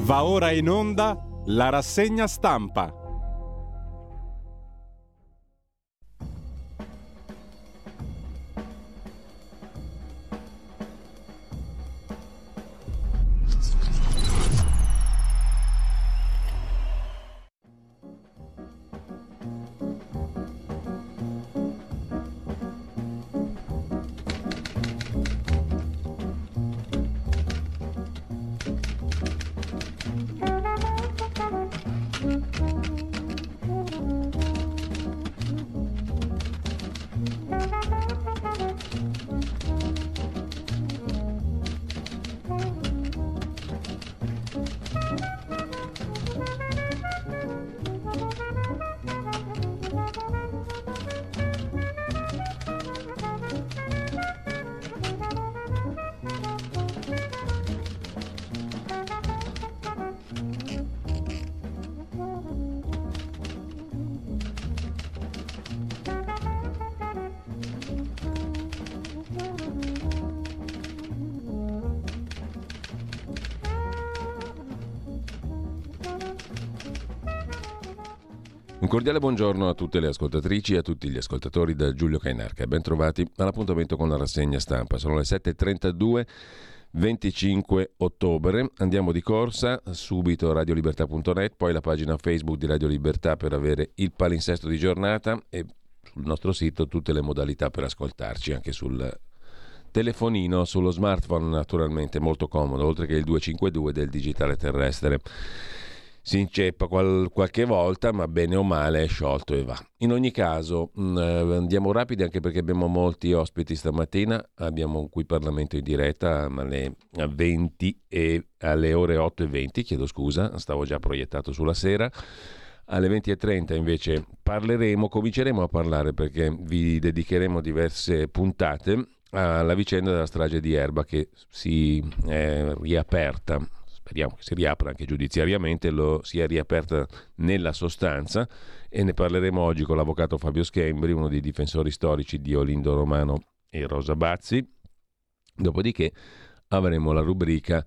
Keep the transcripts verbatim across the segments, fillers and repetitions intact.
Va ora in onda la rassegna stampa. Un cordiale buongiorno a tutte le ascoltatrici e a tutti gli ascoltatori da Giulio Cainarca. Ben trovati all'appuntamento con la rassegna stampa. Sono le sette e trentadue, venticinque ottobre. Andiamo di corsa, subito radiolibertà punto net, poi la pagina Facebook di Radio Libertà per avere il palinsesto di giornata e sul nostro sito tutte le modalità per ascoltarci, anche sul telefonino, sullo smartphone naturalmente, molto comodo, oltre che il duecentocinquantadue del digitale terrestre. Si inceppa qual- qualche volta, ma bene o male è sciolto e va. In ogni caso mh, andiamo rapidi, anche perché abbiamo molti ospiti stamattina. Abbiamo un qui Parlamento in diretta alle venti e alle ore otto e venti, chiedo scusa, stavo già proiettato sulla sera. Alle venti e trenta invece parleremo, cominceremo a parlare perché vi dedicheremo diverse puntate alla vicenda della strage di Erba, che si è riaperta. Speriamo che si riapra anche giudiziariamente, lo sia riaperta nella sostanza, e ne parleremo oggi con l'avvocato Fabio Schembri, uno dei difensori storici di Olindo Romano e Rosa Bazzi. Dopodiché avremo la rubrica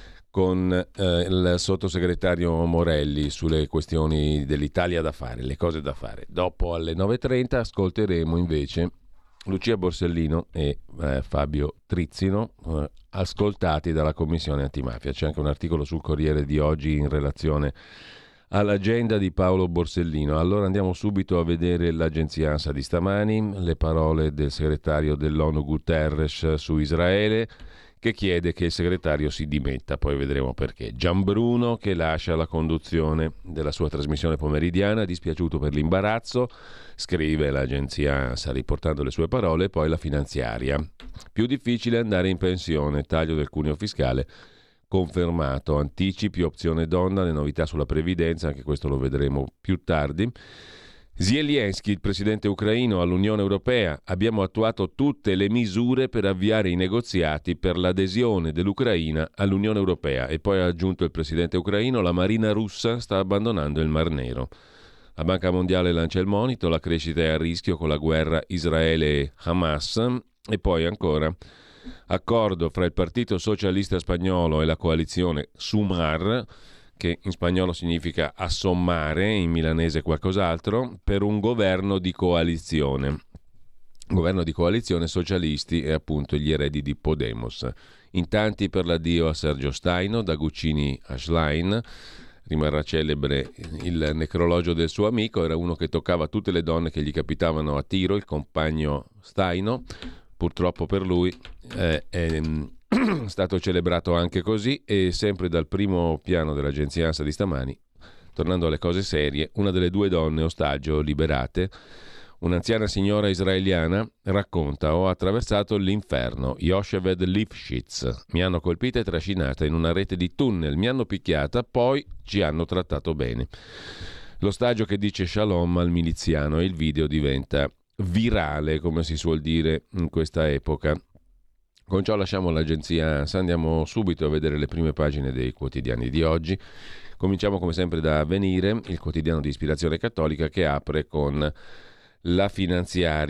con eh, il sottosegretario Morelli sulle questioni dell'Italia da fare, le cose da fare. Dopo alle nove e trenta ascolteremo invece Lucia Borsellino e eh, Fabio Trizzino, eh, ascoltati dalla Commissione Antimafia. C'è anche un articolo sul Corriere di oggi in relazione all'agenda di Paolo Borsellino. Allora andiamo subito a vedere l'agenzia ANSA di stamani, le parole del segretario dell'ONU Guterres su Israele, che chiede che il segretario si dimetta, poi vedremo perché. Gianbruno, che lascia la conduzione della sua trasmissione pomeridiana, dispiaciuto per l'imbarazzo, scrive l'agenzia ANSA riportando le sue parole, e poi la finanziaria. Più difficile andare in pensione, taglio del cuneo fiscale confermato, anticipi, opzione donna, le novità sulla previdenza, anche questo lo vedremo più tardi. Zelensky, il presidente ucraino, all'Unione Europea: abbiamo attuato tutte le misure per avviare i negoziati per l'adesione dell'Ucraina all'Unione Europea. E poi ha aggiunto il presidente ucraino: la marina russa sta abbandonando il Mar Nero. La Banca Mondiale lancia il monito: la crescita è a rischio con la guerra Israele-Hamas. E poi ancora accordo fra il Partito Socialista Spagnolo e la coalizione Sumar, che in spagnolo significa assommare, in milanese qualcos'altro, per un governo di coalizione. Governo di coalizione socialisti e appunto gli eredi di Podemos. In tanti per l'addio a Sergio Staino, da Guccini a Schlein. Rimarrà celebre il necrologio del suo amico, era uno che toccava tutte le donne che gli capitavano a tiro, il compagno Staino. Purtroppo per lui eh, è stato celebrato anche così. E sempre dal primo piano dell'agenzia ANSA di stamani, tornando alle cose serie, una delle due donne ostaggio liberate, un'anziana signora israeliana, racconta: ho attraversato l'inferno, Yocheved Lifshitz, mi hanno colpita e trascinata in una rete di tunnel, mi hanno picchiata, poi ci hanno trattato bene. L'ostaggio che dice shalom al miliziano, e il video diventa virale, come si suol dire in questa epoca. Con ciò lasciamo l'agenzia ANSA, andiamo subito a vedere le prime pagine dei quotidiani di oggi. Cominciamo come sempre da Avvenire, il quotidiano di ispirazione cattolica, che apre con la finanziaria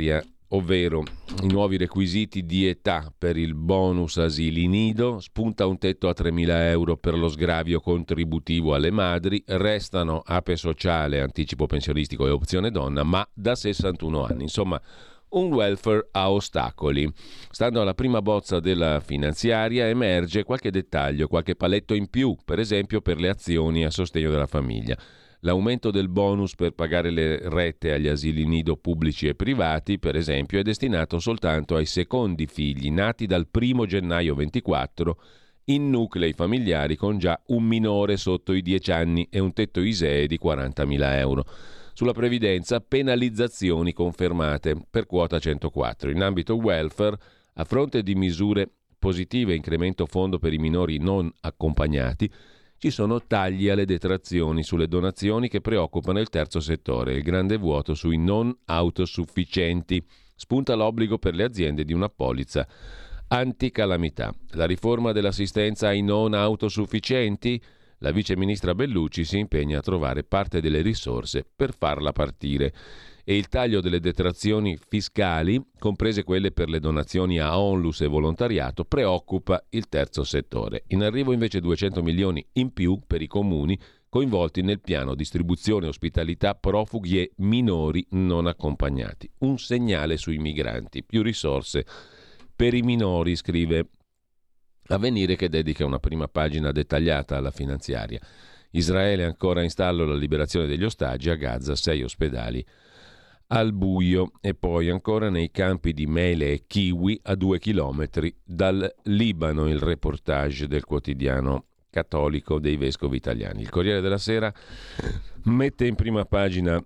ovvero i nuovi requisiti di età per il bonus asili nido, spunta un tetto a tremila euro per lo sgravio contributivo alle madri, restano ape sociale, anticipo pensionistico e opzione donna, ma da sessantuno anni. Insomma, un welfare a ostacoli. Stando alla prima bozza della finanziaria emerge qualche dettaglio, qualche paletto in più, per esempio per le azioni a sostegno della famiglia. L'aumento del bonus per pagare le rette agli asili nido pubblici e privati, per esempio, è destinato soltanto ai secondi figli nati dal primo gennaio ventiquattro in nuclei familiari con già un minore sotto i dieci anni e un tetto I S E E di quarantamila euro. Sulla previdenza, penalizzazioni confermate per quota centoquattro. In ambito welfare, a fronte di misure positive, incremento fondo per i minori non accompagnati, ci sono tagli alle detrazioni sulle donazioni che preoccupano il terzo settore, il grande vuoto sui non autosufficienti. Spunta l'obbligo per le aziende di una polizza anticalamità. La riforma dell'assistenza ai non autosufficienti? La vice ministra Bellucci si impegna a trovare parte delle risorse per farla partire. E il taglio delle detrazioni fiscali, comprese quelle per le donazioni a onlus e volontariato, preoccupa il terzo settore. In arrivo invece duecento milioni in più per i comuni coinvolti nel piano distribuzione ospitalità profughi e minori non accompagnati. Un segnale sui migranti, più risorse per i minori, scrive Avvenire, che dedica una prima pagina dettagliata alla finanziaria. Israele ancora in stallo la liberazione degli ostaggi, a Gaza sei ospedali al buio. E poi ancora nei campi di mele e kiwi a due chilometri dal Libano, il reportage del quotidiano cattolico dei vescovi italiani. Il Corriere della Sera mette in prima pagina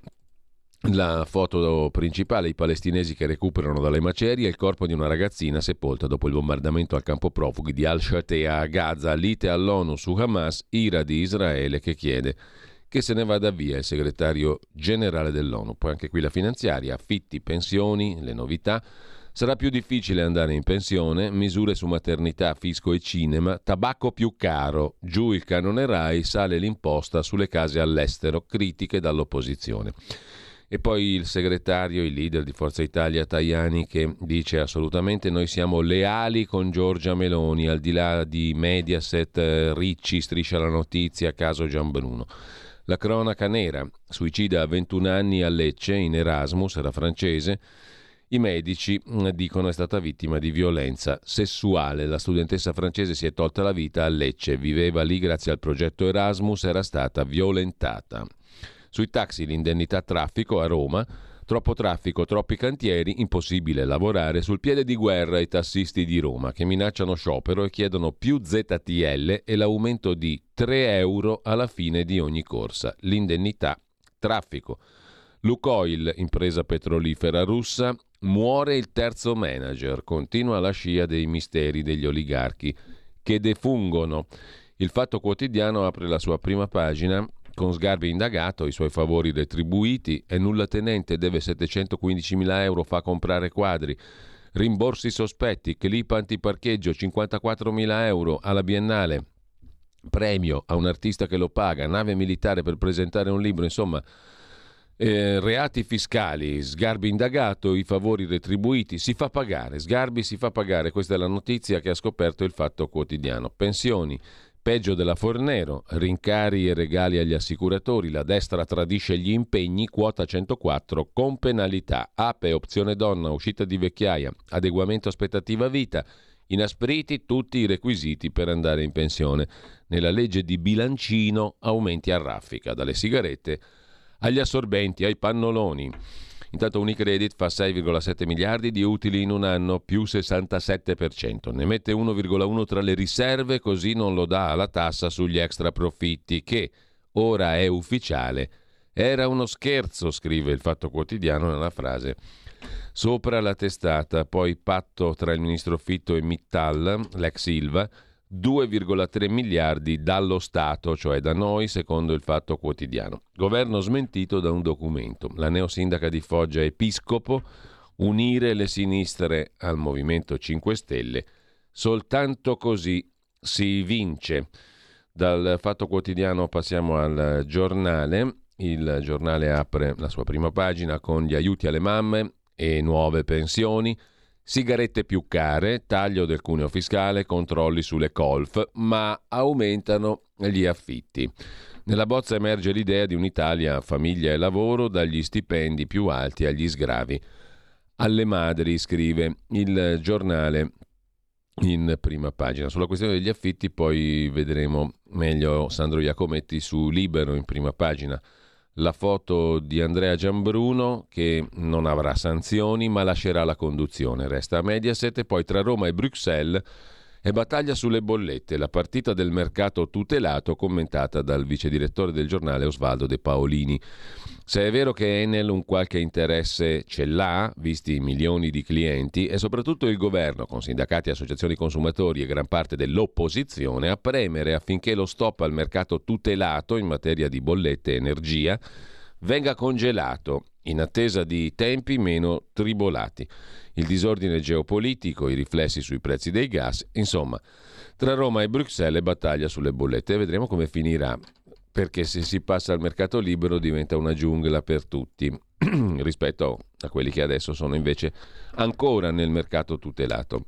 la foto principale, i palestinesi che recuperano dalle macerie il corpo di una ragazzina sepolta dopo il bombardamento al campo profughi di Al-Shatea a Gaza, lite all'ONU su Hamas, ira di Israele che chiede che se ne vada via il segretario generale dell'ONU. Poi anche qui la finanziaria, affitti, pensioni, le novità. Sarà più difficile andare in pensione, misure su maternità, fisco e cinema, tabacco più caro, giù il canone Rai, sale l'imposta sulle case all'estero, critiche dall'opposizione. E poi il segretario, il leader di Forza Italia Tajani, che dice assolutamente noi siamo leali con Giorgia Meloni, al di là di Mediaset, Ricci, Striscia la Notizia, caso Gianbruno. La cronaca nera, suicida a ventuno anni a Lecce, in Erasmus, era francese. I medici dicono è stata vittima di violenza sessuale. La studentessa francese si è tolta la vita a Lecce, viveva lì grazie al progetto Erasmus, era stata violentata. Sui taxi l'indennità traffico a Roma, troppo traffico, troppi cantieri, impossibile lavorare, sul piede di guerra i tassisti di Roma che minacciano sciopero e chiedono più Z T L e l'aumento di tre euro alla fine di ogni corsa. L'indennità traffico. Lukoil, impresa petrolifera russa, muore il terzo manager, continua la scia dei misteri degli oligarchi che defungono. Il Fatto Quotidiano apre la sua prima pagina con Sgarbi indagato, i suoi favori retribuiti, è nullatenente, deve settecentoquindicimila euro, fa comprare quadri, rimborsi sospetti, clip antiparcheggio cinquantaquattromila euro alla Biennale, premio a un artista che lo paga, nave militare per presentare un libro, insomma eh, reati fiscali, Sgarbi indagato, i favori retribuiti, si fa pagare, Sgarbi si fa pagare, questa è la notizia che ha scoperto il Fatto Quotidiano. Pensioni, peggio della Fornero, rincari e regali agli assicuratori, la destra tradisce gli impegni, quota centoquattro con penalità, ape, opzione donna, uscita di vecchiaia, adeguamento aspettativa vita, inaspriti tutti i requisiti per andare in pensione. Nella legge di bilancino aumenti a raffica, dalle sigarette agli assorbenti, ai pannoloni. Intanto Unicredit fa sei virgola sette miliardi di utili in un anno, più sessantasette per cento. Ne mette uno virgola uno tra le riserve, così non lo dà alla tassa sugli extra profitti, che ora è ufficiale. Era uno scherzo, scrive il Fatto Quotidiano nella frase sopra la testata. Poi patto tra il ministro Fitto e Mittal, l'ex Ilva, due virgola tre miliardi dallo Stato, cioè da noi, secondo il Fatto Quotidiano. Governo smentito da un documento. La neosindaca di Foggia Episcopo, unire le sinistre al Movimento cinque Stelle, soltanto così si vince. Dal Fatto Quotidiano passiamo al Giornale. Il Giornale apre la sua prima pagina con gli aiuti alle mamme e nuove pensioni, sigarette più care, taglio del cuneo fiscale, controlli sulle colf, ma aumentano gli affitti. Nella bozza emerge l'idea di un'Italia famiglia e lavoro, dagli stipendi più alti agli sgravi alle madri, scrive il giornale in prima pagina. Sulla questione degli affitti poi vedremo meglio Sandro Iacometti su Libero in prima pagina. La foto di Andrea Giambruno che non avrà sanzioni ma lascerà la conduzione. Resta a Mediaset. E poi tra Roma e Bruxelles e battaglia sulle bollette, la partita del mercato tutelato commentata dal vice direttore del giornale Osvaldo De Paolini. Se è vero che Enel un qualche interesse ce l'ha, visti i milioni di clienti, e soprattutto il governo, con sindacati, associazioni consumatori e gran parte dell'opposizione, a premere affinché lo stop al mercato tutelato in materia di bollette e energia venga congelato in attesa di tempi meno tribolati. Il disordine geopolitico, i riflessi sui prezzi dei gas, insomma, tra Roma e Bruxelles battaglia sulle bollette. Vedremo come finirà, perché se si passa al mercato libero diventa una giungla per tutti, rispetto a quelli che adesso sono invece ancora nel mercato tutelato.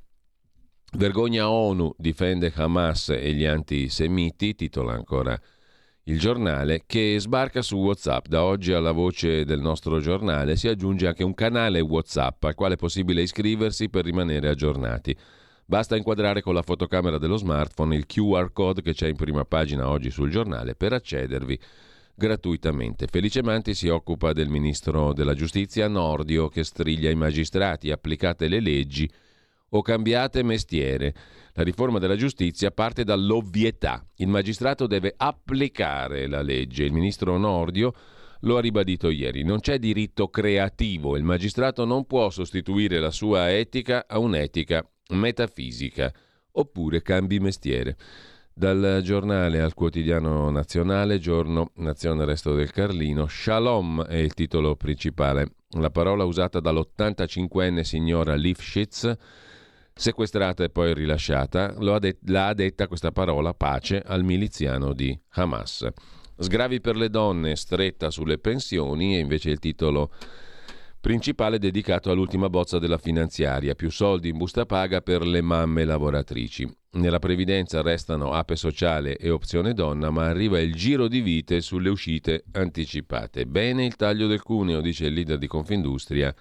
Vergogna ONU, difende Hamas e gli antisemiti, titola ancora il giornale, che sbarca su WhatsApp. Da oggi alla voce del nostro giornale si aggiunge anche un canale WhatsApp al quale è possibile iscriversi per rimanere aggiornati. Basta inquadrare con la fotocamera dello smartphone il Q R code che c'è in prima pagina oggi sul giornale per accedervi gratuitamente. Felice Manti si occupa del ministro della giustizia Nordio che striglia i magistrati: applicate le leggi o cambiate mestiere. La riforma della giustizia parte dall'ovvietà. Il magistrato deve applicare la legge. Il ministro Nordio lo ha ribadito ieri. Non c'è diritto creativo. Il magistrato non può sostituire la sua etica a un'etica metafisica. Oppure cambi mestiere. Dal giornale al quotidiano nazionale, Giorno, Nazione, Resto del Carlino, Shalom è il titolo principale. La parola usata dall'ottantacinquenne signora Lifshitz, sequestrata e poi rilasciata, lo ha det- l'ha detta questa parola, pace, al miliziano di Hamas. Sgravi per le donne, stretta sulle pensioni, e invece il titolo principale dedicato all'ultima bozza della finanziaria, più soldi in busta paga per le mamme lavoratrici. Nella previdenza restano A P E sociale e opzione donna, ma arriva il giro di vite sulle uscite anticipate. Bene il taglio del cuneo, dice il leader di Confindustria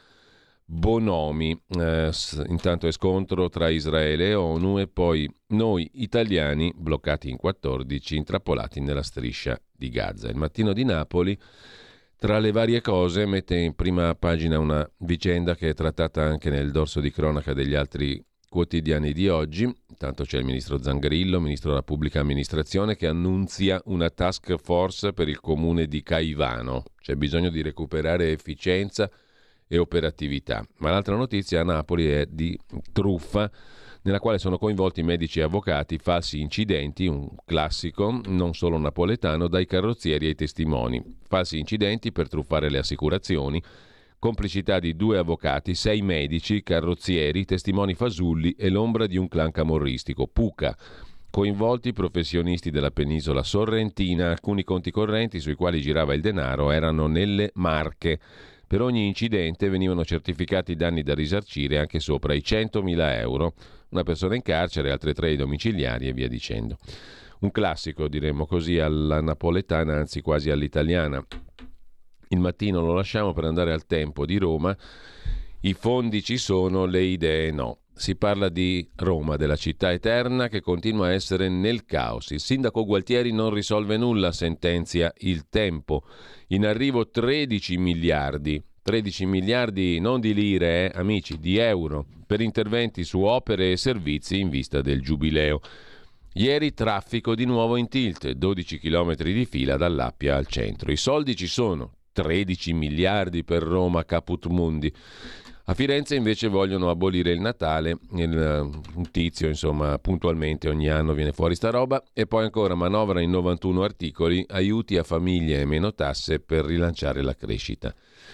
Bonomi. Eh, intanto è scontro tra Israele e ONU e poi noi italiani bloccati in quattordici, intrappolati nella striscia di Gaza. Il Mattino di Napoli, tra le varie cose, mette in prima pagina una vicenda che è trattata anche nel dorso di cronaca degli altri quotidiani di oggi. Intanto c'è il ministro Zangrillo, ministro della pubblica amministrazione, che annunzia una task force per il comune di Caivano. C'è bisogno di recuperare efficienza e operatività. Ma l'altra notizia a Napoli è di truffa, nella quale sono coinvolti medici e avvocati, falsi incidenti, un classico non solo napoletano, dai carrozzieri ai testimoni. Falsi incidenti per truffare le assicurazioni, complicità di due avvocati, sei medici, carrozzieri, testimoni fasulli e l'ombra di un clan camorristico, Puca. Coinvolti professionisti della penisola sorrentina, alcuni conti correnti sui quali girava il denaro erano nelle Marche. Per ogni incidente venivano certificati i danni da risarcire anche sopra i centomila euro. Una persona in carcere, altre tre domiciliari e via dicendo. Un classico, diremmo così, alla napoletana, anzi quasi all'italiana. Il Mattino lo lasciamo per andare al Tempo di Roma. I fondi ci sono, le idee no. Si parla di Roma, della città eterna che continua a essere nel caos. Il sindaco Gualtieri non risolve nulla, sentenzia il Tempo. In arrivo tredici miliardi. tredici miliardi non di lire, eh, amici, di euro, per interventi su opere e servizi in vista del Giubileo. Ieri traffico di nuovo in tilt, dodici chilometri di fila dall'Appia al centro. I soldi ci sono, tredici miliardi per Roma caput mundi. A Firenze invece vogliono abolire il Natale, il, un tizio insomma puntualmente ogni anno viene fuori sta roba, e poi ancora manovra in novantuno articoli, aiuti a famiglie e meno tasse per rilanciare la crescita.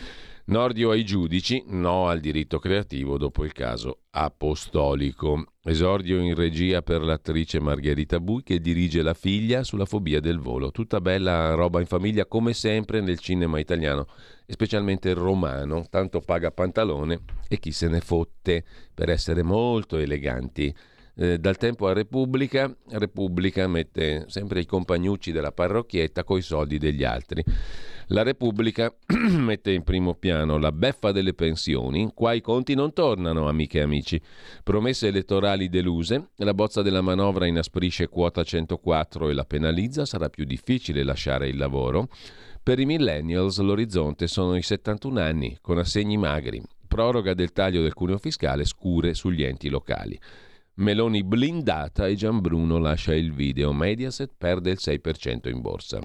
Nordio ai giudici, no al diritto creativo dopo il caso apostolico. Esordio in regia per l'attrice Margherita Bui che dirige La figlia sulla fobia del volo. Tutta bella roba in famiglia come sempre nel cinema italiano e specialmente romano. Tanto paga pantalone e chi se ne fotte, per essere molto eleganti. Eh, dal Tempo a Repubblica, Repubblica mette sempre i compagnucci della parrocchietta coi soldi degli altri. La Repubblica mette in primo piano la beffa delle pensioni. Qua i conti non tornano, amiche e amici. Promesse elettorali deluse. La bozza della manovra inasprisce quota centoquattro e la penalizza. Sarà più difficile lasciare il lavoro. Per i millennials l'orizzonte sono i settantuno anni, con assegni magri. Proroga del taglio del cuneo fiscale, scure sugli enti locali. Meloni blindata e Gianbruno lascia il video. Mediaset perde il sei per cento in borsa.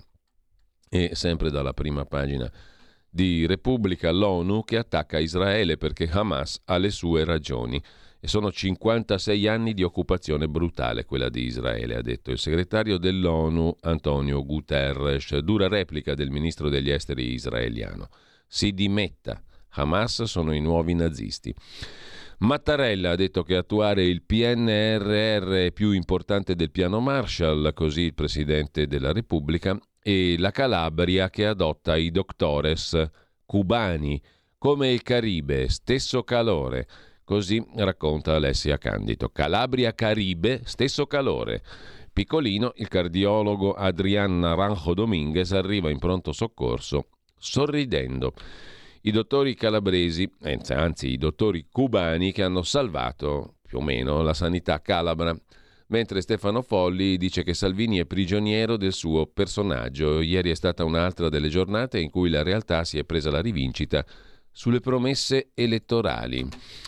E sempre dalla prima pagina di Repubblica, l'ONU che attacca Israele perché Hamas ha le sue ragioni. E sono cinquantasei anni di occupazione brutale quella di Israele, ha detto il segretario dell'ONU Antonio Guterres. Dura replica del ministro degli esteri israeliano. Si dimetta. Hamas sono i nuovi nazisti. Mattarella ha detto che attuare il P N R R è più importante del piano Marshall, così il Presidente della Repubblica, e la Calabria che adotta i doctores cubani, come il Caribe, stesso calore, così racconta Alessia Candido. Calabria Caribe, stesso calore. Piccolino, il cardiologo Adrián Naranjo Dominguez arriva in pronto soccorso sorridendo. I dottori calabresi, anzi i dottori cubani che hanno salvato più o meno la sanità calabra, mentre Stefano Folli dice che Salvini è prigioniero del suo personaggio. Ieri è stata un'altra delle giornate in cui la realtà si è presa la rivincita sulle promesse elettorali.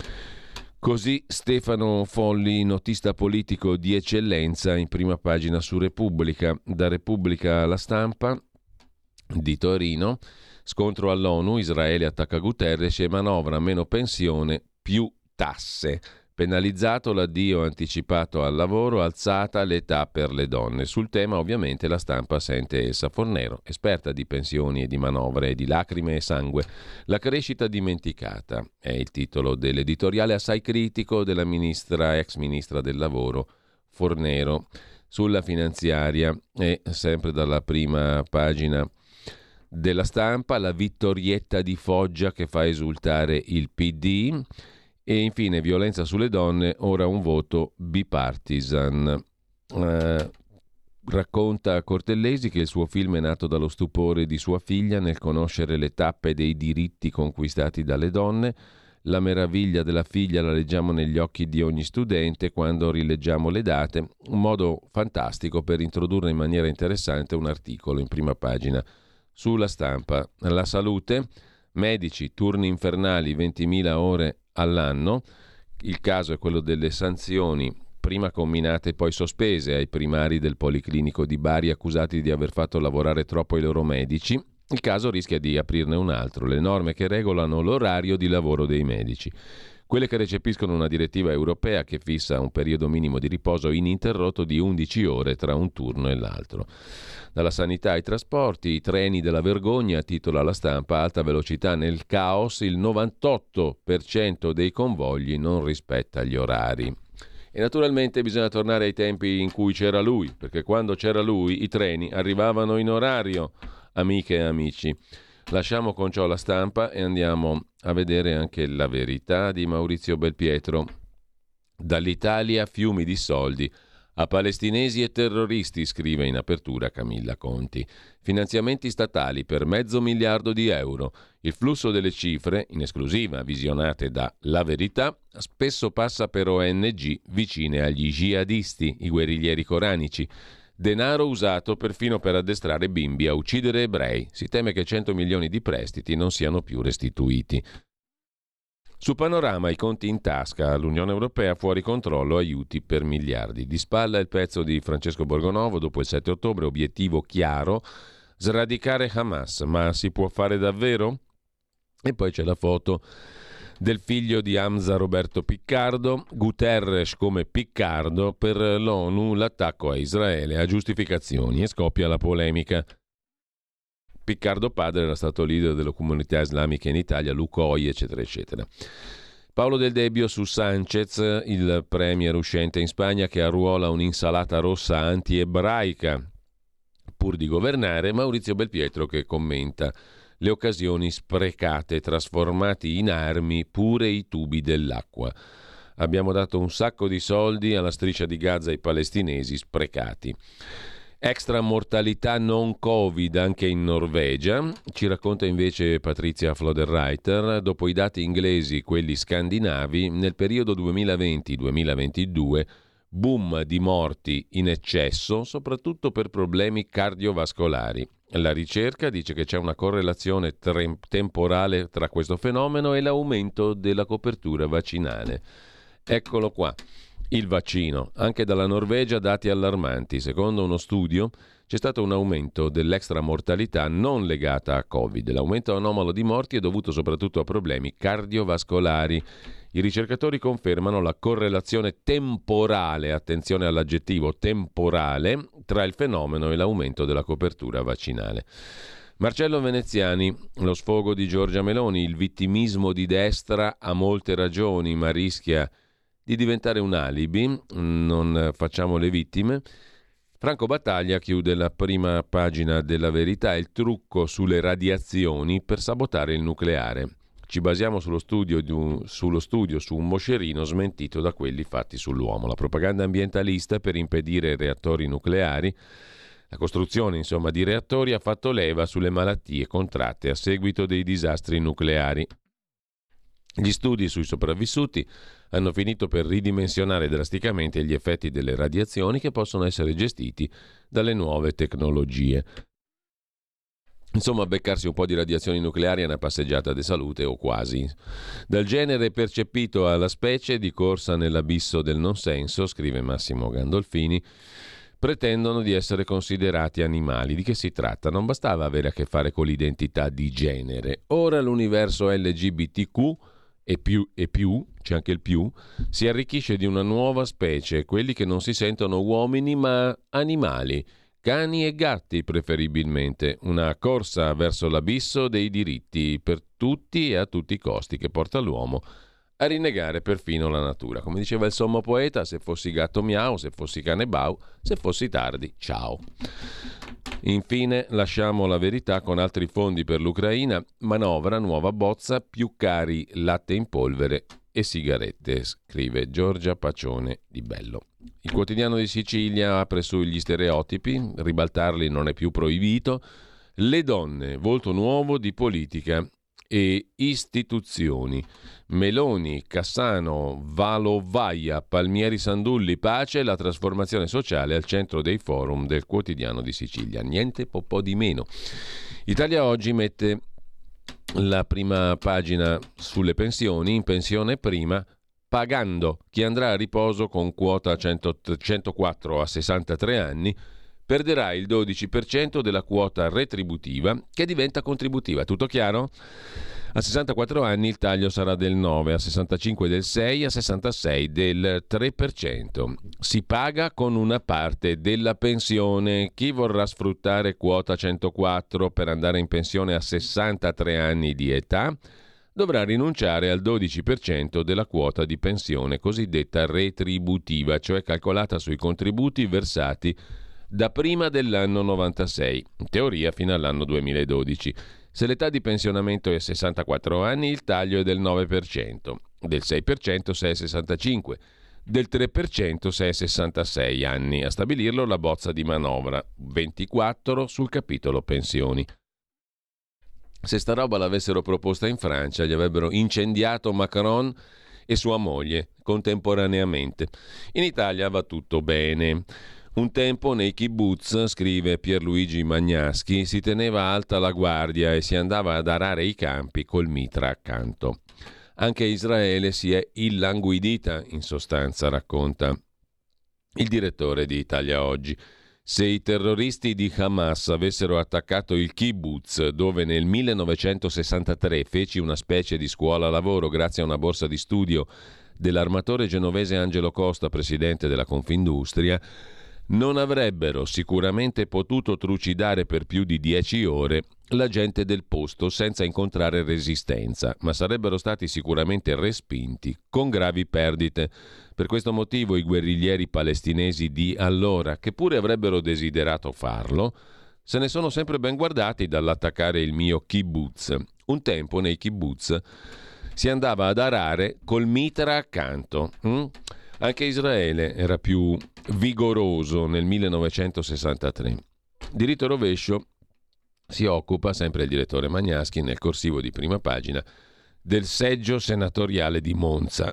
Così Stefano Folli, notista politico di eccellenza, in prima pagina su Repubblica. Da Repubblica alla Stampa di Torino. Scontro all'ONU, Israele attacca Guterres e manovra meno pensione, più tasse. Penalizzato l'addio anticipato al lavoro, alzata l'età per le donne. Sul tema ovviamente la Stampa sente Elsa Fornero, esperta di pensioni e di manovre e di lacrime e sangue. La crescita dimenticata è il titolo dell'editoriale assai critico della ministra, ex ministra del lavoro Fornero sulla finanziaria. E sempre dalla prima pagina della Stampa, la vittorietta di Foggia che fa esultare il P D. E infine violenza sulle donne, ora un voto bipartisan. Eh, racconta Cortellesi che il suo film è nato dallo stupore di sua figlia nel conoscere le tappe dei diritti conquistati dalle donne. La meraviglia della figlia la leggiamo negli occhi di ogni studente quando rileggiamo le date. Un modo fantastico per introdurre in maniera interessante un articolo in prima pagina sulla Stampa. La salute, medici, turni infernali, ventimila ore all'anno. Il caso è quello delle sanzioni, prima comminate e poi sospese ai primari del Policlinico di Bari accusati di aver fatto lavorare troppo i loro medici. Il caso rischia di aprirne un altro, le norme che regolano l'orario di lavoro dei medici. Quelle che recepiscono una direttiva europea che fissa un periodo minimo di riposo ininterrotto di undici ore tra un turno e l'altro. Dalla sanità ai trasporti, i treni della vergogna, titola la Stampa, alta velocità nel caos, il novantotto per cento dei convogli non rispetta gli orari. E naturalmente bisogna tornare ai tempi in cui c'era lui, perché quando c'era lui i treni arrivavano in orario, amiche e amici. Lasciamo con ciò la Stampa e andiamo a vedere anche La Verità di Maurizio Belpietro. Dall'Italia fiumi di soldi a palestinesi e terroristi, scrive in apertura Camilla Conti. Finanziamenti statali per mezzo miliardo di euro. Il flusso delle cifre, in esclusiva visionate da La Verità, spesso passa per O N G vicine agli jihadisti, i guerriglieri coranici. Denaro usato perfino per addestrare bimbi a uccidere ebrei. Si teme che cento milioni di prestiti non siano più restituiti. Su Panorama i conti in tasca, l'Unione Europea fuori controllo, aiuti per miliardi. Di spalla il pezzo di Francesco Borgonovo dopo il sette ottobre, obiettivo chiaro, sradicare Hamas, ma si può fare davvero? E poi c'è la foto del figlio di Hamza Roberto Piccardo, Guterres come Piccardo, per l'ONU l'attacco a Israele ha giustificazioni e scoppia la polemica. Piccardo padre era stato leader delle comunità islamiche in Italia, Lucoi, eccetera, eccetera. Paolo Del Debbio su Sanchez, il premier uscente in Spagna che arruola un'insalata rossa anti-ebraica pur di governare. Maurizio Belpietro che commenta le occasioni sprecate, trasformati in armi pure i tubi dell'acqua. Abbiamo dato un sacco di soldi alla striscia di Gaza ai palestinesi, sprecati. Extra mortalità non Covid anche in Norvegia, ci racconta invece Patrizia Floderreiter. Dopo i dati inglesi, quelli scandinavi, nel periodo duemilaventi duemilaventidue boom di morti in eccesso, soprattutto per problemi cardiovascolari. La ricerca dice che c'è una correlazione tre- temporale tra questo fenomeno e l'aumento della copertura vaccinale. Eccolo qua. Il vaccino. Anche dalla Norvegia dati allarmanti. Secondo uno studio c'è stato un aumento dell'extramortalità non legata a Covid. L'aumento anomalo di morti è dovuto soprattutto a problemi cardiovascolari. I ricercatori confermano la correlazione temporale, attenzione all'aggettivo temporale, tra il fenomeno e l'aumento della copertura vaccinale. Marcello Veneziani, lo sfogo di Giorgia Meloni, il vittimismo di destra ha molte ragioni ma rischia di diventare un alibi, non facciamo le vittime. Franco Battaglia chiude la prima pagina della Verità, il trucco sulle radiazioni per sabotare il nucleare. Ci basiamo sullo studio, di un, sullo studio su un moscerino smentito da quelli fatti sull'uomo. La propaganda ambientalista per impedire i reattori nucleari, la costruzione insomma di reattori ha fatto leva sulle malattie contratte a seguito dei disastri nucleari. Gli studi sui sopravvissuti hanno finito per ridimensionare drasticamente gli effetti delle radiazioni che possono essere gestiti dalle nuove tecnologie. Insomma, beccarsi un po' di radiazioni nucleari è una passeggiata di salute o quasi. Dal genere percepito alla specie di corsa nell'abisso del non senso, scrive Massimo Gandolfini, pretendono di essere considerati animali. Di che si tratta? Non bastava avere a che fare con l'identità di genere. Ora l'universo L G B T Q e più, e più, c'è anche il più, si arricchisce di una nuova specie, quelli che non si sentono uomini ma animali, cani e gatti preferibilmente, una corsa verso l'abisso dei diritti per tutti e a tutti i costi che porta l'uomo a rinnegare perfino la natura. Come diceva il sommo poeta, se fossi gatto miau, se fossi cane bau, se fossi tardi, ciao. Infine lasciamo la Verità con altri fondi per l'Ucraina, manovra, nuova bozza, più cari latte in polvere e sigarette, scrive Giorgia Pacione di Bello. Il Quotidiano di Sicilia apre sugli stereotipi, ribaltarli non è più proibito, le donne, volto nuovo di politica e istituzioni. Meloni, Cassano, Valovaia, Palmieri Sandulli, pace, la trasformazione sociale al centro dei forum del Quotidiano di Sicilia. Niente po', po' di meno. Italia Oggi mette la prima pagina sulle pensioni, in pensione prima, pagando chi andrà a riposo con quota cento, centoquattro a sessantatré anni, perderà il dodici per cento della quota retributiva che diventa contributiva. Tutto chiaro? A sessantaquattro anni il taglio sarà del nove, a sessantacinque del sei, a sessantasei del tre per cento. Si paga con una parte della pensione. Chi vorrà sfruttare quota centoquattro per andare in pensione a sessantatré anni di età dovrà rinunciare al dodici per cento della quota di pensione cosiddetta retributiva, cioè calcolata sui contributi versati da prima dell'anno novantasei, in teoria fino all'anno duemiladodici. Se l'età di pensionamento è sessantaquattro anni, il taglio è del nove per cento, del sei per cento se è sessantacinque, del tre per cento se è sessantasei anni. A stabilirlo la bozza di manovra, ventiquattro sul capitolo pensioni. Se sta roba l'avessero proposta in Francia, gli avrebbero incendiato Macron e sua moglie contemporaneamente. In Italia va tutto bene. Un tempo nei kibbutz, scrive Pierluigi Magnaschi, si teneva alta la guardia e si andava ad arare i campi col mitra accanto. Anche Israele si è illanguidita, in sostanza, racconta il direttore di Italia Oggi. Se i terroristi di Hamas avessero attaccato il kibbutz, dove nel millenovecentosessantatré feci una specie di scuola lavoro grazie a una borsa di studio dell'armatore genovese Angelo Costa, presidente della Confindustria, non avrebbero sicuramente potuto trucidare per più di dieci ore la gente del posto senza incontrare resistenza, ma sarebbero stati sicuramente respinti con gravi perdite. Per questo motivo i guerriglieri palestinesi di allora, che pure avrebbero desiderato farlo, se ne sono sempre ben guardati dall'attaccare il mio kibbutz. Un tempo nei kibbutz si andava ad arare col mitra accanto. Hm? Anche Israele era più vigoroso nel millenovecentosessantatré. Diritto rovescio si occupa, sempre il direttore Magnaschi, nel corsivo di prima pagina, del seggio senatoriale di Monza.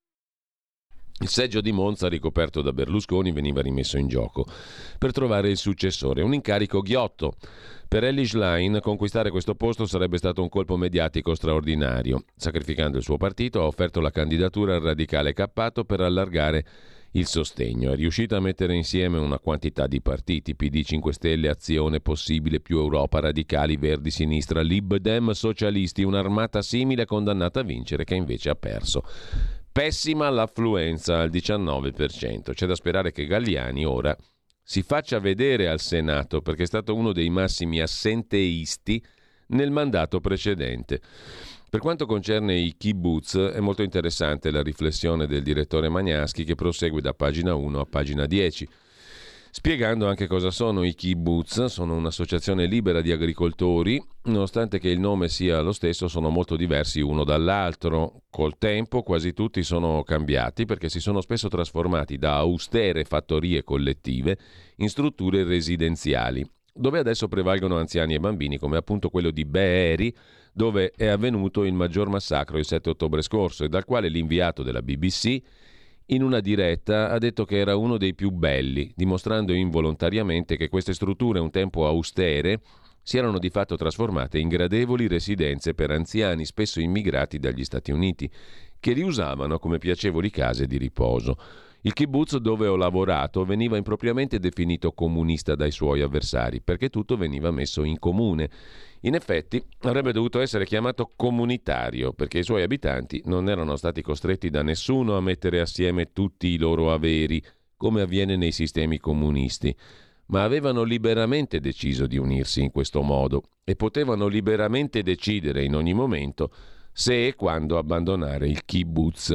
Il seggio di Monza, ricoperto da Berlusconi, veniva rimesso in gioco per trovare il successore, un incarico ghiotto. Per Elly Schlein conquistare questo posto sarebbe stato un colpo mediatico straordinario. Sacrificando il suo partito, ha offerto la candidatura al radicale Cappato per allargare il sostegno. È riuscito a mettere insieme una quantità di partiti: P D, cinque Stelle, Azione, Possibile, Più Europa, Radicali, Verdi, Sinistra, Lib Dem, Socialisti, un'armata simile condannata a vincere che invece ha perso. Pessima l'affluenza al diciannove per cento. C'è da sperare che Galliani ora si faccia vedere al Senato, perché è stato uno dei massimi assenteisti nel mandato precedente. Per quanto concerne i kibbutz, è molto interessante la riflessione del direttore Magnaschi, che prosegue da pagina uno a pagina dieci, spiegando anche cosa sono i kibbutz. Sono un'associazione libera di agricoltori. Nonostante che il nome sia lo stesso, sono molto diversi uno dall'altro. Col tempo quasi tutti sono cambiati, perché si sono spesso trasformati da austere fattorie collettive in strutture residenziali, dove adesso prevalgono anziani e bambini, come appunto quello di Be'eri, dove è avvenuto il maggior massacro il sette ottobre scorso, e dal quale l'inviato della B B C in una diretta ha detto che era uno dei più belli, dimostrando involontariamente che queste strutture un tempo austere si erano di fatto trasformate in gradevoli residenze per anziani, spesso immigrati dagli Stati Uniti, che li usavano come piacevoli case di riposo. Il kibbutz dove ho lavorato veniva impropriamente definito comunista dai suoi avversari, perché tutto veniva messo in comune. In effetti avrebbe dovuto essere chiamato comunitario, perché i suoi abitanti non erano stati costretti da nessuno a mettere assieme tutti i loro averi, come avviene nei sistemi comunisti, ma avevano liberamente deciso di unirsi in questo modo e potevano liberamente decidere in ogni momento se e quando abbandonare il kibbutz.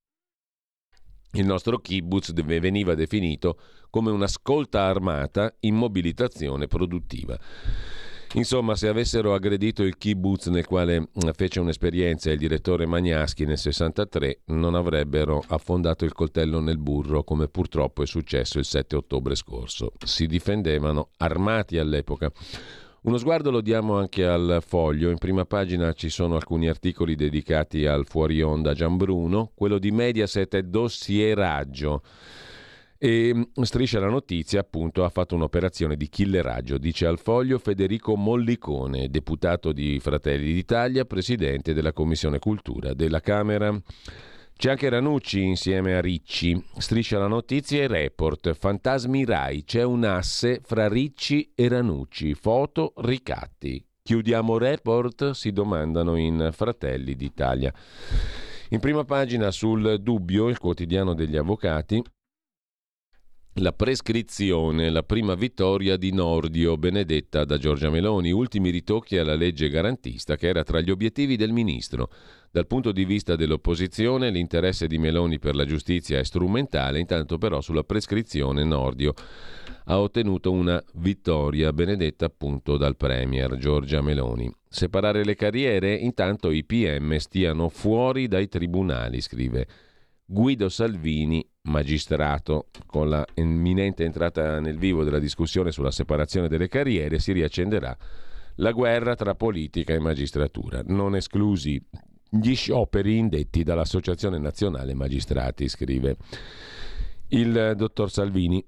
Il nostro kibbutz veniva definito come una scolta armata in mobilitazione produttiva. Insomma, se avessero aggredito il kibbutz nel quale fece un'esperienza il direttore Magnaschi nel sessantatré, non avrebbero affondato il coltello nel burro, come purtroppo è successo il sette ottobre scorso. Si difendevano armati all'epoca. Uno sguardo lo diamo anche al Foglio. In prima pagina ci sono alcuni articoli dedicati al fuori onda Gianbruno. Quello di Mediaset è dossieraggio. E Striscia la Notizia, appunto, ha fatto un'operazione di killeraggio, dice al Foglio Federico Mollicone, deputato di Fratelli d'Italia, presidente della Commissione Cultura della Camera. C'è anche Ranucci insieme a Ricci. Striscia la Notizia e Report. Fantasmi Rai. C'è un asse fra Ricci e Ranucci. Foto, ricatti. Chiudiamo Report? Si domandano in Fratelli d'Italia. In prima pagina sul Dubbio, il quotidiano degli avvocati, la prescrizione, la prima vittoria di Nordio, benedetta da Giorgia Meloni, ultimi ritocchi alla legge garantista che era tra gli obiettivi del ministro. Dal punto di vista dell'opposizione l'interesse di Meloni per la giustizia è strumentale, intanto però sulla prescrizione Nordio ha ottenuto una vittoria, benedetta appunto dal premier Giorgia Meloni. Separare le carriere? Intanto i P M stiano fuori dai tribunali, scrive Guido Salvini, magistrato. Con la imminente entrata nel vivo della discussione sulla separazione delle carriere si riaccenderà la guerra tra politica e magistratura, non esclusi gli scioperi indetti dall'Associazione Nazionale Magistrati, scrive il dottor Salvini.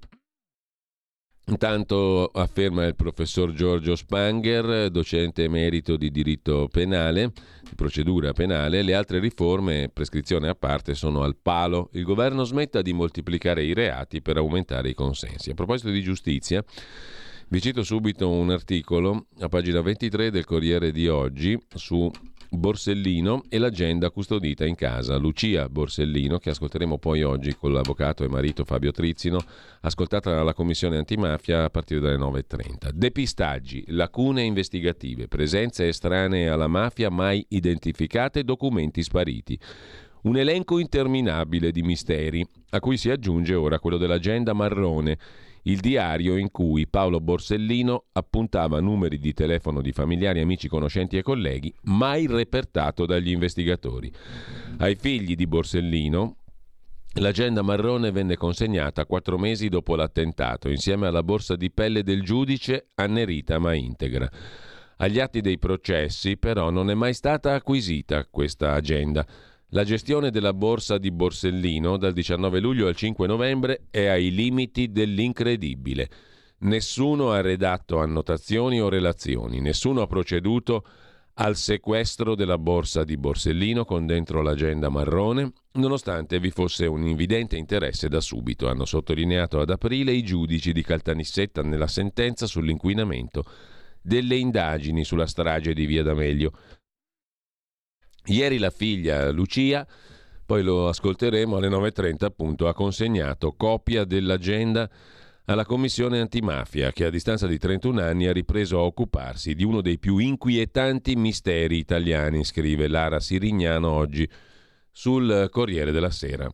Intanto afferma il professor Giorgio Spanger, docente emerito di diritto penale, di procedura penale, le altre riforme, prescrizione a parte, sono al palo. Il governo smetta di moltiplicare i reati per aumentare i consensi. A proposito di giustizia, vi cito subito un articolo a pagina ventitré del Corriere di oggi su Borsellino e l'agenda custodita in casa. Lucia Borsellino, che ascolteremo poi oggi con l'avvocato e marito Fabio Trizzino, ascoltata dalla Commissione Antimafia a partire dalle nove e trenta. Depistaggi, lacune investigative, presenze estranee alla mafia mai identificate, documenti spariti. Un elenco interminabile di misteri, a cui si aggiunge ora quello dell'agenda marrone, il diario in cui Paolo Borsellino appuntava numeri di telefono di familiari, amici, conoscenti e colleghi, mai repertato dagli investigatori. Ai figli di Borsellino l'agenda marrone venne consegnata quattro mesi dopo l'attentato, insieme alla borsa di pelle del giudice annerita ma integra. Agli atti dei processi, però, non è mai stata acquisita questa agenda. La gestione della borsa di Borsellino dal diciannove luglio al cinque novembre è ai limiti dell'incredibile. Nessuno ha redatto annotazioni o relazioni, nessuno ha proceduto al sequestro della borsa di Borsellino con dentro l'agenda marrone, nonostante vi fosse un evidente interesse da subito, hanno sottolineato ad aprile i giudici di Caltanissetta nella sentenza sull'inquinamento delle indagini sulla strage di Via D'Amelio. Ieri la figlia Lucia, poi lo ascolteremo alle nove e trenta appunto, ha consegnato copia dell'agenda alla Commissione Antimafia, che a distanza di trentuno anni ha ripreso a occuparsi di uno dei più inquietanti misteri italiani, scrive Lara Sirignano oggi sul Corriere della Sera.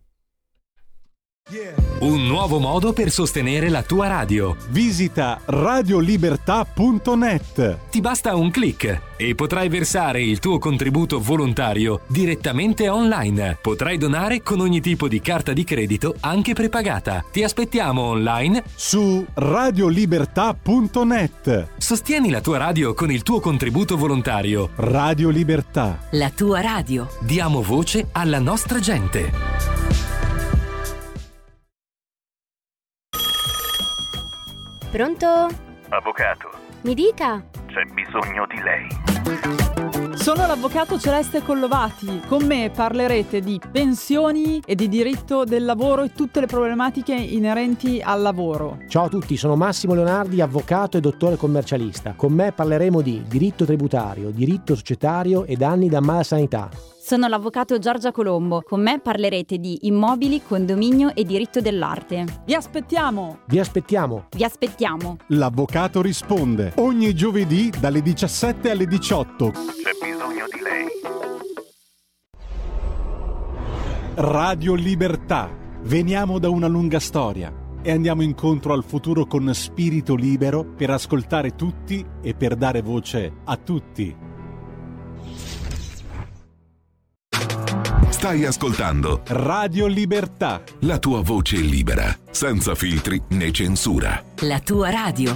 Un nuovo modo per sostenere la tua radio. Visita radiolibertà punto net. Ti basta un click e potrai versare il tuo contributo volontario direttamente online. Potrai donare con ogni tipo di carta di credito, anche prepagata. Ti aspettiamo online su radiolibertà punto net. Sostieni la tua radio con il tuo contributo volontario. Radio Libertà. La tua radio. Diamo voce alla nostra gente. Pronto? Avvocato, Mi dica. c'è bisogno di lei. Sono l'avvocato Celeste Collovati. Con me parlerete di pensioni e di diritto del lavoro e tutte le problematiche inerenti al lavoro. Ciao a tutti, sono Massimo Leonardi, avvocato e dottore commercialista. Con me parleremo di diritto tributario, diritto societario e danni da malasanità. Sono l'avvocato Giorgia Colombo. Con me parlerete di immobili, condominio e diritto dell'arte. Vi aspettiamo! Vi aspettiamo! Vi aspettiamo! L'avvocato risponde ogni giovedì dalle diciassette alle diciotto. C'è bisogno di lei. Radio Libertà. Veniamo da una lunga storia e andiamo incontro al futuro con spirito libero per ascoltare tutti e per dare voce a tutti. Stai ascoltando Radio Libertà. La tua voce libera, senza filtri né censura. La tua radio.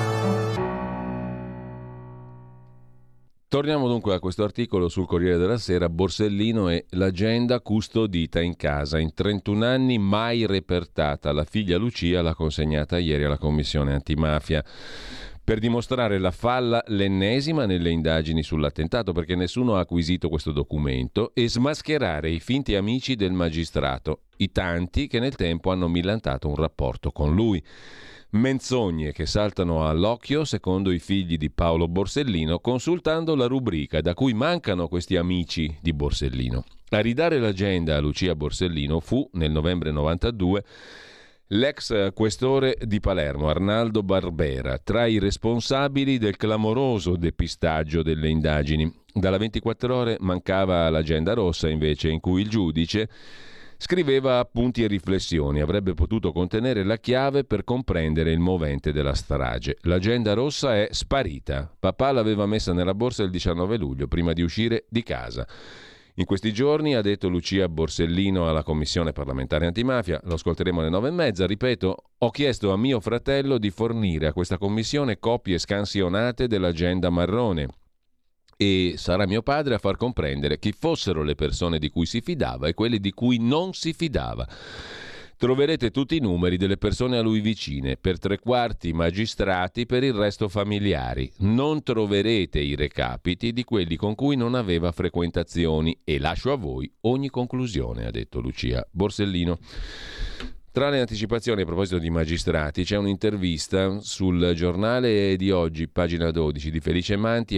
Torniamo dunque a questo articolo sul Corriere della Sera. Borsellino e l'agenda custodita in casa. In trentuno anni mai repertata. La figlia Lucia l'ha consegnata ieri alla Commissione Antimafia per dimostrare la falla, l'ennesima nelle indagini sull'attentato, perché nessuno ha acquisito questo documento, e smascherare i finti amici del magistrato, i tanti che nel tempo hanno millantato un rapporto con lui. Menzogne che saltano all'occhio, secondo i figli di Paolo Borsellino, consultando la rubrica da cui mancano questi amici di Borsellino. A ridare l'agenda a Lucia Borsellino fu, nel novembre novantadue, l'ex questore di Palermo, Arnaldo Barbera, tra i responsabili del clamoroso depistaggio delle indagini. Dalla ventiquattro ore mancava l'agenda rossa, invece, in cui il giudice scriveva appunti e riflessioni. Avrebbe potuto contenere la chiave per comprendere il movente della strage. L'agenda rossa è sparita. Papà l'aveva messa nella borsa il diciannove luglio, prima di uscire di casa. In questi giorni, ha detto Lucia Borsellino alla Commissione parlamentare antimafia, lo ascolteremo alle nove e mezza, ripeto, ho chiesto a mio fratello di fornire a questa commissione copie scansionate dell'agenda marrone e sarà mio padre a far comprendere chi fossero le persone di cui si fidava e quelle di cui non si fidava. Troverete tutti i numeri delle persone a lui vicine, per tre quarti magistrati, per il resto familiari. Non troverete i recapiti di quelli con cui non aveva frequentazioni e lascio a voi ogni conclusione, ha detto Lucia Borsellino. Tra le anticipazioni a proposito di magistrati c'è un'intervista sul giornale di oggi, pagina dodici, di Felice Manti a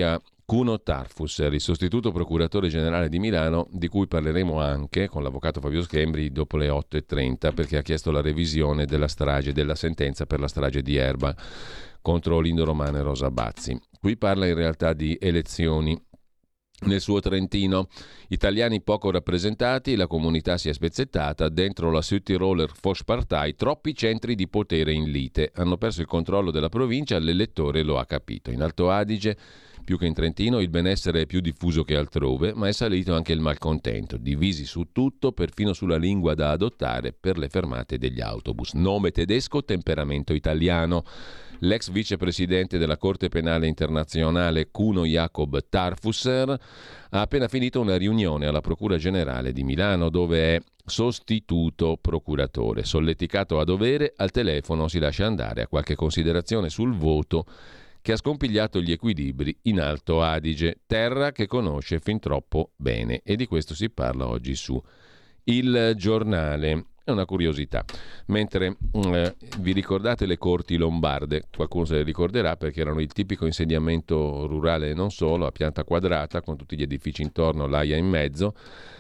Cuno Tarfusser, il sostituto procuratore generale di Milano, di cui parleremo anche con l'avvocato Fabio Schembri dopo le otto e trenta, perché ha chiesto la revisione della strage, della sentenza per la strage di Erba contro Lindo Romano e Rosa Bazzi. Qui parla in realtà di elezioni. Nel suo Trentino, italiani poco rappresentati, la comunità si è spezzettata, dentro la Südtiroler Volkspartei troppi centri di potere in lite, hanno perso il controllo della provincia, l'elettore lo ha capito. In Alto Adige, più che in Trentino, il benessere è più diffuso che altrove, ma è salito anche il malcontento, divisi su tutto, perfino sulla lingua da adottare per le fermate degli autobus. Nome tedesco, temperamento italiano. L'ex vicepresidente della Corte Penale Internazionale Kuno Jakob Tarfusser ha appena finito una riunione alla Procura Generale di Milano, dove è sostituto procuratore. Solleticato a dovere, al telefono si lascia andare a qualche considerazione sul voto che ha scompigliato gli equilibri in Alto Adige, terra che conosce fin troppo bene, e di questo si parla oggi su Il Giornale. È una curiosità. Mentre eh, vi ricordate le corti lombarde, qualcuno se le ricorderà perché erano il tipico insediamento rurale e non solo, a pianta quadrata con tutti gli edifici intorno, l'Aia in mezzo.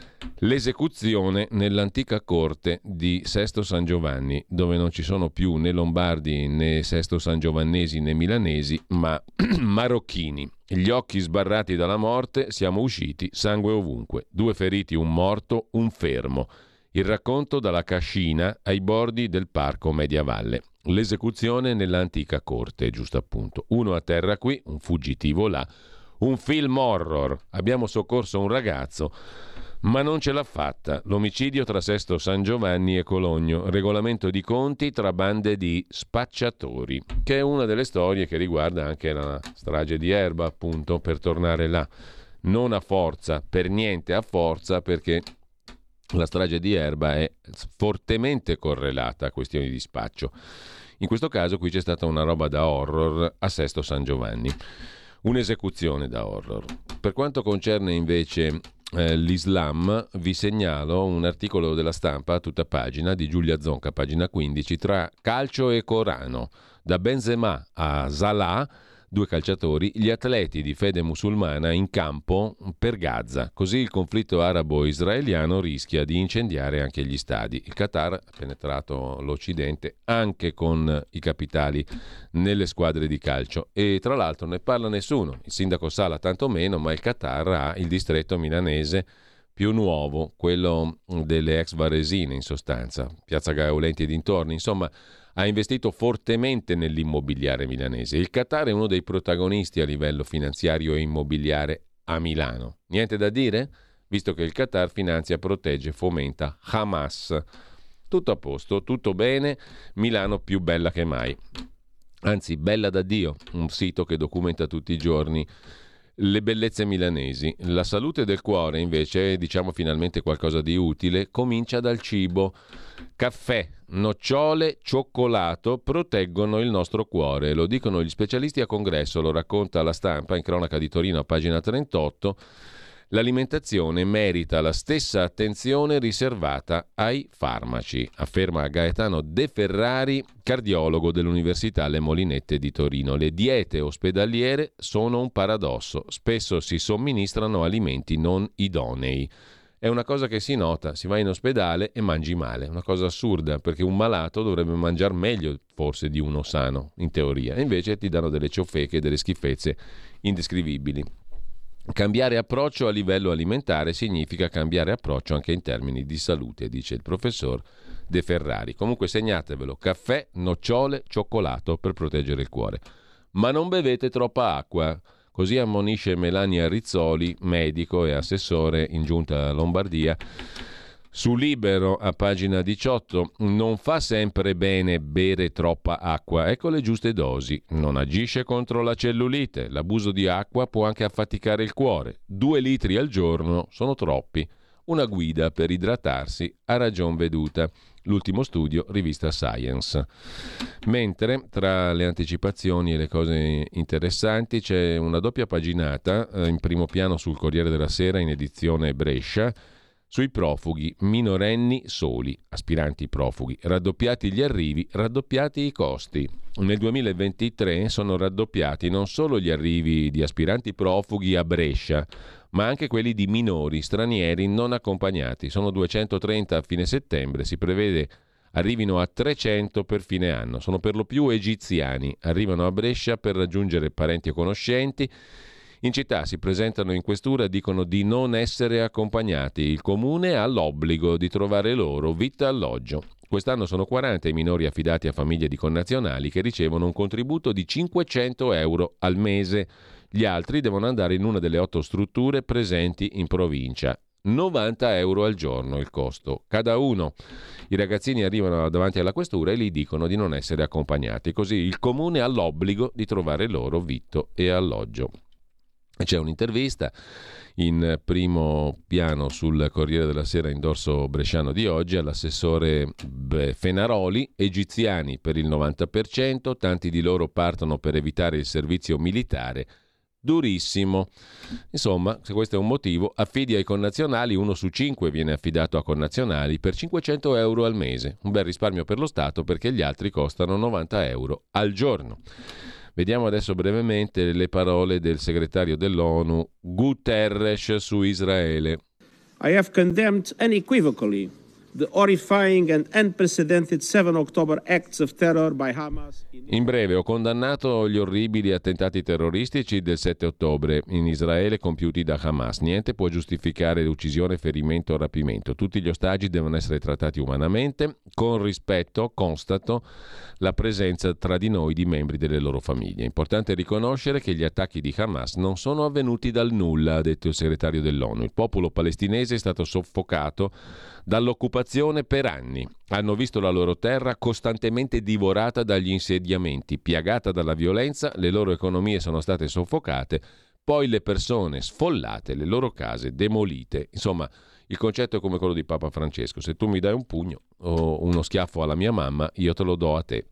L'esecuzione nell'antica corte di Sesto San Giovanni, dove non ci sono più né lombardi né Sesto San Giovannesi né milanesi, ma marocchini. Gli occhi sbarrati dalla morte, siamo usciti, sangue ovunque. Due feriti, un morto, un fermo. Il racconto dalla cascina ai bordi del parco medievale. L'esecuzione nell'antica corte, giusto appunto. Uno a terra qui, un fuggitivo là. Un film horror. Abbiamo soccorso un ragazzo, ma non ce l'ha fatta. L'omicidio tra Sesto San Giovanni e Cologno. Regolamento di conti tra bande di spacciatori, che è una delle storie che riguarda anche la strage di Erba, appunto, per tornare là. Non a forza, per niente a forza, perché la strage di Erba è fortemente correlata a questioni di spaccio. In questo caso qui c'è stata una roba da horror a Sesto San Giovanni, un'esecuzione da horror. Per quanto concerne invece eh, l'Islam, vi segnalo un articolo della Stampa a tutta pagina di Giulia Zonca, pagina quindici, tra calcio e Corano, da Benzema a Salah, due calciatori, gli atleti di fede musulmana in campo per Gaza. Così il conflitto arabo-israeliano rischia di incendiare anche gli stadi. Il Qatar ha penetrato l'Occidente anche con i capitali nelle squadre di calcio e tra l'altro ne parla nessuno. Il sindaco Sala tanto meno, ma il Qatar ha il distretto milanese più nuovo, quello delle ex Varesine in sostanza, Piazza Gaeolenti e dintorni, insomma ha investito fortemente nell'immobiliare milanese. Il Qatar è uno dei protagonisti a livello finanziario e immobiliare a Milano. Niente da dire? Visto che il Qatar finanzia, protegge, fomenta Hamas. Tutto a posto, tutto bene, Milano più bella che mai. Anzi, bella da Dio, un sito che documenta tutti i giorni le bellezze milanesi. La salute del cuore, invece, diciamo finalmente qualcosa di utile, comincia dal cibo. Caffè, nocciole, cioccolato proteggono il nostro cuore, lo dicono gli specialisti a congresso, lo racconta La Stampa in cronaca di Torino a pagina trentotto. L'alimentazione merita la stessa attenzione riservata ai farmaci, afferma Gaetano De Ferrari, cardiologo dell'Università Le Molinette di Torino. Le diete ospedaliere sono un paradosso, spesso si somministrano alimenti non idonei. È una cosa che si nota, si va in ospedale e mangi male, una cosa assurda, perché un malato dovrebbe mangiare meglio forse di uno sano, in teoria, e invece ti danno delle ciofeche, delle schifezze indescrivibili. Cambiare approccio a livello alimentare significa cambiare approccio anche in termini di salute, dice il professor De Ferrari. Comunque segnatevelo, caffè, nocciole, cioccolato per proteggere il cuore. Ma non bevete troppa acqua. Così ammonisce Melania Rizzoli, medico e assessore in Giunta Lombardia. Su Libero, a pagina diciotto, non fa sempre bene bere troppa acqua, ecco le giuste dosi. Non agisce contro la cellulite, l'abuso di acqua può anche affaticare il cuore. Due litri al giorno sono troppi. Una guida per idratarsi a ragion veduta. L'ultimo studio, rivista Science. Mentre tra le anticipazioni e le cose interessanti c'è una doppia paginata eh, in primo piano sul Corriere della Sera in edizione Brescia Sui profughi minorenni soli, aspiranti profughi, raddoppiati gli arrivi, raddoppiati i costi. Nel duemilaventitré sono raddoppiati non solo gli arrivi di aspiranti profughi a Brescia, ma anche quelli di minori stranieri non accompagnati. Sono duecentotrenta a fine settembre, si prevede arrivino a trecento per fine anno. Sono per lo più egiziani, arrivano a Brescia per raggiungere parenti o conoscenti. In città si presentano in questura e dicono di non essere accompagnati. Il comune ha l'obbligo di trovare loro vitto e alloggio. Quest'anno sono quaranta i minori affidati a famiglie di connazionali che ricevono un contributo di cinquecento euro al mese. Gli altri devono andare in una delle otto strutture presenti in provincia. novanta euro al giorno il costo, cada uno. I ragazzini arrivano davanti alla questura e gli dicono di non essere accompagnati. Così il comune ha l'obbligo di trovare loro vitto e alloggio. C'è un'intervista in primo piano sul Corriere della Sera in dorso bresciano di oggi all'assessore Fenaroli. Egiziani per il novanta per cento, tanti di loro partono per evitare il servizio militare. Durissimo. Insomma, se questo è un motivo, affidi ai connazionali, uno su cinque viene affidato a connazionali per cinquecento euro al mese. Un bel risparmio per lo Stato perché gli altri costano novanta euro al giorno. Vediamo adesso brevemente le parole del segretario dell'ONU Guterres su Israele. I have condemned unequivocally the horrifying and unprecedented seven October acts of terror by Hamas. In breve, ho condannato gli orribili attentati terroristici del sette ottobre in Israele compiuti da Hamas. Niente può giustificare l'uccisione, ferimento o rapimento. Tutti gli ostaggi devono essere trattati umanamente. Con rispetto, constato la presenza tra di noi di membri delle loro famiglie. È importante riconoscere che gli attacchi di Hamas non sono avvenuti dal nulla, ha detto il segretario dell'ONU. Il popolo palestinese è stato soffocato dall'occupazione per anni. Hanno visto la loro terra costantemente divorata dagli insediamenti, piagata dalla violenza, le loro economie sono state soffocate, poi le persone sfollate, le loro case demolite. Insomma, il concetto è come quello di Papa Francesco: se tu mi dai un pugno o uno schiaffo alla mia mamma, io te lo do a te.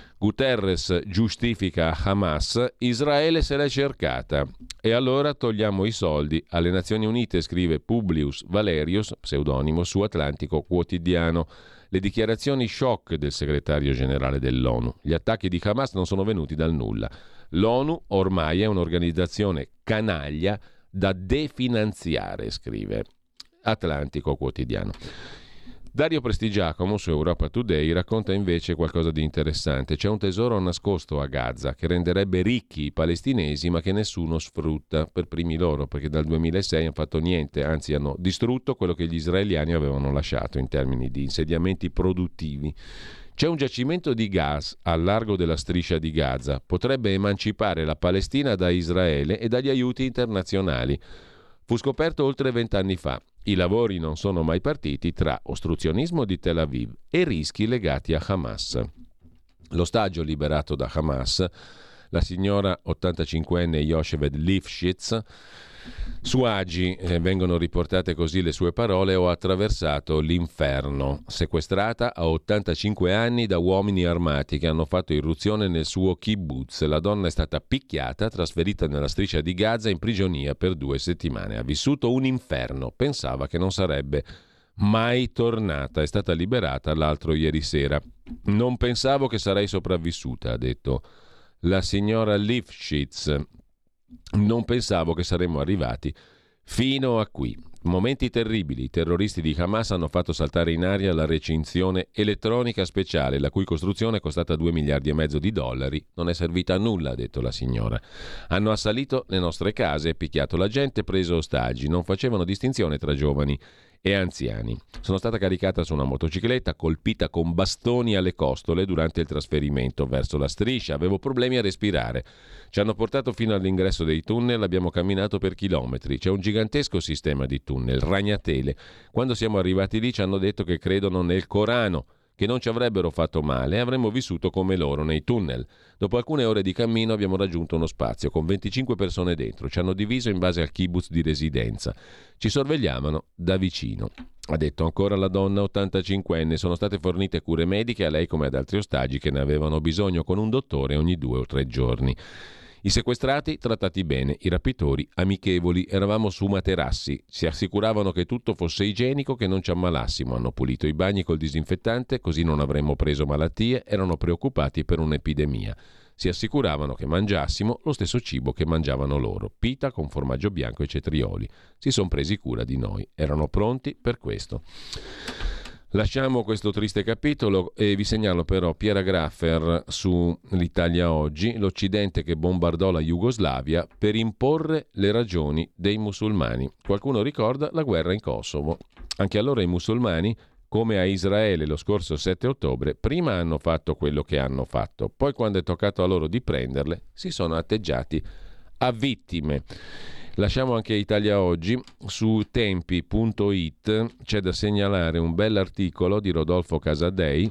Guterres giustifica Hamas, Israele se l'è cercata e allora togliamo i soldi alle Nazioni Unite, scrive Publius Valerius, pseudonimo, su Atlantico Quotidiano. Le dichiarazioni shock del segretario generale dell'ONU. Gli attacchi di Hamas non sono venuti dal nulla. L'ONU ormai è un'organizzazione canaglia da definanziare, scrive Atlantico Quotidiano. Dario Prestigiacomo su Europa Today racconta invece qualcosa di interessante. C'è un tesoro nascosto a Gaza che renderebbe ricchi i palestinesi ma che nessuno sfrutta, per primi loro, perché dal duemilasei hanno fatto niente, anzi hanno distrutto quello che gli israeliani avevano lasciato in termini di insediamenti produttivi. C'è un giacimento di gas al largo della striscia di Gaza, potrebbe emancipare la Palestina da Israele e dagli aiuti internazionali. Fu scoperto oltre vent'anni fa. I lavori non sono mai partiti tra ostruzionismo di Tel Aviv e rischi legati a Hamas. L'ostaggio liberato da Hamas, la signora ottantacinquenne Yocheved Lifshitz, su Agi eh, vengono riportate così le sue parole: ho attraversato l'inferno, sequestrata a ottantacinque anni da uomini armati che hanno fatto irruzione nel suo kibbutz. La donna è stata picchiata, trasferita nella striscia di Gaza in prigionia per due settimane. Ha vissuto un inferno, pensava che non sarebbe mai tornata. È stata liberata l'altro ieri sera. Non pensavo che sarei sopravvissuta, ha detto la signora Lifshitz. Non pensavo che saremmo arrivati fino a qui. Momenti terribili. I terroristi di Hamas hanno fatto saltare in aria la recinzione elettronica speciale, la cui costruzione è costata due miliardi e mezzo di dollari. Non è servita a nulla, ha detto la signora. Hanno assalito le nostre case, picchiato la gente, preso ostaggi. Non facevano distinzione tra giovani e anziani. Sono stata caricata su una motocicletta, colpita con bastoni alle costole durante il trasferimento verso la striscia. Avevo problemi a respirare. Ci hanno portato fino all'ingresso dei tunnel, abbiamo camminato per chilometri. C'è un gigantesco sistema di tunnel, ragnatele. Quando siamo arrivati lì ci hanno detto che credono nel Corano, che non ci avrebbero fatto male e avremmo vissuto come loro nei tunnel. Dopo alcune ore di cammino abbiamo raggiunto uno spazio con venticinque persone dentro. Ci hanno diviso in base al kibbutz di residenza. Ci sorvegliavano da vicino. Ha detto ancora la donna ottantacinquenne. Sono state fornite cure mediche a lei come ad altri ostaggi che ne avevano bisogno, con un dottore ogni due o tre giorni. I sequestrati trattati bene, i rapitori amichevoli, eravamo su materassi, si assicuravano che tutto fosse igienico, che non ci ammalassimo, hanno pulito i bagni col disinfettante così non avremmo preso malattie, erano preoccupati per un'epidemia. Si assicuravano che mangiassimo lo stesso cibo che mangiavano loro, pita con formaggio bianco e cetrioli. Si sono presi cura di noi, erano pronti per questo. Lasciamo questo triste capitolo e vi segnalo però Piera Graffer su l'Italia Oggi, l'Occidente che bombardò la Jugoslavia per imporre le ragioni dei musulmani. Qualcuno ricorda la guerra in Kosovo. Anche allora i musulmani, come a Israele lo scorso sette ottobre, prima hanno fatto quello che hanno fatto, poi quando è toccato a loro di prenderle si sono atteggiati a vittime. Lasciamo anche Italia Oggi. Su tempi punto it c'è da segnalare un bell'articolo di Rodolfo Casadei.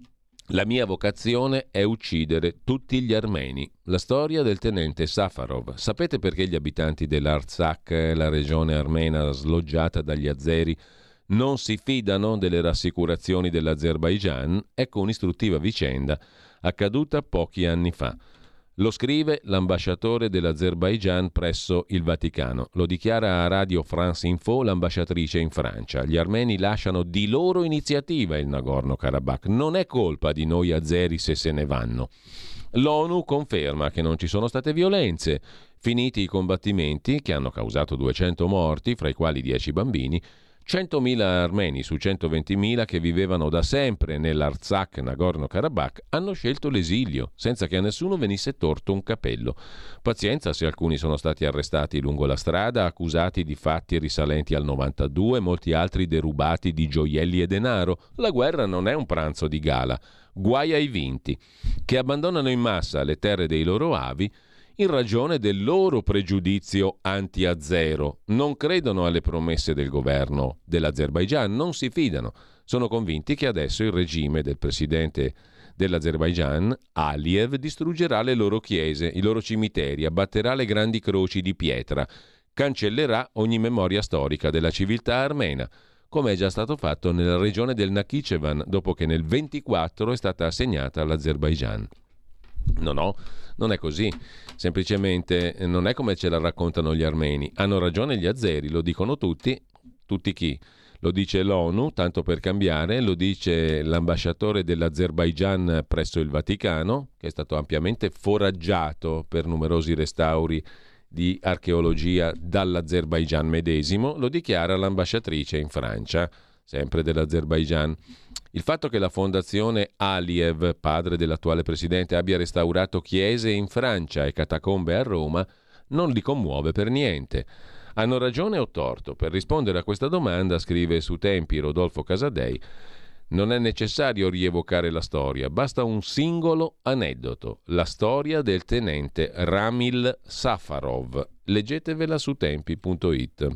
La mia vocazione è uccidere tutti gli armeni. La storia del tenente Safarov. Sapete perché gli abitanti dell'Artsakh, la regione armena sloggiata dagli azeri, non si fidano delle rassicurazioni dell'Azerbaigian? Ecco un'istruttiva vicenda accaduta pochi anni fa. Lo scrive l'ambasciatore dell'Azerbaigian presso il Vaticano. Lo dichiara a Radio France Info l'ambasciatrice in Francia. Gli armeni lasciano di loro iniziativa il Nagorno-Karabakh. Non è colpa di noi azeri se se ne vanno. L'ONU conferma che non ci sono state violenze. Finiti i combattimenti che hanno causato duecento morti, fra i quali dieci bambini, centomila armeni su centoventimila che vivevano da sempre nell'Artsakh Nagorno-Karabakh hanno scelto l'esilio, senza che a nessuno venisse torto un capello. Pazienza se alcuni sono stati arrestati lungo la strada, accusati di fatti risalenti al novantadue, molti altri derubati di gioielli e denaro. La guerra non è un pranzo di gala. Guai ai vinti, che abbandonano in massa le terre dei loro avi in ragione del loro pregiudizio anti-azero. Non credono alle promesse del governo dell'Azerbaigian, non si fidano. Sono convinti che adesso il regime del presidente dell'Azerbaigian, Aliyev, distruggerà le loro chiese, i loro cimiteri, abbatterà le grandi croci di pietra, cancellerà ogni memoria storica della civiltà armena, come è già stato fatto nella regione del Nakhichevan, dopo che nel ventiquattro è stata assegnata all'Azerbaigian. No, no, non è così. Semplicemente non è come ce la raccontano gli armeni. Hanno ragione gli azeri, lo dicono tutti. Tutti chi? Lo dice l'ONU, tanto per cambiare, lo dice l'ambasciatore dell'Azerbaigian presso il Vaticano, che è stato ampiamente foraggiato per numerosi restauri di archeologia dall'Azerbaigian medesimo, lo dichiara l'ambasciatrice in Francia, sempre dell'Azerbaigian. Il fatto che la fondazione Aliyev, padre dell'attuale presidente, abbia restaurato chiese in Francia e catacombe a Roma non li commuove per niente. Hanno ragione o torto? Per rispondere a questa domanda, scrive su Tempi Rodolfo Casadei, non è necessario rievocare la storia, basta un singolo aneddoto, la storia del tenente Ramil Safarov. Leggetevela su tempi punto it.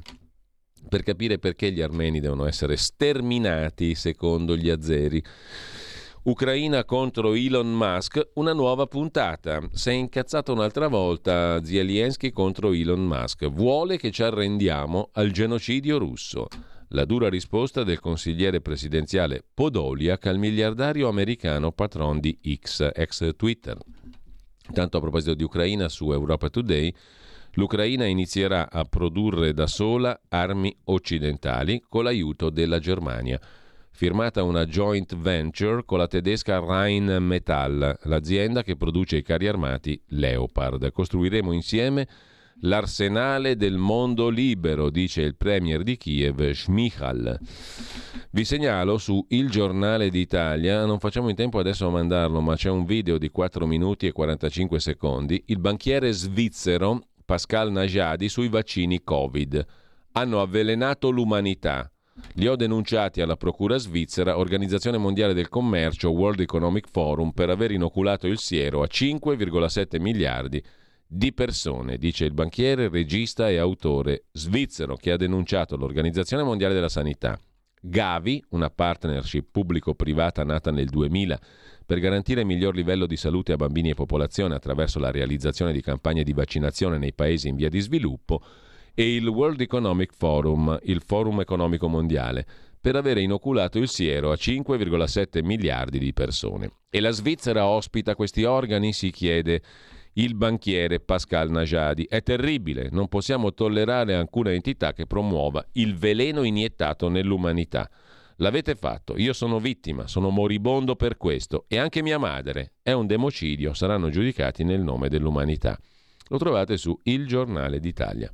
Per capire perché gli armeni devono essere sterminati secondo gli azeri. Ucraina contro Elon Musk, una nuova puntata. Si è incazzato un'altra volta Zelensky contro Elon Musk. Vuole che ci arrendiamo al genocidio russo. La dura risposta del consigliere presidenziale Podolyak al miliardario americano patron di X, ex Twitter. Tanto a proposito di Ucraina, su Europa Today, l'Ucraina inizierà a produrre da sola armi occidentali con l'aiuto della Germania. Firmata una joint venture con la tedesca Rheinmetall, l'azienda che produce i carri armati Leopard. Costruiremo insieme l'arsenale del mondo libero, dice il premier di Kiev, Shmyhal. Vi segnalo su Il Giornale d'Italia, non facciamo in tempo adesso a mandarlo, ma c'è un video di quattro minuti e quarantacinque secondi, il banchiere svizzero Pascal Najadi sui vaccini Covid. Hanno avvelenato l'umanità. Li ho denunciati alla Procura svizzera, Organizzazione Mondiale del Commercio, World Economic Forum, per aver inoculato il siero a cinque virgola sette miliardi di persone, dice il banchiere, regista e autore svizzero che ha denunciato l'Organizzazione Mondiale della Sanità. Gavi, una partnership pubblico-privata nata nel duemila per garantire miglior livello di salute a bambini e popolazione attraverso la realizzazione di campagne di vaccinazione nei paesi in via di sviluppo, e il World Economic Forum, il Forum Economico Mondiale, per avere inoculato il siero a cinque virgola sette miliardi di persone. E la Svizzera ospita questi organi, si chiede il banchiere Pascal Najadi. È terribile, non possiamo tollerare alcuna entità che promuova il veleno iniettato nell'umanità. L'avete fatto, io sono vittima, sono moribondo per questo e anche mia madre. È un democidio, saranno giudicati nel nome dell'umanità. Lo trovate su Il Giornale d'Italia.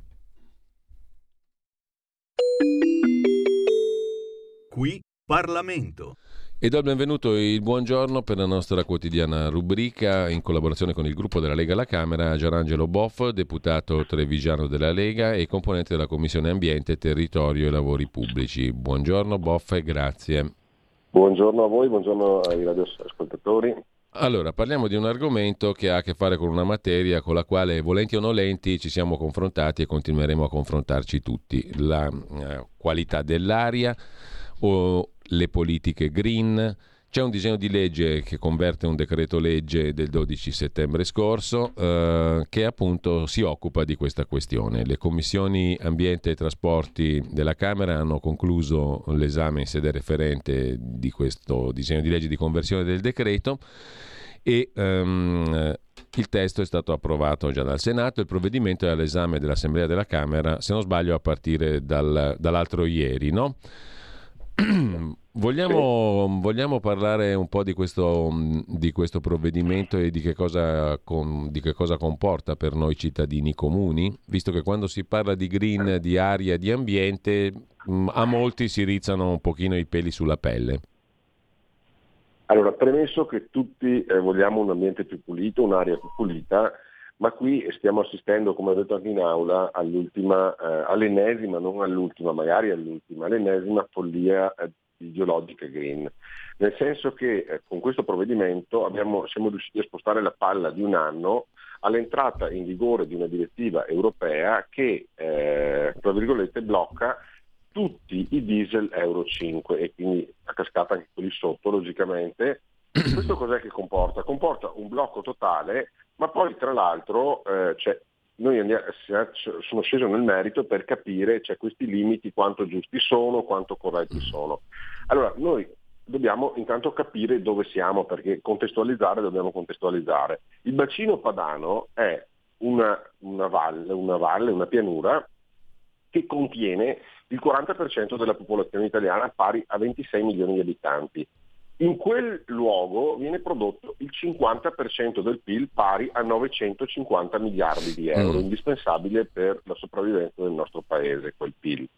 Qui Parlamento. E do il benvenuto e il buongiorno per la nostra quotidiana rubrica in collaborazione con il gruppo della Lega alla Camera, Gianangelo Boff, deputato trevigiano della Lega e componente della Commissione Ambiente, Territorio e Lavori Pubblici. Buongiorno Boff e grazie. Buongiorno a voi, buongiorno ai radioascoltatori. Allora, parliamo di un argomento che ha a che fare con una materia con la quale, volenti o nolenti, ci siamo confrontati e continueremo a confrontarci tutti. La eh, qualità dell'aria o le politiche green. C'è un disegno di legge che converte un decreto legge del dodici settembre scorso eh, che appunto si occupa di questa questione. Le commissioni ambiente e trasporti della Camera hanno concluso l'esame in sede referente di questo disegno di legge di conversione del decreto e um, il testo è stato approvato già dal Senato. Il provvedimento è all'esame dell'Assemblea della Camera, se non sbaglio a partire dal, dall'altro ieri, no? Vogliamo, vogliamo parlare un po' di questo, di questo provvedimento e di che, cosa, con, di che cosa comporta per noi cittadini comuni, visto che quando si parla di green, di aria, di ambiente, a molti si rizzano un pochino i peli sulla pelle. Allora, premesso che tutti eh, vogliamo un ambiente più pulito, un'aria più pulita, ma qui stiamo assistendo, come ho detto anche in aula, all'ultima, eh, all'ennesima, non all'ultima, magari all'ultima, all'ennesima follia eh, ideologica green. Nel senso che eh, con questo provvedimento abbiamo, siamo riusciti a spostare la palla di un anno all'entrata in vigore di una direttiva europea che, eh, tra virgolette, blocca tutti i diesel Euro cinque e quindi a cascata anche quelli sotto, logicamente. Questo cos'è che comporta? Comporta un blocco totale, ma poi tra l'altro eh, cioè, noi andiamo, sono sceso nel merito per capire cioè, questi limiti quanto giusti sono, quanto corretti sono. Allora noi dobbiamo intanto capire dove siamo, perché contestualizzare dobbiamo contestualizzare. Il bacino padano è una, una, valle, una valle, una pianura che contiene il quaranta per cento della popolazione italiana, pari a ventisei milioni di abitanti. In quel luogo viene prodotto il cinquanta per cento del P I L, pari a novecentocinquanta miliardi di euro, mm. indispensabile per la sopravvivenza del nostro paese, quel P I L.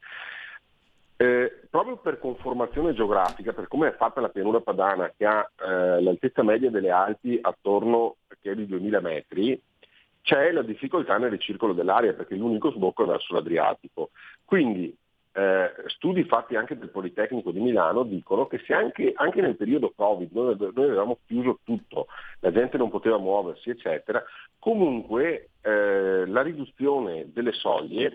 Eh, proprio per conformazione geografica, per come è fatta la pianura padana, che ha eh, l'altezza media delle Alpi attorno che è di duemila metri, c'è la difficoltà nel ricircolo dell'aria, perché l'unico sbocco è verso l'Adriatico. Quindi Eh, studi fatti anche del Politecnico di Milano dicono che se anche, anche nel periodo Covid noi, noi avevamo chiuso tutto, la gente non poteva muoversi eccetera, comunque eh, la riduzione delle soglie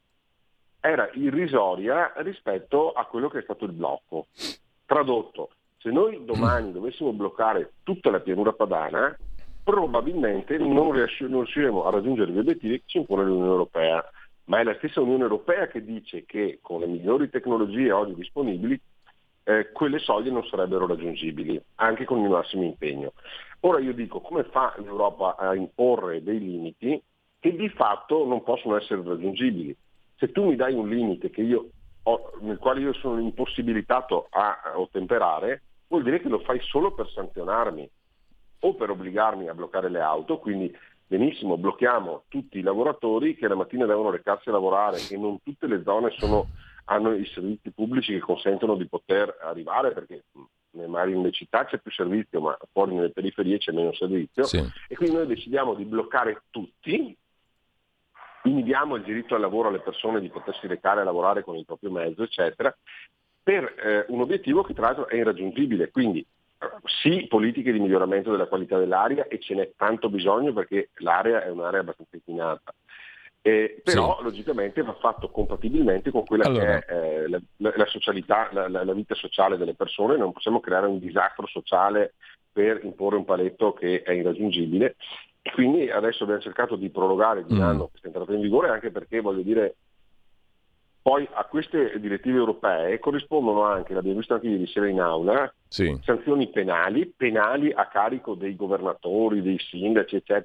era irrisoria rispetto a quello che è stato il blocco. Tradotto, se noi domani dovessimo bloccare tutta la pianura padana, probabilmente non riusciremo a raggiungere gli obiettivi che ci impone l'Unione Europea. Ma è la stessa Unione Europea che dice che con le migliori tecnologie oggi disponibili eh, quelle soglie non sarebbero raggiungibili, anche con il massimo impegno. Ora io dico, come fa l'Europa a imporre dei limiti che di fatto non possono essere raggiungibili? Se tu mi dai un limite che io ho, nel quale io sono impossibilitato a, a ottemperare, vuol dire che lo fai solo per sanzionarmi o per obbligarmi a bloccare le auto, quindi benissimo, blocchiamo tutti i lavoratori che la mattina devono recarsi a lavorare e non tutte le zone sono, hanno i servizi pubblici che consentono di poter arrivare, perché magari nelle città c'è più servizio ma fuori nelle periferie c'è meno servizio, sì. E quindi noi decidiamo di bloccare tutti, inibiamo il diritto al lavoro alle persone di potersi recare a lavorare con il proprio mezzo eccetera, per eh, un obiettivo che tra l'altro è irraggiungibile. Quindi sì, politiche di miglioramento della qualità dell'aria, e ce n'è tanto bisogno perché l'area è un'area abbastanza inquinata, eh, però sì. Logicamente va fatto compatibilmente con quella allora. che è eh, la, la socialità, la, la, la vita sociale delle persone. Non possiamo creare un disastro sociale per imporre un paletto che è irraggiungibile, e quindi adesso abbiamo cercato di prorogare di un mm. anno questa entrata in vigore, anche perché voglio dire poi a queste direttive europee corrispondono anche, l'abbiamo visto anche ieri sera in aula, sì. sanzioni penali, penali a carico dei governatori, dei sindaci, eccetera,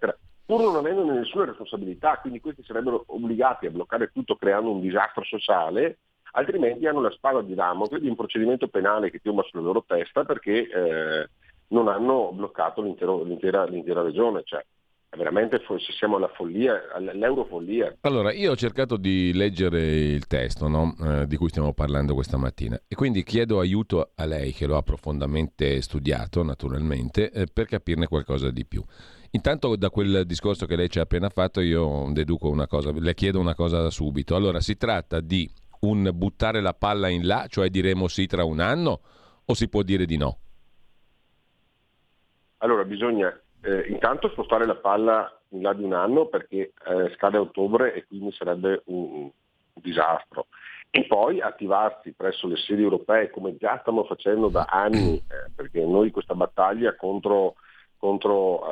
pur non avendo nessuna responsabilità, quindi questi sarebbero obbligati a bloccare tutto creando un disastro sociale, altrimenti hanno la spada di Damocle di un procedimento penale che piomba sulla loro testa perché eh, non hanno bloccato l'intero, l'intera, l'intera regione. Cioè, veramente forse siamo alla follia, all'eurofollia. Allora, io ho cercato di leggere il testo, no? eh, di cui stiamo parlando questa mattina, e quindi chiedo aiuto a lei, che lo ha profondamente studiato naturalmente, eh, per capirne qualcosa di più. Intanto, da quel discorso che lei ci ha appena fatto, io deduco una cosa, le chiedo una cosa da subito. Allora, si tratta di un buttare la palla in là, cioè diremo sì tra un anno, o si può dire di no? Allora, bisogna eh, intanto spostare la palla in là di un anno, perché eh, scade a ottobre e quindi sarebbe un, un disastro. E poi attivarsi presso le sedi europee, come già stiamo facendo da anni, eh, perché noi questa battaglia contro, contro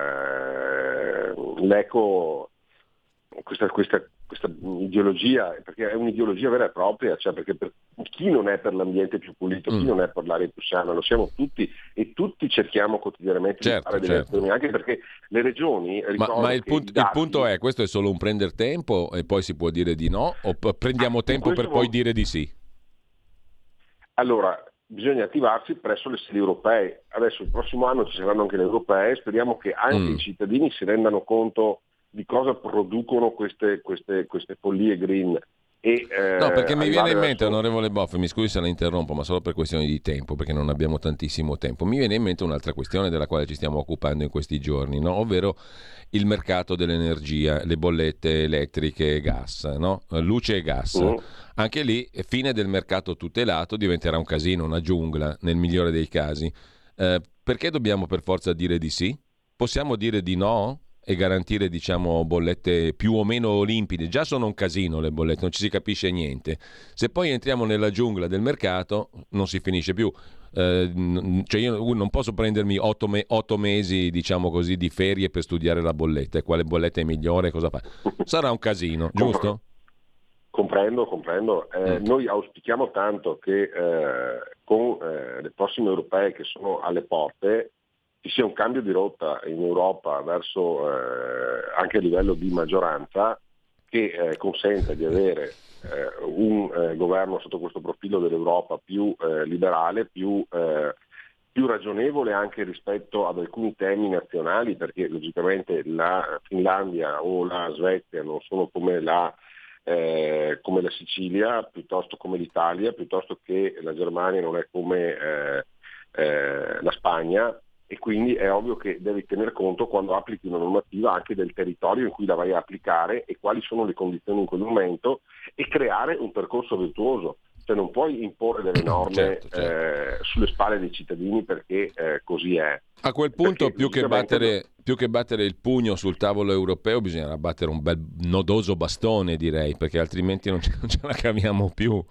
eh, l'eco, questa, questa, questa ideologia, perché è un'ideologia vera e propria, cioè perché per chi non è per l'ambiente più pulito, mm. chi non è per l'aria più sana, lo siamo tutti, e tutti cerchiamo quotidianamente certo, di fare delle certo. azioni, anche perché le regioni... Ma, ma il, punto, dati... il punto è, questo è solo un prendere tempo e poi si può dire di no, o prendiamo ah, tempo per poi dire di sì? Allora, bisogna attivarsi presso le sedi europee. Adesso il prossimo anno ci saranno anche le europee, speriamo che anche mm. i cittadini si rendano conto di cosa producono queste, queste, queste follie green. E, eh, no, perché mi viene in mente, verso... onorevole Boff, mi scusi se la interrompo, ma solo per questioni di tempo, perché non abbiamo tantissimo tempo, mi viene in mente un'altra questione della quale ci stiamo occupando in questi giorni, no? Ovvero il mercato dell'energia, le bollette elettriche e gas, no? Luce e gas. Mm. Anche lì, fine del mercato tutelato, diventerà un casino, una giungla, nel migliore dei casi. Eh, perché dobbiamo per forza dire di sì? Possiamo dire di no? E garantire, diciamo, bollette più o meno limpide. Già sono un casino le bollette, non ci si capisce niente. Se poi entriamo nella giungla del mercato non si finisce più. Eh, cioè io non posso prendermi otto, me- otto mesi, diciamo così, di ferie per studiare la bolletta e quale bolletta è migliore, cosa fa. Sarà un casino, giusto? Comprendo, comprendo. Eh, mm. Noi auspichiamo tanto che eh, con eh, le prossime europee che sono alle porte ci sia un cambio di rotta in Europa verso eh, anche a livello di maggioranza che eh, consenta di avere eh, un eh, governo sotto questo profilo dell'Europa più eh, liberale, più, eh, più ragionevole anche rispetto ad alcuni temi nazionali, perché logicamente la Finlandia o la Svezia non sono come la, eh, come la Sicilia, piuttosto come l'Italia, piuttosto che la Germania non è come eh, eh, la Spagna. E quindi è ovvio che devi tener conto, quando applichi una normativa, anche del territorio in cui la vai a applicare e quali sono le condizioni in quel momento, e creare un percorso virtuoso. Cioè non puoi imporre delle norme certo, certo. Eh, sulle spalle dei cittadini, perché eh, così è. A quel punto più che, battere, più che battere il pugno sul tavolo europeo bisognerà battere un bel nodoso bastone, direi, perché altrimenti non ce, non ce la caviamo più.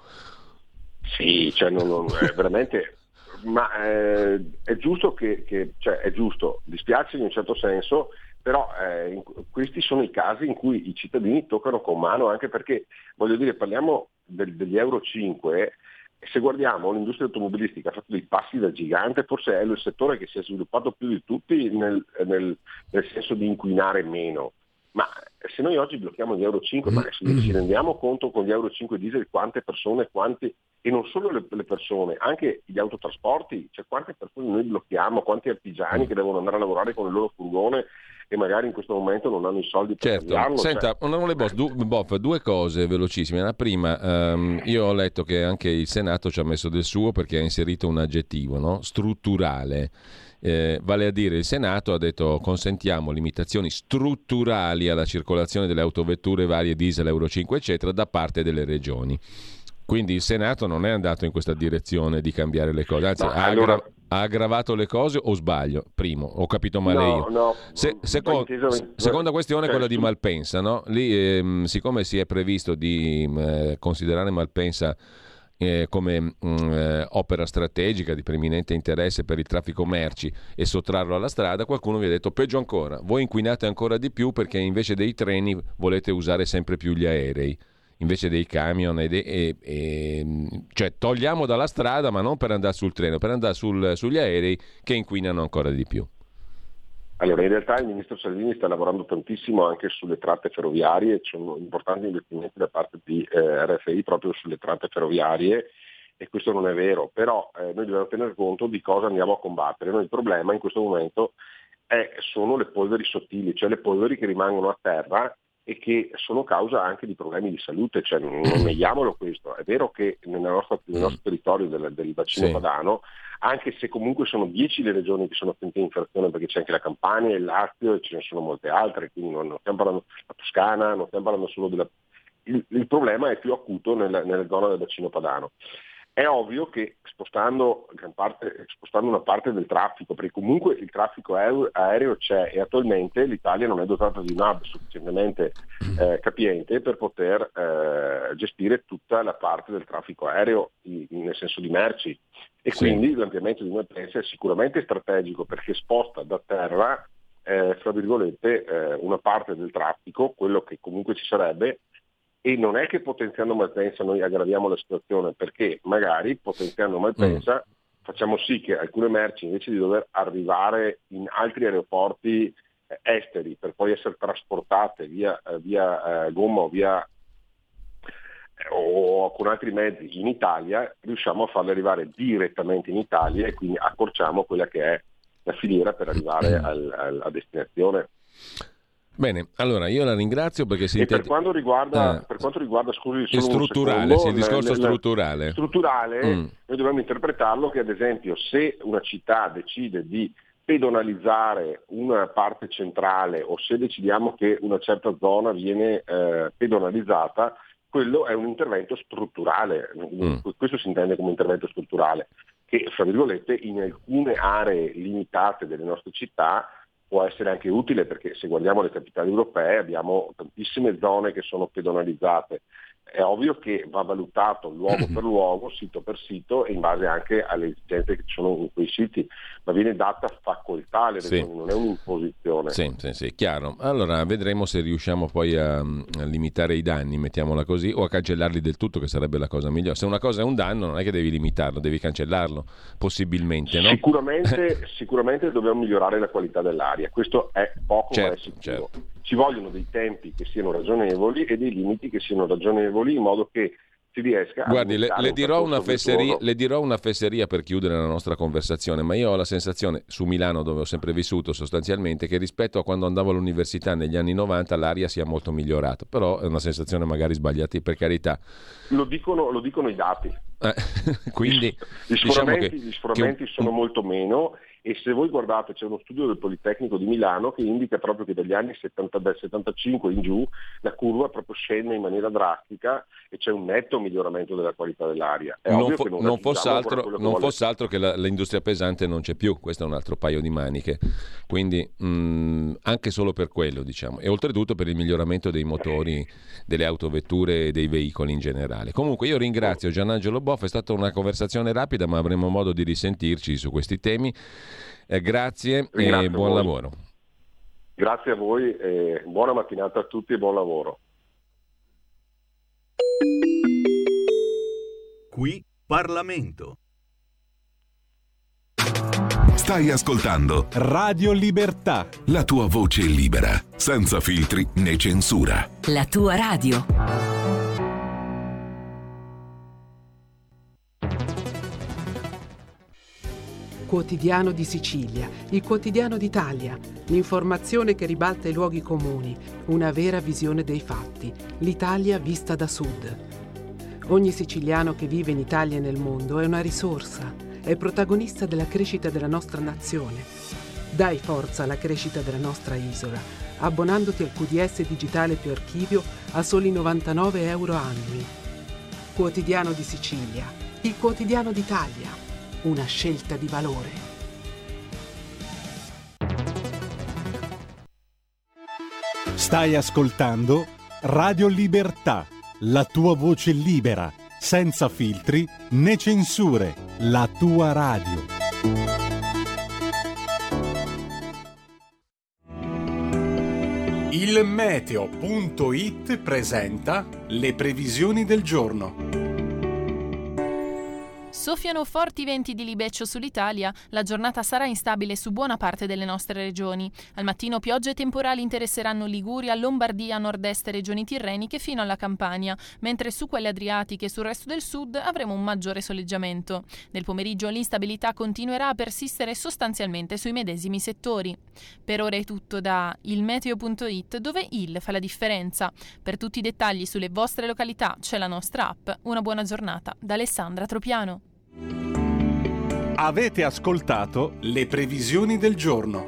Sì, cioè non, non, è veramente... Ma eh, è giusto che, che cioè è giusto, dispiace in un certo senso, però eh, in, questi sono i casi in cui i cittadini toccano con mano, anche perché, voglio dire, parliamo del, degli Euro cinque, se guardiamo l'industria automobilistica ha fatto dei passi da gigante, forse è il settore che si è sviluppato più di tutti nel, nel, nel senso di inquinare meno. Ma se noi oggi blocchiamo gli Euro cinque, ma ci rendiamo conto con gli Euro cinque diesel quante persone, quanti, e non solo le, le persone, anche gli autotrasporti, cioè quante persone noi blocchiamo, quanti artigiani che devono andare a lavorare con il loro furgone e magari in questo momento non hanno i soldi per certo. cambiarlo. Senta, cioè... onorevole Boff, du, Boff, due cose velocissime. La prima, um, io ho letto che anche il Senato ci ha messo del suo perché ha inserito un aggettivo, no? Strutturale. Eh, vale a dire, il Senato ha detto consentiamo limitazioni strutturali alla circolazione delle autovetture varie diesel, Euro cinque eccetera da parte delle regioni. Quindi il Senato non è andato in questa direzione di cambiare le cose, anzi ha, allora... aggra- ha aggravato le cose, o sbaglio? Primo, ho capito male no, io. No, Se, seco- seconda questione è quella di Malpensa, no? Lì ehm, siccome si è previsto di eh, considerare Malpensa Eh, come mh, eh, opera strategica di preminente interesse per il traffico merci e sottrarlo alla strada, qualcuno vi ha detto peggio ancora, voi inquinate ancora di più perché invece dei treni volete usare sempre più gli aerei invece dei camion e, de- e, e cioè togliamo dalla strada, ma non per andare sul treno, per andare sul, sugli aerei che inquinano ancora di più. Allora, in realtà il ministro Salvini sta lavorando tantissimo anche sulle tratte ferroviarie, ci sono importanti investimenti da parte di eh, R F I proprio sulle tratte ferroviarie, e questo non è vero, però eh, noi dobbiamo tener conto di cosa andiamo a combattere. Noi il problema in questo momento è, sono le polveri sottili, cioè le polveri che rimangono a terra e che sono causa anche di problemi di salute, cioè non, non neghiamolo questo. È vero che nel nostro, nel nostro territorio del, del bacino sì. padano, anche se comunque sono dieci le regioni che sono attente in infrazione, perché c'è anche la Campania, il Lazio e ce ne sono molte altre, quindi non, non stiamo parlando della Toscana, non stiamo parlando solo della... Il, il problema è più acuto nella, nella zona del bacino padano. È ovvio che spostando, gran parte, spostando una parte del traffico, perché comunque il traffico aereo c'è e attualmente l'Italia non è dotata di un hub sufficientemente eh, capiente per poter eh, gestire tutta la parte del traffico aereo in, nel senso di merci, e sì. quindi l'ampliamento di Malpensa è sicuramente strategico perché sposta da terra eh, fra virgolette eh, una parte del traffico, quello che comunque ci sarebbe. E non è che potenziando Malpensa noi aggraviamo la situazione, perché magari potenziando Malpensa mm. facciamo sì che alcune merci, invece di dover arrivare in altri aeroporti eh, esteri per poi essere trasportate via, eh, via eh, gomma o via eh, o con altri mezzi in Italia, riusciamo a farle arrivare direttamente in Italia e quindi accorciamo quella che è la filiera per arrivare al, al, a destinazione. Bene, allora io la ringrazio perché si e intende... per quanto riguarda, eh, per quanto riguarda scusi, solo strutturale, secondo, sì, il discorso nel, strutturale. Strutturale, mm. noi dobbiamo interpretarlo che ad esempio se una città decide di pedonalizzare una parte centrale o se decidiamo che una certa zona viene eh, pedonalizzata, quello è un intervento strutturale, mm. questo si intende come intervento strutturale, che fra virgolette in alcune aree limitate delle nostre città può essere anche utile, perché se guardiamo le capitali europee abbiamo tantissime zone che sono pedonalizzate. È ovvio che va valutato luogo per luogo, sito per sito e in base anche alle esigenze che ci sono in quei siti, ma viene data facoltà alle regioni, sì. non è un'imposizione. Sì, sì, sì, chiaro. Allora vedremo se riusciamo poi a, a limitare i danni, mettiamola così, o a cancellarli del tutto, che sarebbe la cosa migliore. Se una cosa è un danno non è che devi limitarlo, devi cancellarlo, possibilmente, no? Sicuramente, sicuramente dobbiamo migliorare la qualità dell'aria, questo è poco certo, ma è sicuro. Certo. Ci vogliono dei tempi che siano ragionevoli e dei limiti che siano ragionevoli in modo che si riesca a... Guardi, le, le, dirò una fesseria, le dirò una fesseria per chiudere la nostra conversazione, ma io ho la sensazione, su Milano dove ho sempre vissuto sostanzialmente, che rispetto a quando andavo all'università negli anni novanta l'aria sia molto migliorata, però è una sensazione magari sbagliata, per carità. Lo dicono, lo dicono i dati. Eh, quindi gli sforamenti, diciamo che, gli sforamenti che... sono molto meno. E se voi guardate, c'è uno studio del Politecnico di Milano che indica proprio che dagli anni settanta, dal settantacinque in giù la curva proprio scende in maniera drastica e c'è un netto miglioramento della qualità dell'aria. È non, fo- che non, non fosse altro, non fosse altro che la, l'industria pesante non c'è più, questo è un altro paio di maniche, quindi mh, anche solo per quello, diciamo, e oltretutto per il miglioramento dei motori delle autovetture e dei veicoli in generale. Comunque io ringrazio Gianangelo Boff, è stata una conversazione rapida, ma avremo modo di risentirci su questi temi. Eh, grazie Ringrazio e buon voi. lavoro. Grazie a voi e buona mattinata a tutti e buon lavoro. Qui Parlamento. Stai ascoltando Radio Libertà, la tua voce libera, senza filtri né censura. La tua radio. Quotidiano di Sicilia, il quotidiano d'Italia, l'informazione che ribalta i luoghi comuni, una vera visione dei fatti, l'Italia vista da sud. Ogni siciliano che vive in Italia e nel mondo è una risorsa, è protagonista della crescita della nostra nazione. Dai forza alla crescita della nostra isola, abbonandoti al Q D S digitale più archivio a soli novantanove euro annui. Quotidiano di Sicilia, il quotidiano d'Italia. Una scelta di valore. Stai ascoltando Radio Libertà, la tua voce libera, senza filtri né censure, la tua radio. Il meteo punto it presenta le previsioni del giorno. Soffiano forti venti di libeccio sull'Italia, la giornata sarà instabile su buona parte delle nostre regioni. Al mattino piogge e temporali interesseranno Liguria, Lombardia, nord-est e regioni tirreniche fino alla Campania, mentre su quelle adriatiche e sul resto del sud avremo un maggiore soleggiamento. Nel pomeriggio l'instabilità continuerà a persistere sostanzialmente sui medesimi settori. Per ora è tutto da ilmeteo punto it, dove il fa la differenza. Per tutti i dettagli sulle vostre località c'è la nostra app. Una buona giornata da Alessandra Tropiano. Avete ascoltato le previsioni del giorno.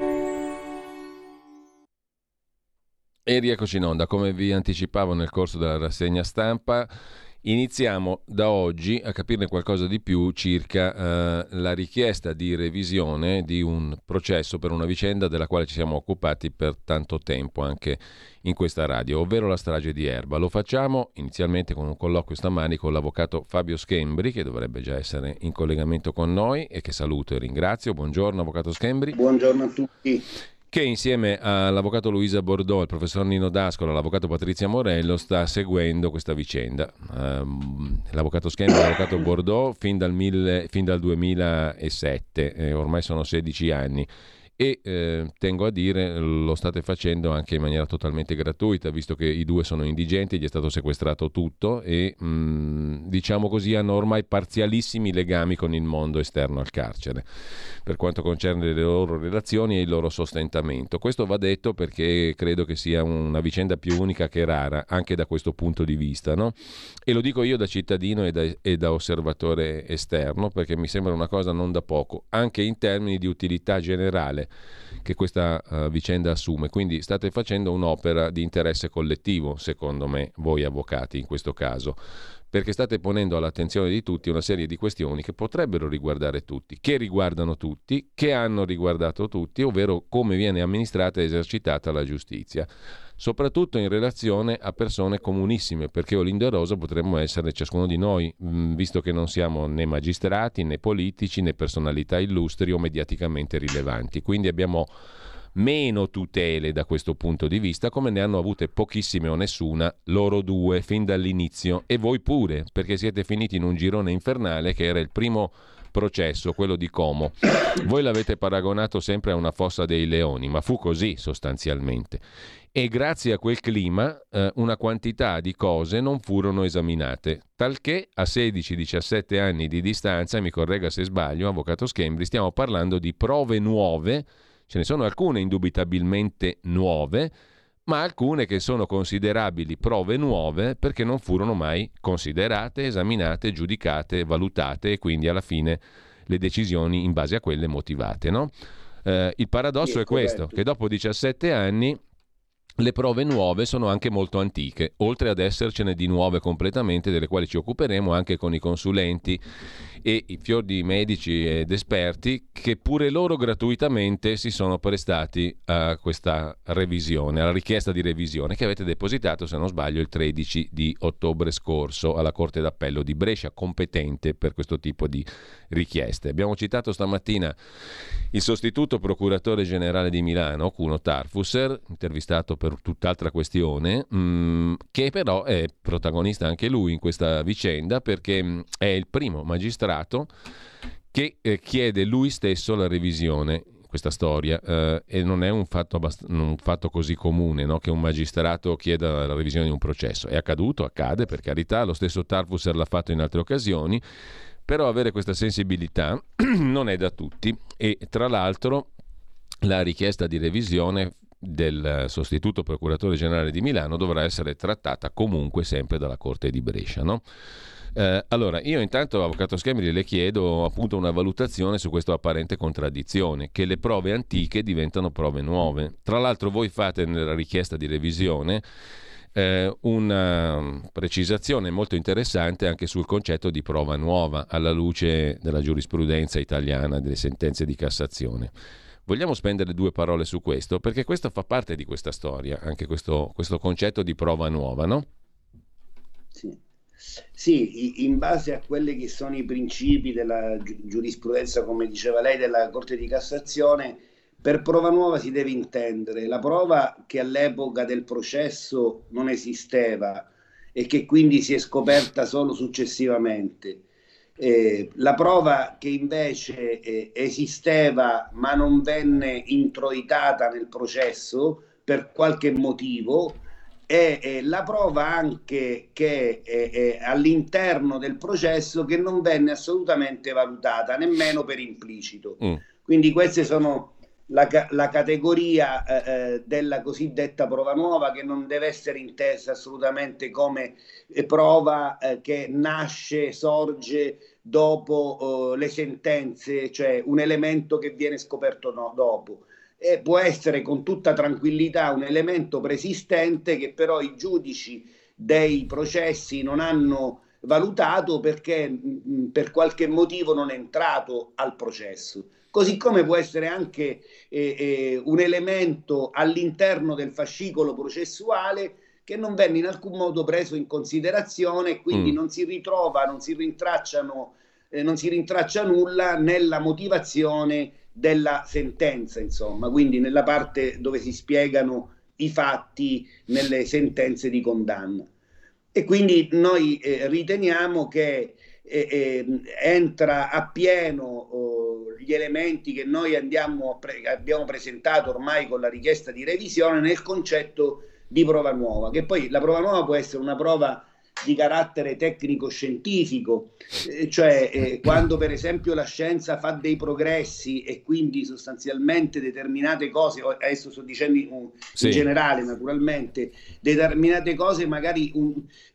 E rieccoci in onda. Come vi anticipavo nel corso della rassegna stampa, iniziamo da oggi a capirne qualcosa di più circa eh, la richiesta di revisione di un processo per una vicenda della quale ci siamo occupati per tanto tempo anche in questa radio, ovvero la strage di Erba. Lo facciamo inizialmente con un colloquio stamani con l'avvocato Fabio Schembri, che dovrebbe già essere in collegamento con noi e che saluto e ringrazio. Buongiorno avvocato Schembri. Buongiorno a tutti. Che insieme all'avvocato Luisa Bordeaux, al professor Nino D'Ascola, all'avvocato Patrizia Morello sta seguendo questa vicenda. Um, l'avvocato Schembri e l'avvocato Bordeaux fin dal, mille, fin dal duemilasette, eh, ormai sono sedici anni. E eh, tengo a dire, lo state facendo anche in maniera totalmente gratuita, visto che i due sono indigenti, gli è stato sequestrato tutto e mh, diciamo così hanno ormai parzialissimi legami con il mondo esterno al carcere per quanto concerne le loro relazioni e il loro sostentamento. Questo va detto perché credo che sia una vicenda più unica che rara anche da questo punto di vista, no? E lo dico io da cittadino e da, e da osservatore esterno, perché mi sembra una cosa non da poco, anche in termini di utilità generale che questa uh, vicenda assume. Quindi state facendo un'opera di interesse collettivo, secondo me, voi avvocati in questo caso, perché state ponendo all'attenzione di tutti una serie di questioni che potrebbero riguardare tutti, che riguardano tutti, che hanno riguardato tutti, ovvero come viene amministrata e esercitata la giustizia, soprattutto in relazione a persone comunissime, perché Olindo e Rosa potremmo essere ciascuno di noi, visto che non siamo né magistrati, né politici, né personalità illustri o mediaticamente rilevanti. Quindi abbiamo meno tutele da questo punto di vista, come ne hanno avute pochissime o nessuna loro due fin dall'inizio, e voi pure, perché siete finiti in un girone infernale che era il primo processo, quello di Como. Voi l'avete paragonato sempre a una fossa dei leoni, ma fu così sostanzialmente. E grazie a quel clima eh, una quantità di cose non furono esaminate, talché a sedici diciassette anni di distanza, mi corregga se sbaglio, avvocato Schembri, stiamo parlando di prove nuove. Ce ne sono alcune indubitabilmente nuove, ma alcune che sono considerabili prove nuove perché non furono mai considerate, esaminate, giudicate, valutate e quindi alla fine le decisioni in base a quelle motivate, no? Eh, il paradosso sì, è questo, che dopo diciassette anni le prove nuove sono anche molto antiche, oltre ad essercene di nuove completamente, delle quali ci occuperemo anche con i consulenti e i fior di medici ed esperti che pure loro gratuitamente si sono prestati a questa revisione, alla richiesta di revisione che avete depositato, se non sbaglio, il tredici di ottobre scorso alla Corte d'Appello di Brescia, competente per questo tipo di richieste. Abbiamo citato stamattina il sostituto procuratore generale di Milano, Cuno Tarfusser, intervistato per tutt'altra questione, mh, che però è protagonista anche lui in questa vicenda, perché mh, è il primo magistrato che eh, chiede lui stesso la revisione in questa storia, eh, e non è un fatto, abbast- un fatto così comune, no? Che un magistrato chieda la revisione di un processo. È accaduto, accade per carità, lo stesso Tarfusser l'ha fatto in altre occasioni, però avere questa sensibilità non è da tutti, e tra l'altro la richiesta di revisione del sostituto procuratore generale di Milano dovrà essere trattata comunque sempre dalla Corte di Brescia, no? Eh, allora, io intanto, avvocato Schembri, le chiedo appunto una valutazione su questa apparente contraddizione, che le prove antiche diventano prove nuove. Tra l'altro voi fate nella richiesta di revisione eh, una precisazione molto interessante anche sul concetto di prova nuova, alla luce della giurisprudenza italiana, delle sentenze di Cassazione. Vogliamo spendere due parole su questo, perché questo fa parte di questa storia, anche questo, questo concetto di prova nuova, no? Sì. Sì, in base a quelli che sono i principi della giurisprudenza, come diceva lei, della Corte di Cassazione, per prova nuova si deve intendere la prova che all'epoca del processo non esisteva e che quindi si è scoperta solo successivamente. Eh, la prova che invece eh, esisteva ma non venne introitata nel processo per qualche motivo è, è la prova anche che è, è all'interno del processo che non venne assolutamente valutata nemmeno per implicito. Mm. Quindi queste sono la, la categoria eh, della cosiddetta prova nuova, che non deve essere intesa assolutamente come eh, prova eh, che nasce, sorge dopo eh, le sentenze, cioè un elemento che viene scoperto no, dopo. E può essere con tutta tranquillità un elemento preesistente che però i giudici dei processi non hanno valutato perché mh, per qualche motivo non è entrato al processo. Così come può essere anche eh, eh, un elemento all'interno del fascicolo processuale che non venne in alcun modo preso in considerazione e quindi mm. non si ritrova, non si rintracciano, eh, non si rintraccia nulla nella motivazione della sentenza, insomma, quindi nella parte dove si spiegano i fatti nelle sentenze di condanna. E quindi noi eh, riteniamo che eh, eh, entra appieno oh, gli elementi che noi andiamo pre- abbiamo presentato ormai con la richiesta di revisione nel concetto di prova nuova, che poi la prova nuova può essere una prova di carattere tecnico-scientifico, eh, cioè eh, quando per esempio la scienza fa dei progressi e quindi sostanzialmente determinate cose, adesso sto dicendo in, in sì. generale naturalmente, determinate cose magari un,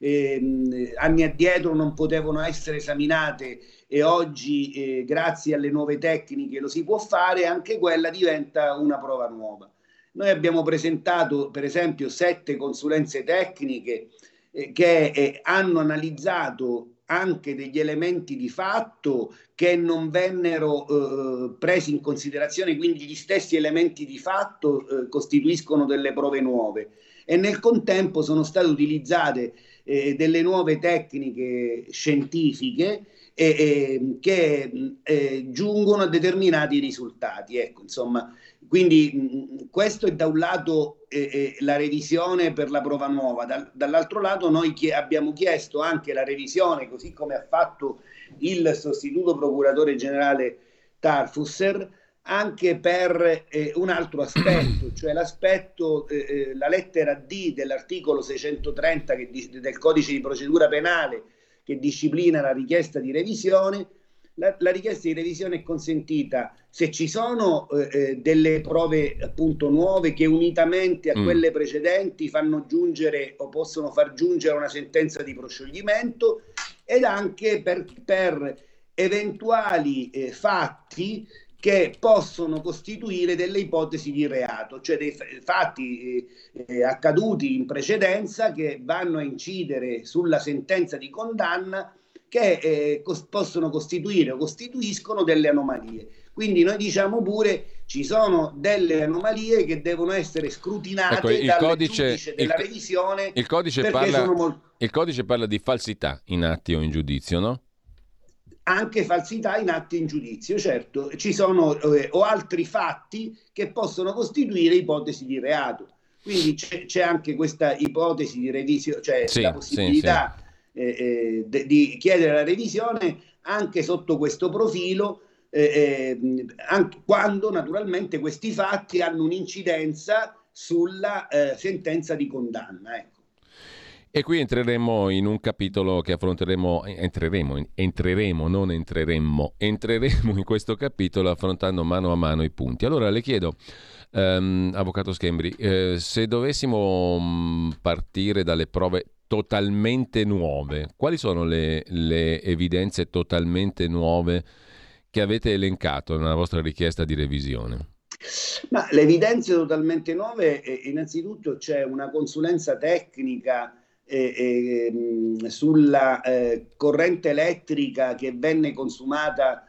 eh, anni addietro non potevano essere esaminate e oggi eh, grazie alle nuove tecniche lo si può fare, anche quella diventa una prova nuova. Noi abbiamo presentato per esempio sette consulenze tecniche che eh, hanno analizzato anche degli elementi di fatto che non vennero eh, presi in considerazione, quindi gli stessi elementi di fatto eh, costituiscono delle prove nuove e nel contempo sono state utilizzate eh, delle nuove tecniche scientifiche eh, eh, che eh, giungono a determinati risultati. Ecco, insomma, quindi mh, questo è da un lato eh, eh, la revisione per la prova nuova, Dal, dall'altro lato noi chie- abbiamo chiesto anche la revisione, così come ha fatto il sostituto procuratore generale Tarfusser, anche per eh, un altro aspetto, cioè l'aspetto, eh, eh, la lettera D dell'articolo seicentotrenta che di- del codice di procedura penale che disciplina la richiesta di revisione. La, la richiesta di revisione è consentita se ci sono eh, delle prove appunto nuove che unitamente a mm. quelle precedenti fanno giungere o possono far giungere una sentenza di proscioglimento, ed anche per, per eventuali eh, fatti che possono costituire delle ipotesi di reato, cioè dei fatti eh, eh, accaduti in precedenza che vanno a incidere sulla sentenza di condanna, che eh, cos- possono costituire o costituiscono delle anomalie. Quindi noi diciamo pure ci sono delle anomalie che devono essere scrutinate ecco, il dal codice, giudice della il, revisione. Il codice, parla, molt... il codice parla di falsità in atti o in giudizio, no? Anche falsità in atti in giudizio, certo. Ci sono eh, o altri fatti che possono costituire ipotesi di reato. Quindi c'è, c'è anche questa ipotesi di revisione, cioè sì, la possibilità... Sì, sì. Eh, eh, de, di chiedere la revisione anche sotto questo profilo, eh, eh, anche quando naturalmente questi fatti hanno un'incidenza sulla eh, sentenza di condanna. Ecco. E qui entreremo in un capitolo che affronteremo, entreremo, entreremo, non entreremmo, entreremo in questo capitolo affrontando mano a mano i punti. Allora le chiedo, um, Avvocato Schembri, eh, se dovessimo um, partire dalle prove totalmente nuove, quali sono le, le evidenze totalmente nuove che avete elencato nella vostra richiesta di revisione? Ma le evidenze totalmente nuove, eh, innanzitutto c'è una consulenza tecnica eh, eh, sulla eh, corrente elettrica che venne consumata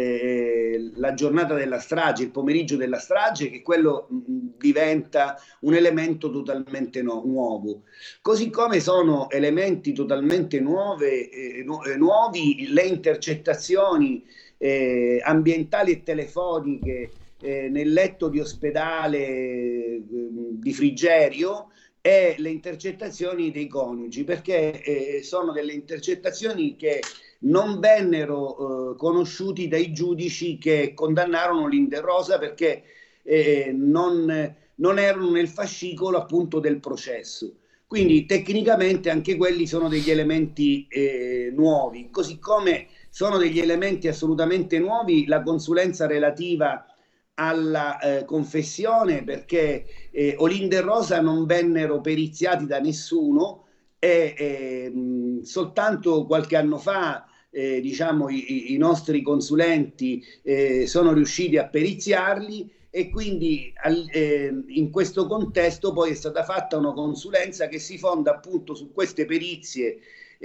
eh, la giornata della strage, il pomeriggio della strage, che quello mh, diventa un elemento totalmente no, nuovo. Così come sono elementi totalmente nuove, eh, nu- eh, nuovi le intercettazioni eh, ambientali e telefoniche eh, nel letto di ospedale eh, di Frigerio, e le intercettazioni dei coniugi, perché eh, sono delle intercettazioni che non vennero eh, conosciuti dai giudici che condannarono Linde Rosa, perché eh, non, non erano nel fascicolo appunto del processo. Quindi tecnicamente anche quelli sono degli elementi eh, nuovi, così come sono degli elementi assolutamente nuovi la consulenza relativa alla eh, confessione, perché eh, Olinde e Rosa non vennero periziati da nessuno e eh, mh, soltanto qualche anno fa eh, diciamo i, i nostri consulenti eh, sono riusciti a periziarli, e quindi al, eh, in questo contesto poi è stata fatta una consulenza che si fonda appunto su queste perizie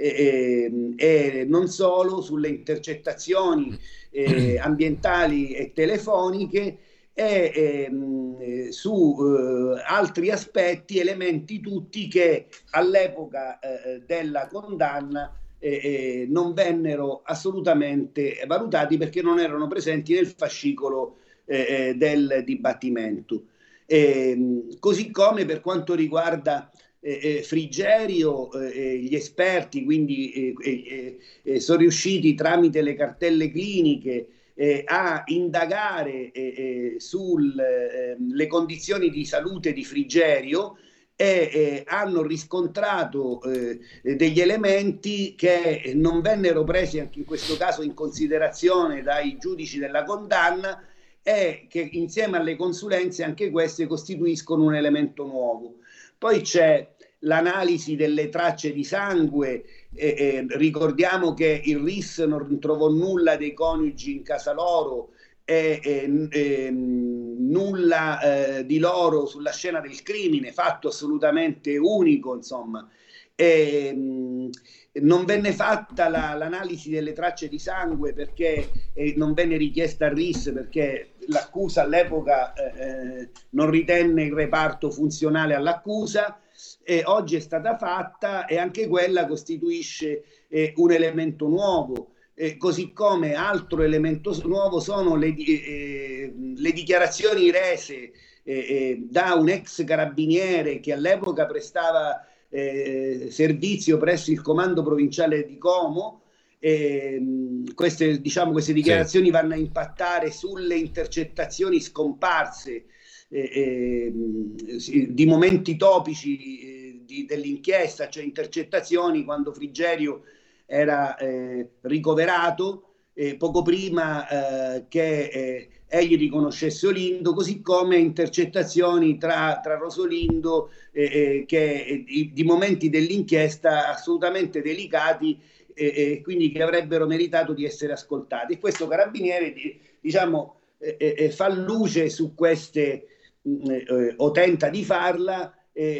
e eh, eh, non solo sulle intercettazioni eh, ambientali e telefoniche e eh, su eh, altri aspetti, elementi tutti che all'epoca eh, della condanna eh, eh, non vennero assolutamente valutati perché non erano presenti nel fascicolo eh, del dibattimento. Eh, così come per quanto riguarda Eh, eh, Frigerio, eh, gli esperti quindi eh, eh, eh, sono riusciti tramite le cartelle cliniche eh, a indagare eh, eh, sulle eh, condizioni di salute di Frigerio e eh, hanno riscontrato eh, degli elementi che non vennero presi anche in questo caso in considerazione dai giudici della condanna e che insieme alle consulenze anche queste costituiscono un elemento nuovo. Poi c'è l'analisi delle tracce di sangue, eh, eh, ricordiamo che il R I S non trovò nulla dei coniugi in casa loro e eh, eh, nulla eh, di loro sulla scena del crimine, fatto assolutamente unico, insomma. E, mh, non venne fatta la, l'analisi delle tracce di sangue perché eh, non venne richiesta al R I S, perché l'accusa all'epoca eh, non ritenne il reparto funzionale all'accusa, e oggi è stata fatta e anche quella costituisce eh, un elemento nuovo. Eh, così come altro elemento nuovo sono le, eh, le dichiarazioni rese eh, eh, da un ex carabiniere che all'epoca prestava Eh, servizio presso il comando provinciale di Como. Eh, queste, diciamo, queste dichiarazioni sì. vanno a impattare sulle intercettazioni scomparse eh, eh, di momenti topici eh, di, dell'inchiesta, cioè intercettazioni quando Frigerio era eh, ricoverato eh, poco prima eh, che eh, egli riconoscesse Olindo, così come intercettazioni tra, tra Rosolindo eh, eh, che, eh, di, di momenti dell'inchiesta assolutamente delicati e eh, eh, quindi che avrebbero meritato di essere ascoltati. E questo carabiniere diciamo, eh, eh, fa luce su queste, eh, o tenta di farla,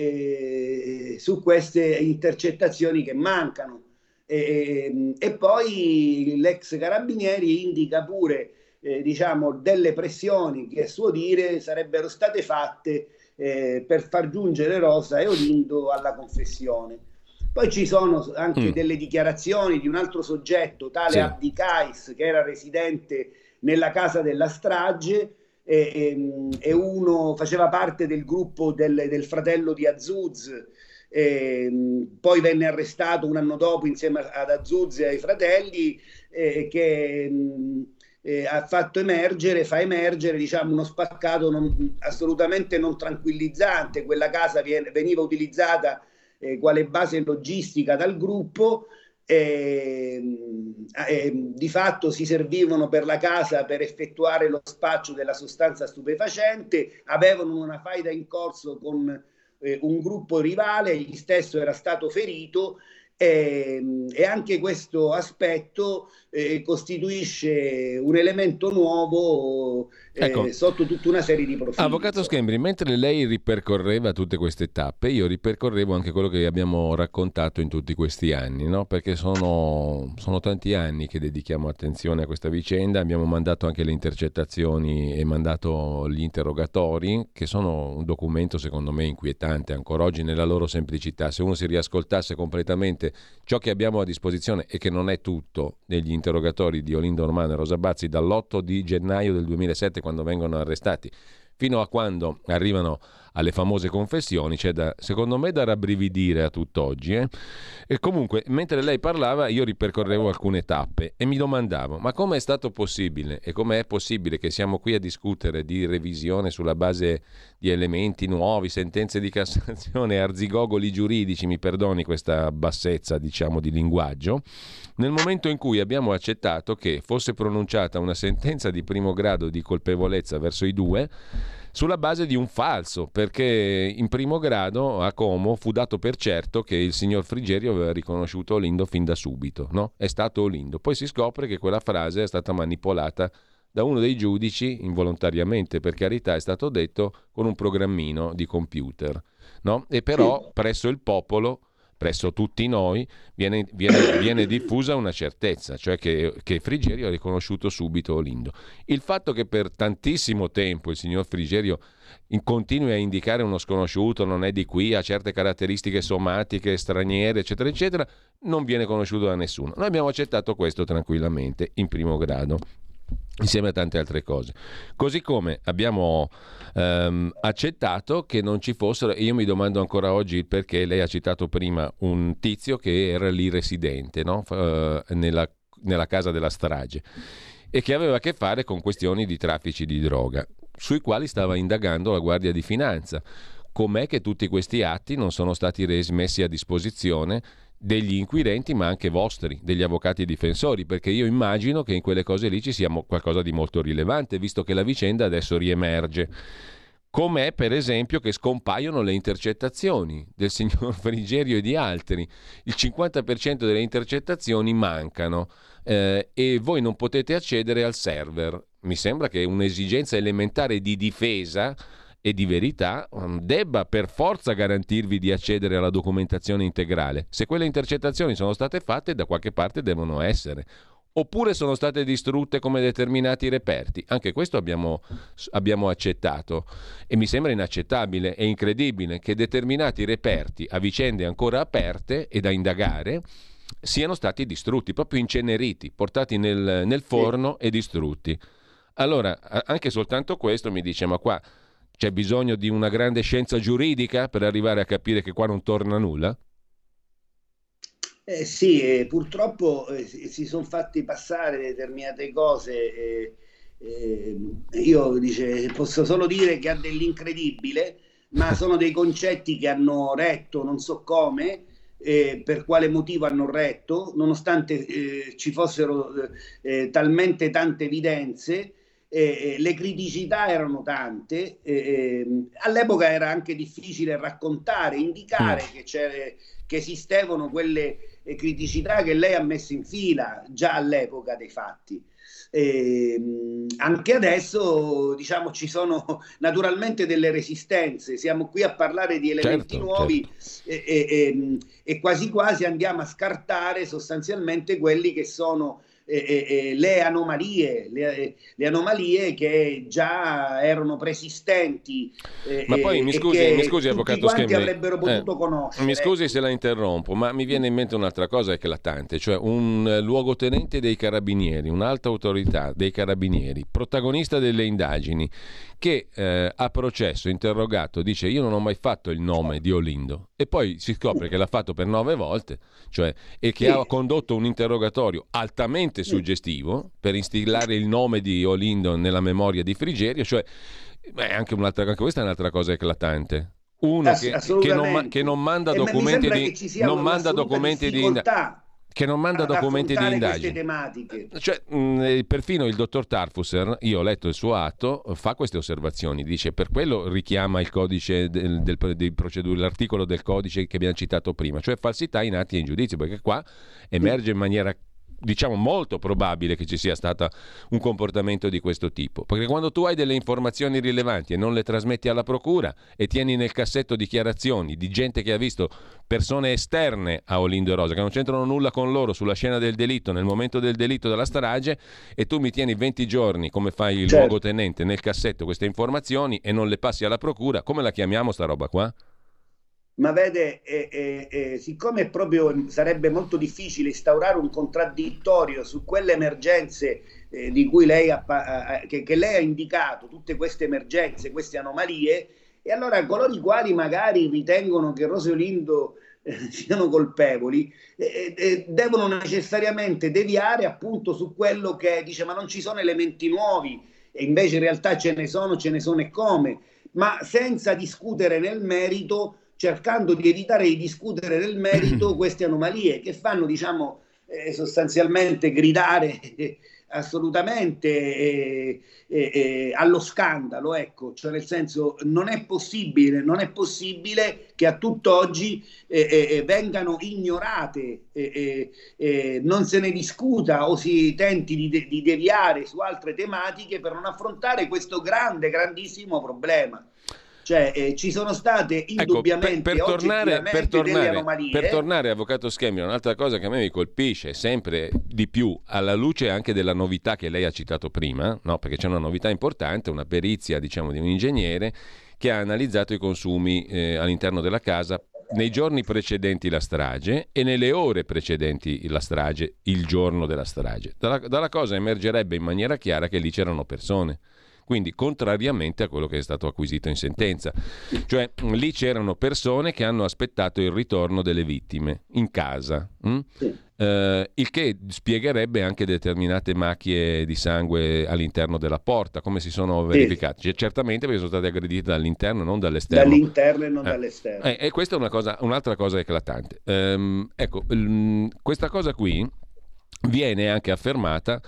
eh, su queste intercettazioni che mancano. E, e poi l'ex carabinieri indica pure Eh, diciamo delle pressioni che a suo dire sarebbero state fatte eh, per far giungere Rosa e Olindo alla confessione. Poi ci sono anche mm. delle dichiarazioni di un altro soggetto, tale sì. Abdi Kais, che era residente nella casa della strage e, e, e uno faceva parte del gruppo del, del fratello di Azuz. E, poi venne arrestato un anno dopo insieme ad Azuz e ai fratelli eh, che Eh, ha fatto emergere, fa emergere diciamo uno spaccato non, assolutamente non tranquillizzante. Quella casa viene, veniva utilizzata eh, quale base logistica dal gruppo e, e di fatto si servivano per la casa per effettuare lo spaccio della sostanza stupefacente, avevano una faida in corso con eh, un gruppo rivale, egli stesso era stato ferito. E, e anche questo aspetto eh, costituisce un elemento nuovo eh, ecco. sotto tutta una serie di profili. Avvocato Schembri, mentre lei ripercorreva tutte queste tappe, io ripercorrevo anche quello che abbiamo raccontato in tutti questi anni, no? Perché sono, sono tanti anni che dedichiamo attenzione a questa vicenda, abbiamo mandato anche le intercettazioni e mandato gli interrogatori, che sono un documento secondo me inquietante ancora oggi nella loro semplicità. Se uno si riascoltasse completamente ciò che abbiamo a disposizione, e che non è tutto, degli interrogatori di Olindo Normanno e Rosa Bazzi dall'otto di gennaio del duemilasette, quando vengono arrestati, fino a quando arrivano alle famose confessioni, c'è da, secondo me da rabbrividire a tutt'oggi. Eh? E comunque, mentre lei parlava, io ripercorrevo alcune tappe e mi domandavo, ma come è stato possibile e come è possibile che siamo qui a discutere di revisione sulla base di elementi nuovi, sentenze di Cassazione, arzigogoli giuridici, mi perdoni questa bassezza, diciamo, di linguaggio, nel momento in cui abbiamo accettato che fosse pronunciata una sentenza di primo grado di colpevolezza verso i due sulla base di un falso, perché in primo grado a Como fu dato per certo che il signor Frigerio aveva riconosciuto Olindo fin da subito, no? È stato Olindo. Poi si scopre che quella frase è stata manipolata da uno dei giudici involontariamente, per carità, è stato detto con un programmino di computer, no? E però sì, presso il popolo, presso tutti noi, viene, viene, viene diffusa una certezza, cioè che, che Frigerio ha riconosciuto subito Olindo. Il fatto che per tantissimo tempo il signor Frigerio in, continui a indicare uno sconosciuto, non è di qui, ha certe caratteristiche somatiche, straniere, eccetera, eccetera, non viene conosciuto da nessuno. Noi abbiamo accettato questo tranquillamente, in primo grado, insieme a tante altre cose. Così come abbiamo ehm, accettato che non ci fossero, e io mi domando ancora oggi il perché. Lei ha citato prima un tizio che era lì residente, no? uh, nella, nella casa della strage, e che aveva a che fare con questioni di traffici di droga, sui quali stava indagando la Guardia di Finanza. Com'è che tutti questi atti non sono stati resi messi a disposizione degli inquirenti, ma anche vostri, degli avvocati difensori? Perché io immagino che in quelle cose lì ci sia qualcosa di molto rilevante, visto che la vicenda adesso riemerge. Com'è, per esempio, che scompaiono le intercettazioni del signor Frigerio e di altri. Il cinquanta per cento delle intercettazioni mancano eh, e voi non potete accedere al server. Mi sembra che un'esigenza elementare di difesa e di verità debba per forza garantirvi di accedere alla documentazione integrale. Se quelle intercettazioni sono state fatte, da qualche parte devono essere, oppure sono state distrutte come determinati reperti. Anche questo abbiamo, abbiamo accettato, e mi sembra inaccettabile e incredibile che determinati reperti a vicende ancora aperte e da indagare siano stati distrutti, proprio inceneriti, portati nel, nel forno e distrutti. Allora, anche soltanto questo mi dice, ma qua c'è bisogno di una grande scienza giuridica per arrivare a capire che qua non torna nulla? Eh sì, eh, purtroppo eh, si sono fatti passare determinate cose. Eh, eh, io dice, posso solo dire che ha dell'incredibile, ma sono dei concetti che hanno retto, non so come, eh, per quale motivo hanno retto, nonostante eh, ci fossero eh, talmente tante evidenze. Eh, le criticità erano tante, eh, all'epoca era anche difficile raccontare, indicare mm. che, c'era, che esistevano quelle criticità che lei ha messo in fila già all'epoca dei fatti. Eh, anche adesso, diciamo, ci sono naturalmente delle resistenze, siamo qui a parlare di elementi certo, nuovi certo. E, e, e, e quasi quasi andiamo a scartare sostanzialmente quelli che sono E, e, le anomalie le, le anomalie che già erano preesistenti, ma e, poi mi scusi, e mi scusi avvocato Schemmi, avrebbero potuto eh, conoscere. Mi scusi se la interrompo, ma mi viene in mente un'altra cosa eclatante, cioè un luogotenente dei carabinieri, un'alta autorità dei carabinieri, protagonista delle indagini, che eh, a processo interrogato dice io non ho mai fatto il nome di Olindo, e poi si scopre che l'ha fatto per nove volte, cioè, e che sì. ha condotto un interrogatorio altamente suggestivo per instillare il nome di Olindo nella memoria di Frigerio, cioè beh, anche un'altra, anche questa è un'altra cosa eclatante. Uno che, che, non, che non manda documenti di non manda documenti di indagine, che non manda documenti di indagine. Tematiche. Cioè, mh, perfino il dottor Tarfusser, io ho letto il suo atto, fa queste osservazioni, dice per quello richiama il codice del, del, del procedura, l'articolo del codice che abbiamo citato prima, cioè falsità in atti e in giudizio, perché qua emerge in maniera diciamo molto probabile che ci sia stato un comportamento di questo tipo, perché quando tu hai delle informazioni rilevanti e non le trasmetti alla procura e tieni nel cassetto dichiarazioni di gente che ha visto persone esterne a Olindo e Rosa che non c'entrano nulla con loro sulla scena del delitto, nel momento del delitto della strage, e tu mi tieni venti giorni come fai il certo. luogotenente nel cassetto queste informazioni e non le passi alla procura, come la chiamiamo sta roba qua? Ma vede, eh, eh, eh, siccome proprio sarebbe molto difficile instaurare un contraddittorio su quelle emergenze eh, di cui lei ha, eh, che, che lei ha indicato, tutte queste emergenze, queste anomalie, E allora coloro i quali magari ritengono che Rosy Olindo eh, siano colpevoli eh, eh, devono necessariamente deviare appunto su quello che dice ma non ci sono elementi nuovi, e invece in realtà ce ne sono, ce ne sono e come, ma senza discutere nel merito, cercando di evitare di discutere nel merito queste anomalie che fanno, diciamo, eh, sostanzialmente gridare eh, assolutamente eh, eh, eh, allo scandalo, ecco, cioè nel senso non è possibile, non è possibile che a tutt'oggi eh, eh, vengano ignorate, eh, eh, eh, non se ne discuta o si tenti di, de- di deviare su altre tematiche per non affrontare questo grande, grandissimo problema. Cioè eh, ci sono state indubbiamente ecco, per, per tornare, per tornare, delle anomalie. Per tornare, avvocato Schembri, un'altra cosa che a me mi colpisce sempre di più, alla luce anche della novità che lei ha citato prima, no? Perché c'è una novità importante, una perizia, diciamo, di un ingegnere che ha analizzato i consumi eh, all'interno della casa nei giorni precedenti la strage e nelle ore precedenti la strage, il giorno della strage. Dalla, dalla cosa emergerebbe in maniera chiara che lì c'erano persone. Quindi contrariamente a quello che è stato acquisito in sentenza. Cioè lì c'erano persone che hanno aspettato il ritorno delle vittime in casa, hm? sì. eh, il che spiegherebbe anche determinate macchie di sangue all'interno della porta, come si sono verificate. Sì. Certamente perché sono state aggredite dall'interno, non dall'esterno. Dall'interno e non eh. dall'esterno. Eh, e questa è una cosa, un'altra cosa eclatante. Ehm, ecco, l- questa cosa qui viene anche affermata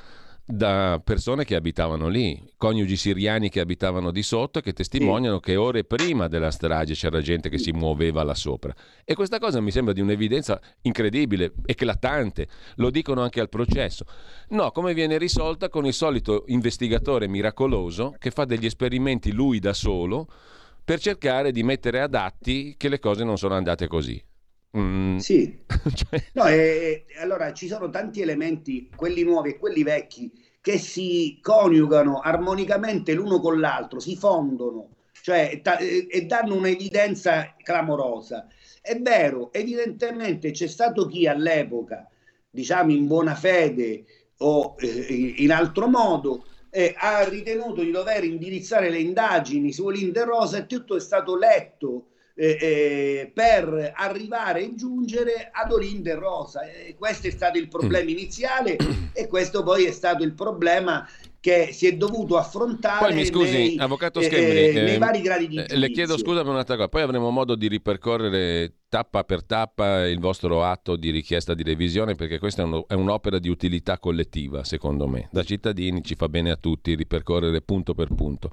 da persone che abitavano lì, coniugi siriani che abitavano di sotto e che testimoniano sì. che ore prima della strage c'era gente che si muoveva là sopra. E questa cosa mi sembra di un'evidenza incredibile, eclatante, lo dicono anche al processo. No, come viene risolta? Con il solito investigatore miracoloso che fa degli esperimenti lui da solo per cercare di mettere ad atti che le cose non sono andate così. Mm. Sì, cioè... no, e, e, allora ci sono tanti elementi, quelli nuovi e quelli vecchi, che si coniugano armonicamente l'uno con l'altro, si fondono, cioè ta- e, e danno un'evidenza clamorosa. È vero, evidentemente c'è stato chi all'epoca, diciamo in buona fede o eh, in altro modo, eh, ha ritenuto di dover indirizzare le indagini su Olindo e Rosa, e tutto è stato letto Eh, eh, per arrivare e giungere ad Olindo e Rosa. Eh, questo è stato il problema iniziale e questo poi è stato il problema che si è dovuto affrontare. Poi mi scusi, nei, avvocato Schembri, eh, nei vari gradi di giudizio. Le chiedo scusa per un'altra cosa, poi avremo modo di ripercorrere tappa per tappa il vostro atto di richiesta di revisione, perché questa è, uno, è un'opera di utilità collettiva, secondo me. Da cittadini ci fa bene a tutti ripercorrere punto per punto.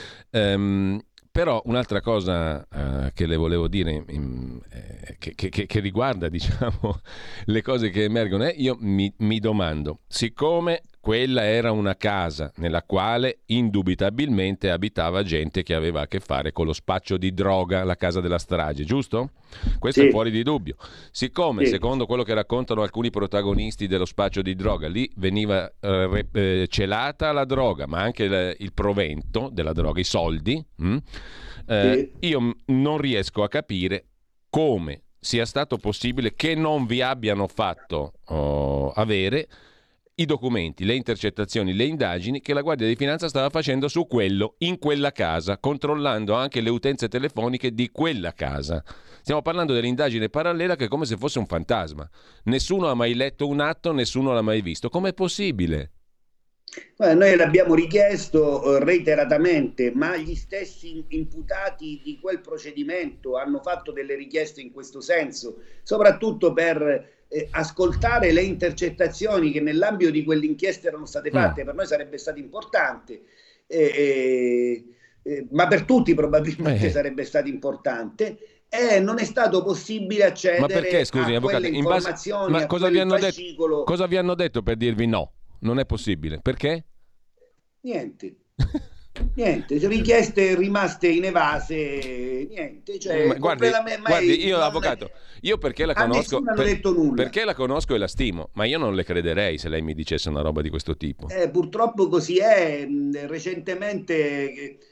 Um, Però un'altra cosa uh, che le volevo dire um, eh, che, che, che riguarda, diciamo, le cose che emergono, eh, io mi, mi domando, siccome quella era una casa nella quale indubitabilmente abitava gente che aveva a che fare con lo spaccio di droga, la casa della strage, giusto? Questo sì. È fuori di dubbio. Siccome, sì. secondo quello che raccontano alcuni protagonisti dello spaccio di droga, lì veniva eh, re, eh, celata la droga, ma anche il, il provento della droga, i soldi, mh? Eh, sì. Io m- non riesco a capire come sia stato possibile che non vi abbiano fatto oh, avere i documenti, le intercettazioni, le indagini che la Guardia di Finanza stava facendo su quello, in quella casa, controllando anche le utenze telefoniche di quella casa. Stiamo parlando dell'indagine parallela che è come se fosse un fantasma. Nessuno ha mai letto un atto, nessuno l'ha mai visto. Com'è possibile? Guarda, noi l'abbiamo richiesto reiteratamente, ma gli stessi imputati di quel procedimento hanno fatto delle richieste in questo senso, soprattutto per eh, ascoltare le intercettazioni che nell'ambito di quell'inchiesta erano state fatte. Mm. Per noi sarebbe stato importante, eh, eh, eh, ma per tutti probabilmente eh. sarebbe stato importante. E non è stato possibile accedere ma perché, scusi, a avvocato, quelle in base, informazioni, ma a cosa vi hanno fascicolo. detto? Cosa vi hanno detto per dirvi no? Non è possibile. Perché? Niente. Niente, richieste rimaste inevase, niente. Cioè, ma guardi, mai, guardi, io avvocato, io perché la conosco, per, detto nulla. Perché la conosco e la stimo, ma io non le crederei se lei mi dicesse una roba di questo tipo. Eh, purtroppo così è. Recentemente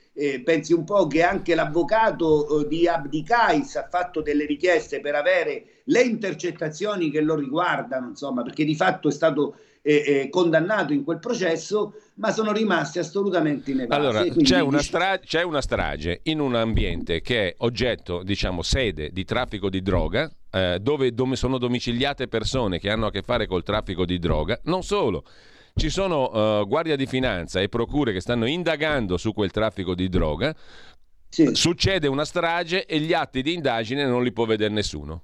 eh, pensi un po' che anche l'avvocato eh, di Abdicais ha fatto delle richieste per avere le intercettazioni che lo riguardano, insomma, perché di fatto è stato eh, eh, condannato in quel processo, ma sono rimaste assolutamente inevase. Allora, Quindi, c'è una, dice... stra- c'è una strage in un ambiente che è oggetto, diciamo, sede di traffico di droga, eh, dove, dove sono domiciliate persone che hanno a che fare col traffico di droga. Non solo, ci sono uh, guardia di finanza e procure che stanno indagando su quel traffico di droga. Sì. Succede una strage e gli atti di indagine non li può vedere nessuno.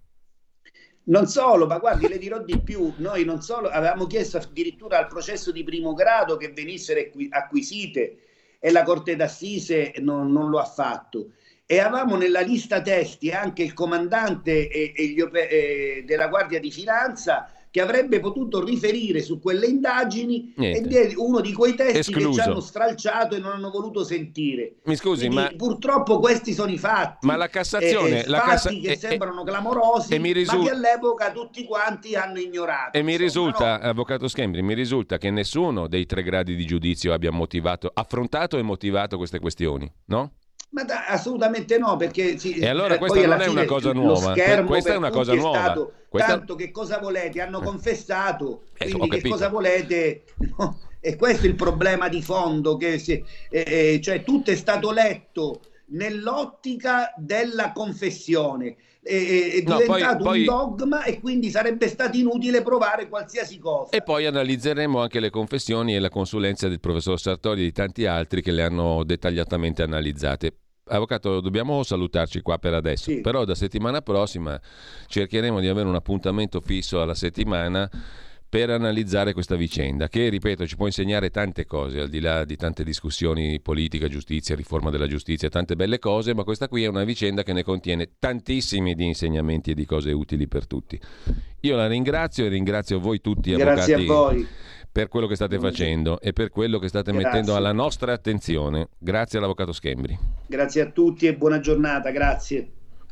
Non solo, ma guardi, le dirò di più, noi non solo avevamo chiesto addirittura al processo di primo grado che venissero acquisite e la Corte d'Assise non, non lo ha fatto. E avevamo nella lista testi anche il comandante e, e gli, e, della Guardia di Finanza che avrebbe potuto riferire su quelle indagini. Niente. Ed è uno di quei testi Escluso. Che ci hanno stralciato e non hanno voluto sentire. Mi scusi, Quindi, ma purtroppo questi sono i fatti. Ma la Cassazione, eh, eh, la fatti Cassa... che eh, sembrano clamorosi, e mi risulta... ma che all'epoca tutti quanti hanno ignorato. E mi insomma, risulta, no? Avvocato Schembri, mi risulta che nessuno dei tre gradi di giudizio abbia motivato, affrontato e motivato queste questioni, no? Ma da, assolutamente no, perché sì, e allora eh, questa non è una cosa nuova. Questa è una cosa è nuova. Stato, questa... Tanto che cosa volete? Hanno confessato, eh, quindi che cosa volete? No? E questo è il problema di fondo, che si, eh, eh, cioè tutto è stato letto nell'ottica della confessione. È, è no, diventato poi, poi... un dogma e quindi sarebbe stato inutile provare qualsiasi cosa. E poi analizzeremo anche le confessioni e la consulenza del professor Sartori e di tanti altri che le hanno dettagliatamente analizzate. Avvocato, dobbiamo salutarci qua per adesso, sì. Però da settimana prossima cercheremo di avere un appuntamento fisso alla settimana per analizzare questa vicenda che, ripeto, ci può insegnare tante cose, al di là di tante discussioni politica, giustizia, riforma della giustizia, tante belle cose, ma questa qui è una vicenda che ne contiene tantissimi di insegnamenti e di cose utili per tutti. Io la ringrazio e ringrazio voi tutti, Grazie avvocati, a voi. per quello che state facendo e per quello che state Grazie. mettendo alla nostra attenzione. Grazie all'avvocato Schembri. Grazie a tutti e buona giornata, grazie.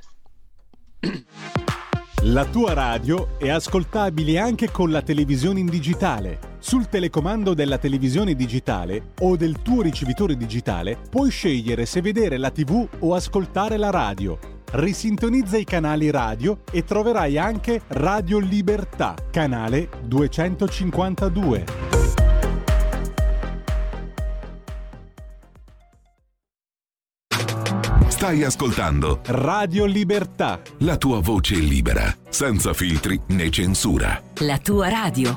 La tua radio è ascoltabile anche con la televisione in digitale. Sul telecomando della televisione digitale o del tuo ricevitore digitale puoi scegliere se vedere la tivù o ascoltare la radio. Risintonizza i canali radio e troverai anche Radio Libertà, canale duecentocinquantadue. Stai ascoltando Radio Libertà, la tua voce libera, senza filtri né censura. La tua radio.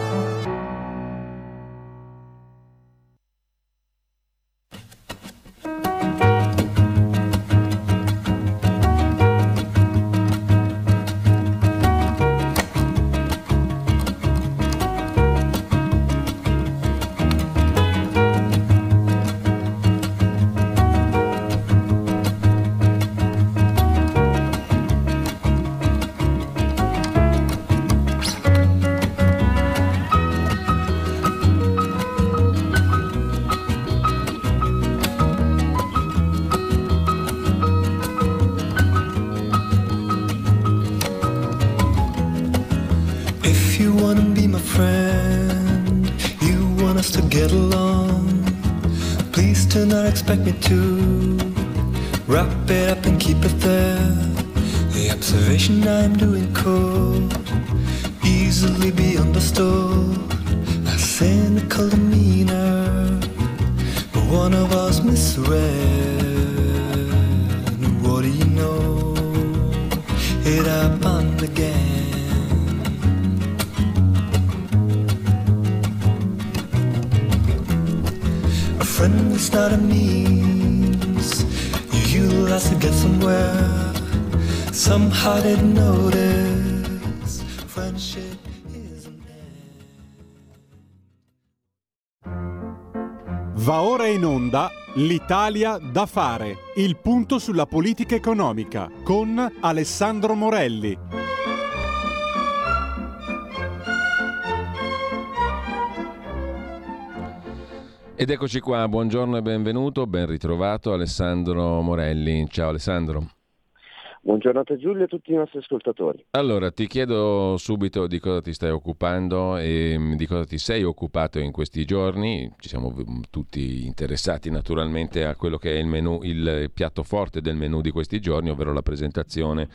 Expect me to wrap it up and keep it there. The observation I'm doing could easily be understood. A cynical demeanor, but one of us misread. What do you know? It happened again. A friend is not a means you utilize to get somewhere. Somehow didn't notice friendship isn't there. Va ora in onda L'Italia da fare, il punto sulla politica economica con Alessandro Morelli. Ed eccoci qua, buongiorno e benvenuto, ben ritrovato Alessandro Morelli. Ciao Alessandro. Buongiorno a Giulio e a tutti i nostri ascoltatori. Allora, ti chiedo subito di cosa ti stai occupando e di cosa ti sei occupato in questi giorni. Ci siamo tutti interessati naturalmente a quello che è il menù, il piatto forte del menù di questi giorni, ovvero la presentazione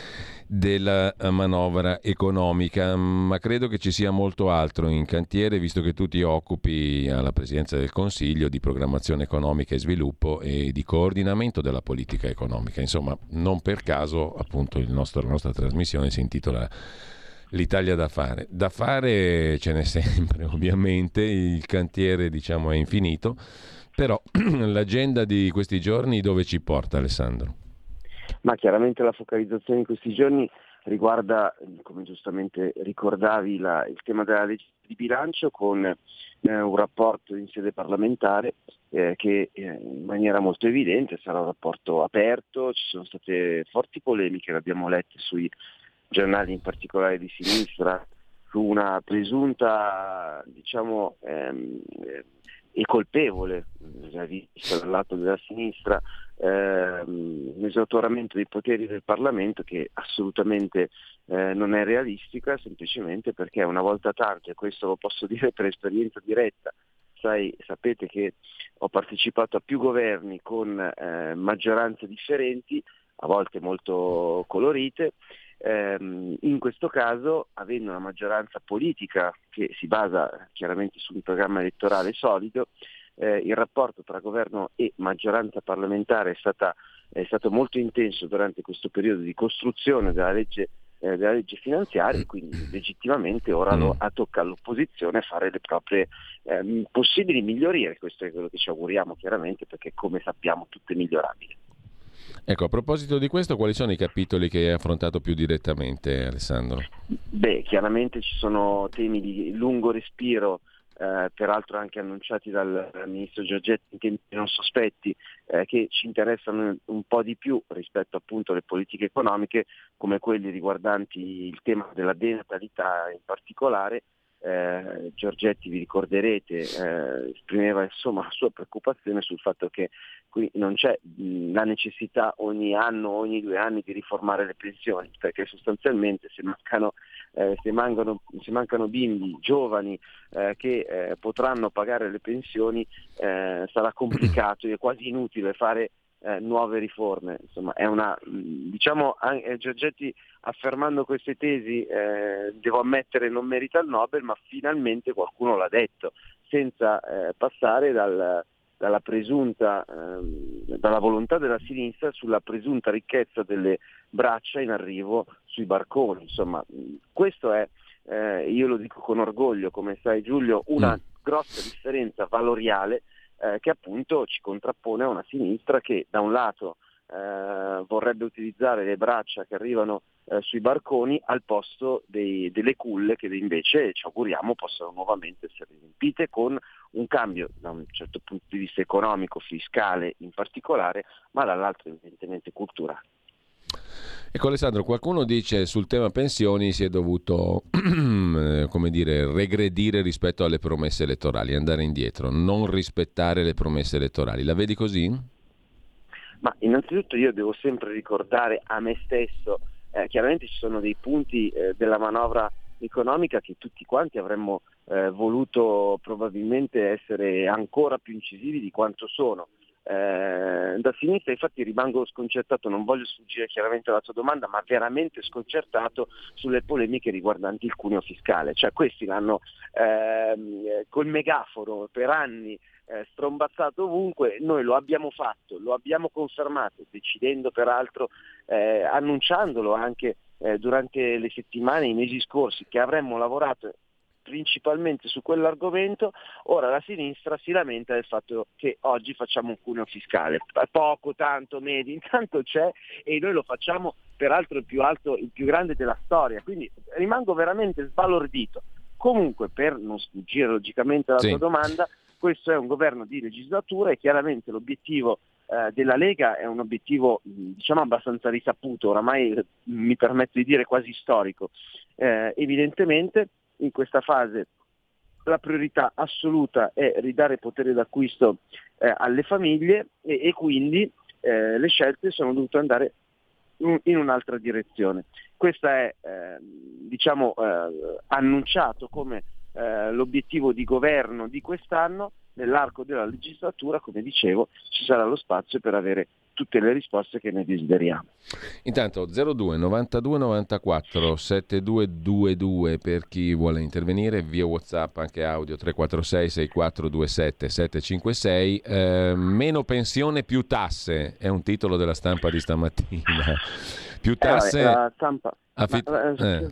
della manovra economica, ma credo che ci sia molto altro in cantiere, visto che tu ti occupi alla Presidenza del Consiglio di programmazione economica e sviluppo e di coordinamento della politica economica. Insomma, non per caso appunto il nostro, la nostra trasmissione si intitola L'Italia da fare. Da fare ce n'è sempre, ovviamente, il cantiere diciamo è infinito, però l'agenda di questi giorni dove ci porta, Alessandro? Ma chiaramente la focalizzazione in questi giorni riguarda, come giustamente ricordavi, la, il tema della legge di bilancio con eh, un rapporto in sede parlamentare eh, che eh, in maniera molto evidente sarà un rapporto aperto. Ci sono state forti polemiche, le abbiamo lette sui giornali in particolare di sinistra, su una presunta, diciamo, ehm, e colpevole, vista dal lato della sinistra, ehm, un esautoramento dei poteri del Parlamento che assolutamente eh, non è realistica, semplicemente perché una volta tanto, e questo lo posso dire per esperienza diretta, sai, sapete che ho partecipato a più governi con eh, maggioranze differenti, a volte molto colorite. Ehm, in questo caso, avendo una maggioranza politica che si basa chiaramente su un programma elettorale solido, eh, il rapporto tra governo e maggioranza parlamentare è, stata, è stato molto intenso durante questo periodo di costruzione della legge, eh, della legge finanziaria, e quindi legittimamente ora lo, a tocca all'opposizione fare le proprie eh, possibili migliorie. Questo è quello che ci auguriamo chiaramente, perché come sappiamo tutto è migliorabile. Ecco, a proposito di questo, quali sono i capitoli che hai affrontato più direttamente, Alessandro? Beh, chiaramente ci sono temi di lungo respiro, eh, peraltro anche annunciati dal ministro Giorgetti in tempi non sospetti, eh, che ci interessano un po' di più rispetto appunto alle politiche economiche, come quelli riguardanti il tema della denatalità in particolare. Eh, Giorgetti, vi ricorderete, eh, esprimeva insomma la sua preoccupazione sul fatto che qui non c'è mh, la necessità ogni anno, ogni due anni di riformare le pensioni, perché sostanzialmente se mancano, eh, se mancano, se mancano bimbi giovani eh, che eh, potranno pagare le pensioni, eh, sarà complicato e quasi inutile fare Eh, nuove riforme. Insomma, è una, diciamo, eh, Giorgetti affermando queste tesi, eh, devo ammettere, non merita il Nobel, ma finalmente qualcuno l'ha detto, senza eh, passare dal, dalla presunta, eh, dalla volontà della sinistra sulla presunta ricchezza delle braccia in arrivo sui barconi. Insomma, questo è, eh, io lo dico con orgoglio, come sai Giulio, una grossa differenza valoriale Eh, che appunto ci contrappone a una sinistra che da un lato eh, vorrebbe utilizzare le braccia che arrivano eh, sui barconi al posto dei, delle culle che invece ci auguriamo possano nuovamente essere riempite, con un cambio da un certo punto di vista economico, fiscale in particolare, ma dall'altro evidentemente culturale. Ecco Alessandro, qualcuno dice sul tema pensioni si è dovuto come dire, regredire rispetto alle promesse elettorali, andare indietro, non rispettare le promesse elettorali. La vedi così? Ma innanzitutto io devo sempre ricordare a me stesso, eh, chiaramente ci sono dei punti eh, della manovra economica che tutti quanti avremmo eh, voluto probabilmente essere ancora più incisivi di quanto sono. Eh, da sinistra infatti rimango sconcertato, non voglio sfuggire chiaramente alla tua domanda, ma veramente sconcertato sulle polemiche riguardanti il cuneo fiscale. Cioè questi l'hanno eh, col megafono per anni eh, strombazzato ovunque, noi lo abbiamo fatto, lo abbiamo confermato, decidendo peraltro, eh, annunciandolo anche eh, durante le settimane, i mesi scorsi, che avremmo lavorato principalmente su quell'argomento. Ora la sinistra si lamenta del fatto che oggi facciamo un cuneo fiscale, poco, tanto, medio, intanto c'è, e noi lo facciamo peraltro il più alto, il più grande della storia, quindi rimango veramente sbalordito. Comunque, per non sfuggire logicamente alla sì. tua domanda, questo è un governo di legislatura e chiaramente l'obiettivo eh, della Lega è un obiettivo diciamo abbastanza risaputo, oramai mi permetto di dire quasi storico. Eh, evidentemente in questa fase la priorità assoluta è ridare potere d'acquisto eh, alle famiglie e, e quindi eh, le scelte sono dovute andare in un'altra direzione. Questo è eh, diciamo eh, annunciato come eh, l'obiettivo di governo di quest'anno. Nell'arco della legislatura, come dicevo, ci sarà lo spazio per avere tutte le risposte che ne desideriamo. Intanto zero due novantadue novantaquattro settantadue per chi vuole intervenire, via WhatsApp anche audio tre quattro sei sei quattro due sette sette cinque sei. Eh, meno pensione più tasse è un titolo della Stampa di stamattina. Più tasse. Eh, la stampa. Affitt- ma, eh.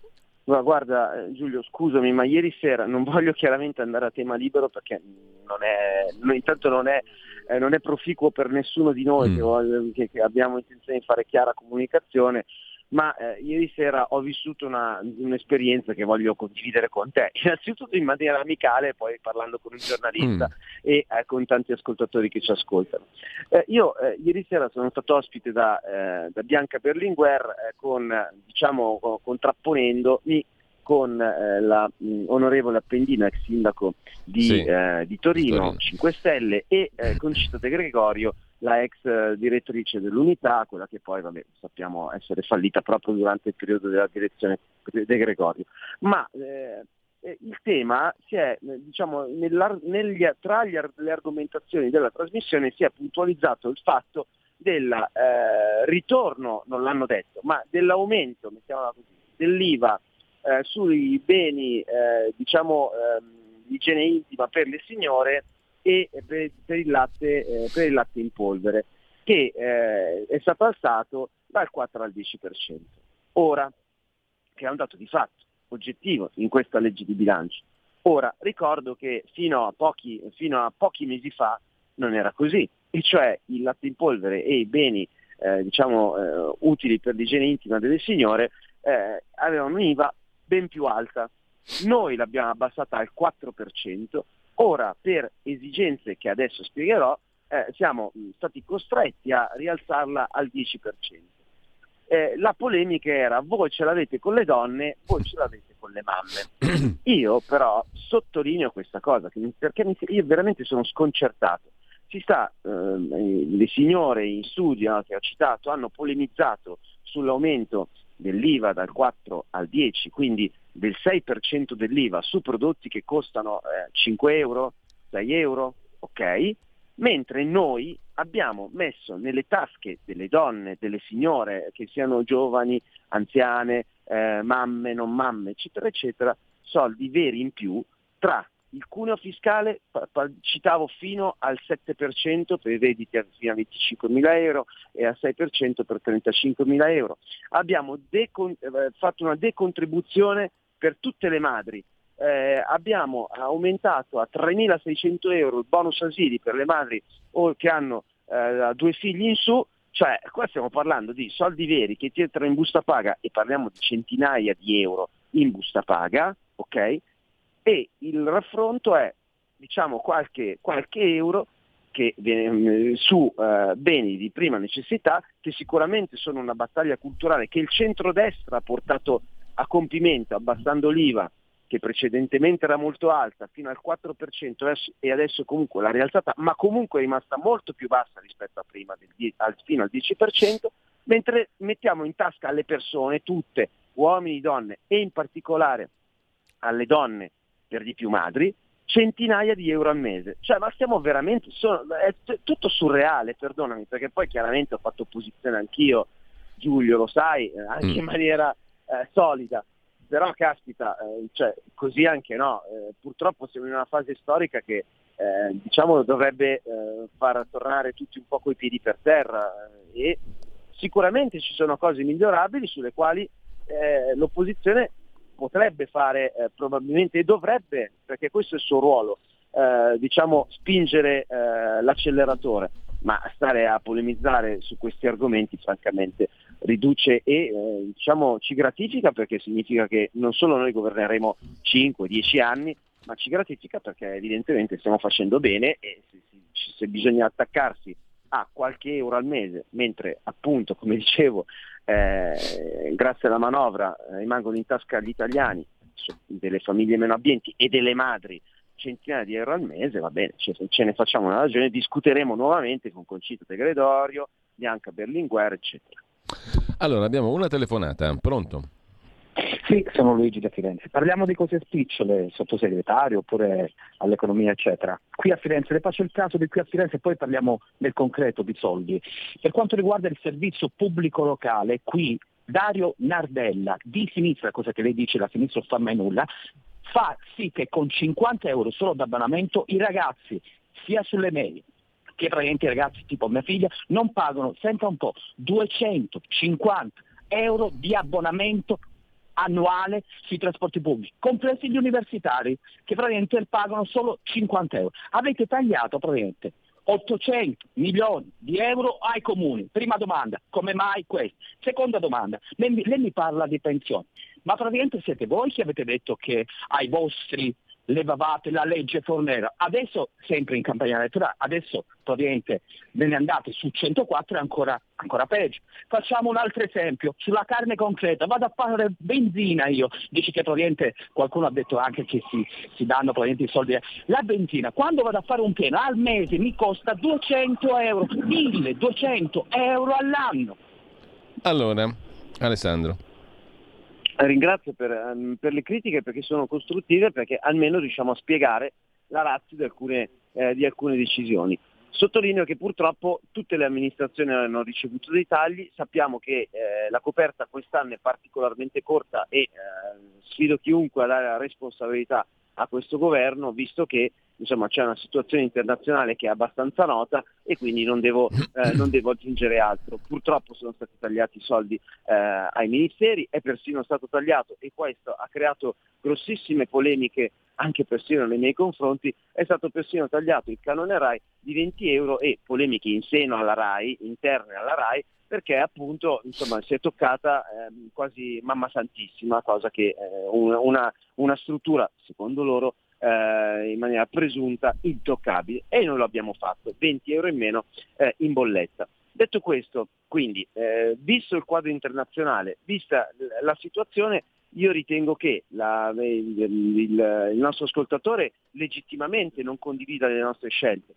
Ma guarda Giulio, scusami, ma ieri sera non voglio chiaramente andare a tema libero perché non è, no, intanto non è, eh, non è proficuo per nessuno di noi mm. che, che abbiamo intenzione di fare chiara comunicazione, ma eh, ieri sera ho vissuto una, un'esperienza che voglio condividere con te, innanzitutto in maniera amicale, poi parlando con un giornalista mm. e eh, con tanti ascoltatori che ci ascoltano. Eh, io eh, ieri sera sono stato ospite da, eh, da Bianca Berlinguer eh, con, diciamo, contrapponendomi con eh, la mh, onorevole Appendino, ex sindaco di, sì, eh, di Torino, Torino, cinque Stelle, e eh, Concita De Gregorio, la ex eh, direttrice dell'Unità, quella che poi vabbè, sappiamo essere fallita proprio durante il periodo della direzione De Gregorio. Ma eh, il tema si è, diciamo, negli, tra gli, le argomentazioni della trasmissione si è puntualizzato il fatto del eh, ritorno, non l'hanno detto, ma dell'aumento, mettiamola così, dell'I V A eh, sui beni eh, diciamo eh, di igiene intima per le signore e per, per, il latte, eh, per il latte in polvere, che eh, è stato alzato dal quattro al dieci per cento. Ora, che è un dato di fatto oggettivo in questa legge di bilancio. Ora, ricordo che fino a pochi, fino a pochi mesi fa non era così, e cioè il latte in polvere e i beni eh, diciamo eh, utili per l'igiene intima delle signore eh, avevano un'I V A ben più alta. Noi l'abbiamo abbassata al quattro per cento. Ora, per esigenze che adesso spiegherò, eh, siamo stati costretti a rialzarla al dieci per cento. Eh, la polemica era: voi ce l'avete con le donne, voi ce l'avete con le mamme. Io però sottolineo questa cosa, che, perché mi, io veramente sono sconcertato. Si sta, eh, le signore in studio, no, che ho citato, hanno polemizzato sull'aumento dell'I V A dal quattro al dieci, quindi del sei per cento dell'I V A su prodotti che costano eh, cinque euro, sei euro, ok? Mentre noi abbiamo messo nelle tasche delle donne, delle signore, che siano giovani, anziane, eh, mamme, non mamme, eccetera, eccetera, soldi veri in più, tra il cuneo fiscale, pa- pa- citavo fino al sette per cento per i redditi fino a venticinquemila euro e al sei per cento per trentacinquemila euro. Abbiamo decon- eh, fatto una decontribuzione per tutte le madri. Eh, abbiamo aumentato a tremilaseicento euro il bonus asili per le madri o che hanno eh, due figli in su, cioè qua stiamo parlando di soldi veri che ti entrano in busta paga, e parliamo di centinaia di euro in busta paga, ok? E il raffronto è, diciamo, qualche, qualche euro che viene, su eh, beni di prima necessità, che sicuramente sono una battaglia culturale che il centrodestra ha portato a compimento, abbassando l'I V A, che precedentemente era molto alta, fino al quattro per cento, e adesso comunque l'ha rialzata, ma comunque è rimasta molto più bassa rispetto a prima, del, al, fino al dieci per cento, mentre mettiamo in tasca alle persone, tutte, uomini, donne, e in particolare alle donne, per di più madri, centinaia di euro al mese. Cioè, ma stiamo veramente, sono, è t- tutto surreale, perdonami, perché poi chiaramente ho fatto opposizione anch'io, Giulio, lo sai, anche in maniera eh, solida. Però caspita, eh, cioè, così anche no, eh, purtroppo siamo in una fase storica che eh, diciamo dovrebbe eh, far tornare tutti un po' coi piedi per terra, eh, e sicuramente ci sono cose migliorabili sulle quali eh, l'opposizione potrebbe fare eh, probabilmente, e dovrebbe, perché questo è il suo ruolo, eh, diciamo spingere eh, l'acceleratore, ma stare a polemizzare su questi argomenti francamente riduce e eh, diciamo ci gratifica, perché significa che non solo noi governeremo cinque dieci anni, ma ci gratifica perché evidentemente stiamo facendo bene, e se, se, se bisogna attaccarsi a qualche euro al mese, mentre appunto, come dicevo, eh, grazie alla manovra eh, rimangono in tasca agli italiani, delle famiglie meno abbienti e delle madri, centinaia di euro al mese, va bene, ce, ce ne facciamo una ragione, discuteremo nuovamente con Concita De Gregorio, Bianca Berlinguer, eccetera. Allora, abbiamo una telefonata, pronto? Sì, sono Luigi da Firenze. Parliamo di cose spicciole, sottosegretario, oppure all'economia, eccetera. Qui a Firenze, le faccio il caso di qui a Firenze e poi parliamo nel concreto di soldi. Per quanto riguarda il servizio pubblico locale, qui Dario Nardella, di sinistra, cosa che lei dice, la sinistra non fa mai nulla, fa sì che con cinquanta euro solo d'abbonamento i ragazzi, sia sulle medie, che praticamente i ragazzi tipo mia figlia, non pagano, senta un po', duecentocinquanta euro di abbonamento annuale sui trasporti pubblici, compresi gli universitari, che praticamente pagano solo cinquanta euro. Avete tagliato praticamente ottocento milioni di euro ai comuni. Prima domanda, come mai questo? Seconda domanda, lei, lei mi parla di pensioni, ma praticamente siete voi che avete detto che ai vostri levavate la legge Fornero, adesso sempre in campagna elettorale, adesso praticamente ve ne andate su centoquattro e ancora, ancora peggio. Facciamo un altro esempio, sulla carne concreta, vado a fare benzina io, dici che praticamente qualcuno ha detto anche che si, si danno praticamente i soldi, la benzina, quando vado a fare un pieno al mese mi costa duecento euro, milleduecento euro all'anno. Allora, Alessandro. Ringrazio per, um, per le critiche perché sono costruttive, perché almeno riusciamo a spiegare la ratio di alcune, eh, di alcune decisioni. Sottolineo che purtroppo tutte le amministrazioni hanno ricevuto dei tagli, sappiamo che eh, la coperta quest'anno è particolarmente corta e eh, sfido chiunque a dare la responsabilità a questo governo, visto che insomma c'è una situazione internazionale che è abbastanza nota e quindi non devo, eh, non devo aggiungere altro. Purtroppo sono stati tagliati i soldi eh, ai ministeri, è persino stato tagliato, e questo ha creato grossissime polemiche anche persino nei miei confronti, è stato persino tagliato il canone RAI di venti euro e polemiche in seno alla RAI, interne alla RAI, perché appunto insomma si è toccata eh, quasi mamma santissima, cosa che eh, una, una struttura secondo loro eh, in maniera presunta intoccabile, e noi lo abbiamo fatto, venti euro in meno eh, in bolletta. Detto questo, quindi eh, visto il quadro internazionale, vista la situazione, io ritengo che la, il, il, il nostro ascoltatore legittimamente non condivida le nostre scelte,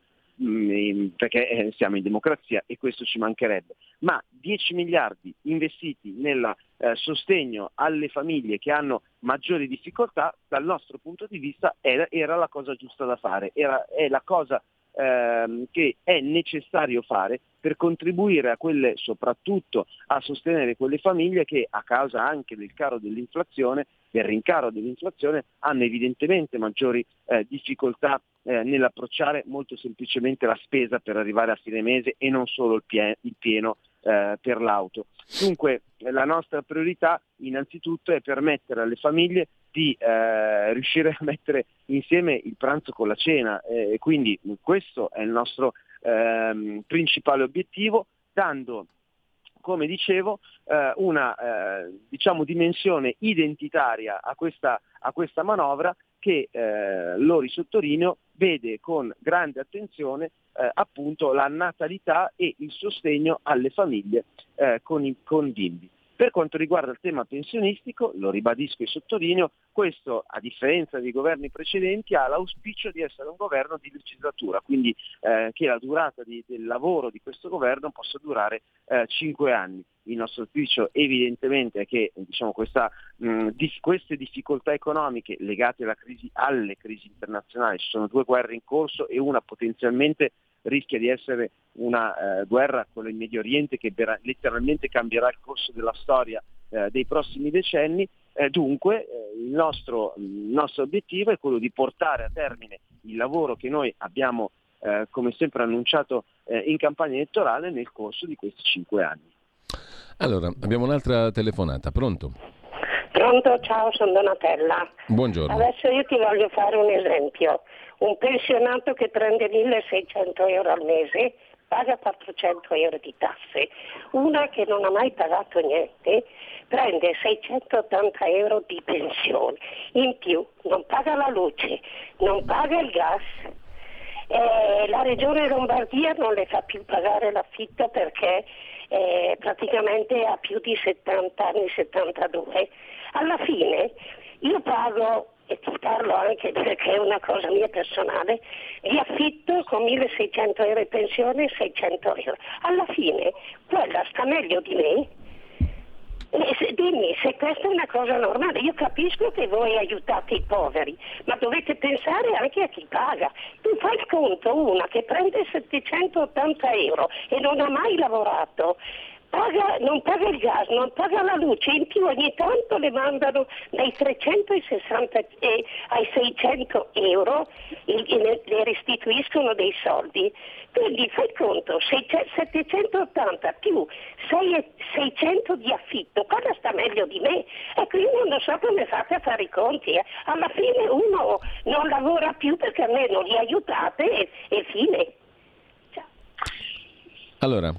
perché eh, siamo in democrazia e questo ci mancherebbe, ma dieci miliardi investiti nel eh, sostegno alle famiglie che hanno maggiori difficoltà, dal nostro punto di vista era, era la cosa giusta da fare, era, è la cosa ehm, che è necessario fare per contribuire a quelle, soprattutto a sostenere quelle famiglie che a causa anche del caro dell'inflazione, del rincaro dell'inflazione, hanno evidentemente maggiori eh, difficoltà eh, nell'approcciare molto semplicemente la spesa per arrivare a fine mese e non solo il, pie- il pieno eh, per l'auto. Dunque la nostra priorità innanzitutto è permettere alle famiglie di eh, riuscire a mettere insieme il pranzo con la cena, e eh, quindi questo è il nostro ehm, principale obiettivo, dando, come dicevo, eh, una eh, diciamo dimensione identitaria a questa, a questa manovra che, eh, lo risottolineo, vede con grande attenzione eh, appunto la natalità e il sostegno alle famiglie eh, con, i, con bimbi. Per quanto riguarda il tema pensionistico, lo ribadisco e sottolineo, questo, a differenza dei governi precedenti, ha l'auspicio di essere un governo di legislatura, quindi eh, che la durata di, del lavoro di questo governo possa durare eh, cinque anni. Il nostro auspicio evidentemente è che diciamo, questa, mh, di, queste difficoltà economiche legate alla crisi, alle crisi internazionali, ci sono due guerre in corso e una potenzialmente rischia di essere una eh, guerra con il Medio Oriente che vera- letteralmente cambierà il corso della storia eh, dei prossimi decenni. Eh, dunque eh, il, nostro, il nostro obiettivo è quello di portare a termine il lavoro che noi abbiamo eh, come sempre annunciato eh, in campagna elettorale nel corso di questi cinque anni. Allora, abbiamo un'altra telefonata, pronto? Pronto, ciao, sono Donatella. Buongiorno. Adesso io ti voglio fare un esempio. Un pensionato che prende milleseicento euro al mese paga quattrocento euro di tasse. Una che non ha mai pagato niente prende seicentottanta euro di pensione. In più non paga la luce, non paga il gas. Eh, la regione Lombardia non le fa più pagare l'affitto perché eh, praticamente ha più di settanta anni, settantadue. Alla fine io pago, e ti parlo anche perché è una cosa mia personale, di affitto con milleseicento euro di pensione e seicento euro. Alla fine quella sta meglio di me E se, dimmi, se questa è una cosa normale, io capisco che voi aiutate i poveri, ma dovete pensare anche a chi paga. Tu fai il conto, una che prende settecentottanta euro e non ha mai lavorato, paga, non paga il gas, non paga la luce, in più ogni tanto le mandano dai trecentosessanta eh, ai seicento euro e, e le, le restituiscono dei soldi. Quindi fai conto, settecentottanta più seicento di affitto, cosa sta meglio di me? Ecco, io non so come fate a fare i conti, eh. Alla fine uno non lavora più perché almeno li aiutate e, e fine. Ciao. Allora,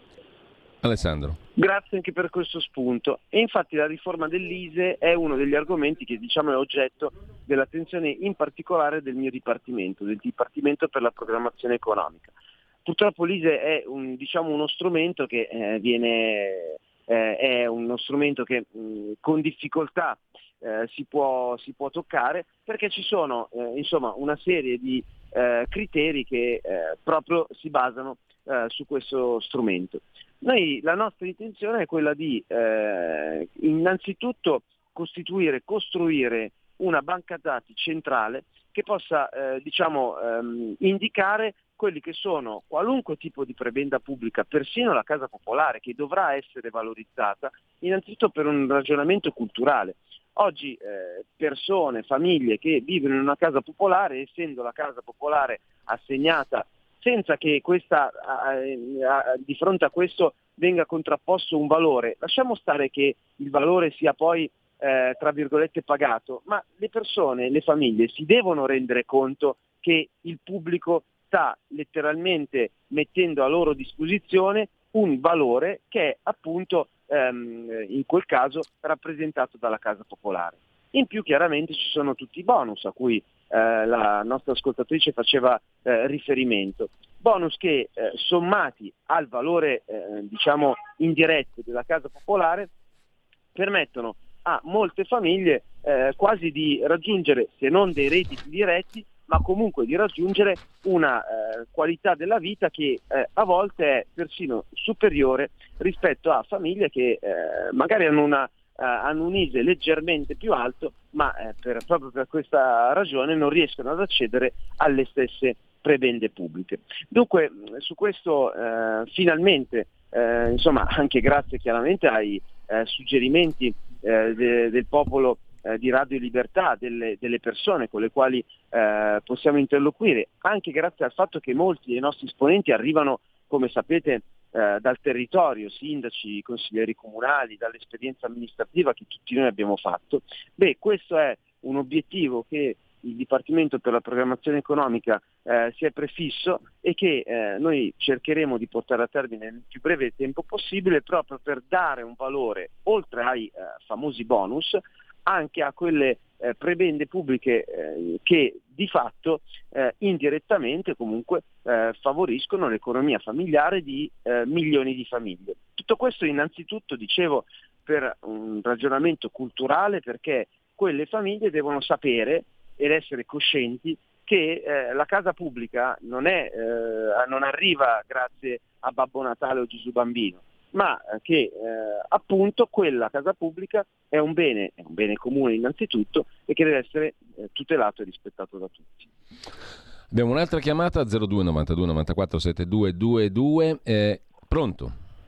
Alessandro. Grazie anche per questo spunto. E infatti la riforma dell'I S E E è uno degli argomenti che diciamo è oggetto dell'attenzione in particolare del mio dipartimento, del Dipartimento per la Programmazione Economica. Purtroppo l'I S E E è un, diciamo, uno strumento che eh, viene eh, è uno strumento che mh, con difficoltà eh, si può, si può toccare, perché ci sono eh, insomma una serie di eh, criteri che eh, proprio si basano eh, su questo strumento. Noi, la nostra intenzione è quella di eh, innanzitutto costituire, costruire una banca dati centrale che possa eh, diciamo ehm, indicare quelli che sono qualunque tipo di prebenda pubblica, persino la casa popolare, che dovrà essere valorizzata innanzitutto per un ragionamento culturale. Oggi eh, persone, famiglie che vivono in una casa popolare, essendo la casa popolare assegnata senza che questa, eh, eh, di fronte a questo venga contrapposto un valore, lasciamo stare che il valore sia poi eh, tra virgolette pagato, ma le persone, le famiglie si devono rendere conto che il pubblico sta letteralmente mettendo a loro disposizione un valore che è appunto ehm, in quel caso rappresentato dalla casa popolare. In più chiaramente ci sono tutti i bonus a cui eh, la nostra ascoltatrice faceva eh, riferimento, bonus che eh, sommati al valore eh, diciamo indiretto della casa popolare permettono a molte famiglie eh, quasi di raggiungere, se non dei redditi diretti, ma comunque di raggiungere una eh, qualità della vita che eh, a volte è persino superiore rispetto a famiglie che eh, magari hanno una Uh, hanno un I S E E leggermente più alto, ma eh, per, proprio per questa ragione non riescono ad accedere alle stesse prebende pubbliche. Dunque su questo eh, finalmente, eh, insomma anche grazie chiaramente ai eh, suggerimenti eh, de, del popolo eh, di Radio Libertà, delle, delle persone con le quali eh, possiamo interloquire, anche grazie al fatto che molti dei nostri esponenti arrivano, come sapete, Eh, dal territorio, sindaci, consiglieri comunali, dall'esperienza amministrativa che tutti noi abbiamo fatto, beh, questo è un obiettivo che il Dipartimento per la Programmazione Economica eh, si è prefisso e che eh, noi cercheremo di portare a termine nel più breve tempo possibile, proprio per dare un valore, oltre ai eh, famosi bonus, anche a quelle eh, prebende pubbliche eh, che di fatto eh, indirettamente comunque eh, favoriscono l'economia familiare di eh, milioni di famiglie. Tutto questo innanzitutto, dicevo, per un ragionamento culturale, perché quelle famiglie devono sapere ed essere coscienti che eh, la casa pubblica non, è, eh, non arriva grazie a Babbo Natale o Gesù Bambino, ma che eh, appunto quella casa pubblica è un bene, è un bene comune innanzitutto e che deve essere eh, tutelato e rispettato da tutti. Abbiamo un'altra chiamata, zero due novantadue novantaquattro settantadue ventidue, eh, pronto?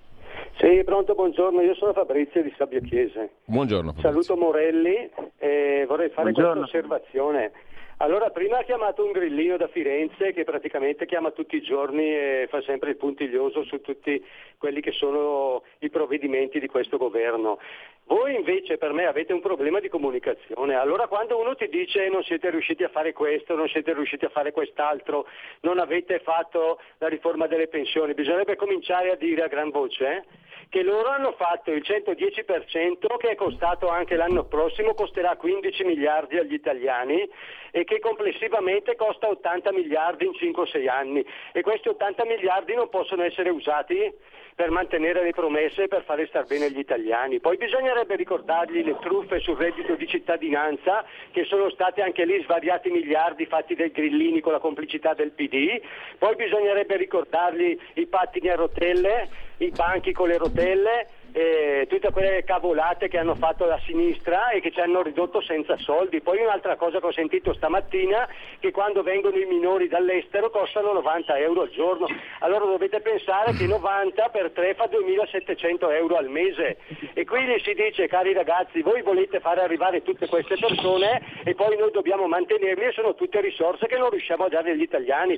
Sì, pronto, buongiorno, io sono Fabrizio di Sabbio Chiese. Buongiorno Fabrizio. Saluto Morelli e vorrei fare Buongiorno. questa osservazione. Allora, prima ha chiamato un grillino da Firenze che praticamente chiama tutti i giorni e fa sempre il puntiglioso su tutti quelli che sono i provvedimenti di questo governo. Voi invece per me avete un problema di comunicazione. Allora quando uno ti dice non siete riusciti a fare questo, non siete riusciti a fare quest'altro, non avete fatto la riforma delle pensioni, bisognerebbe cominciare a dire a gran voce eh, che loro hanno fatto il centodieci per cento che è costato anche l'anno prossimo, costerà quindici miliardi agli italiani e che complessivamente costa ottanta miliardi in cinque o sei anni e questi ottanta miliardi non possono essere usati per mantenere le promesse e per fare star bene gli italiani. Poi bisognerebbe ricordargli le truffe sul reddito di cittadinanza che sono state anche lì svariati miliardi fatti dai grillini con la complicità del P D, poi bisognerebbe ricordargli i pattini a rotelle, i banchi con le rotelle, eh, tutte quelle cavolate che hanno fatto la sinistra e che ci hanno ridotto senza soldi. Poi un'altra cosa che ho sentito stamattina, che quando vengono i minori dall'estero costano novanta euro al giorno. Allora dovete pensare che novanta per tre fa duemilasettecento euro al mese, e quindi si dice: cari ragazzi, voi volete fare arrivare tutte queste persone e poi noi dobbiamo mantenerli, e sono tutte risorse che non riusciamo a dare agli italiani.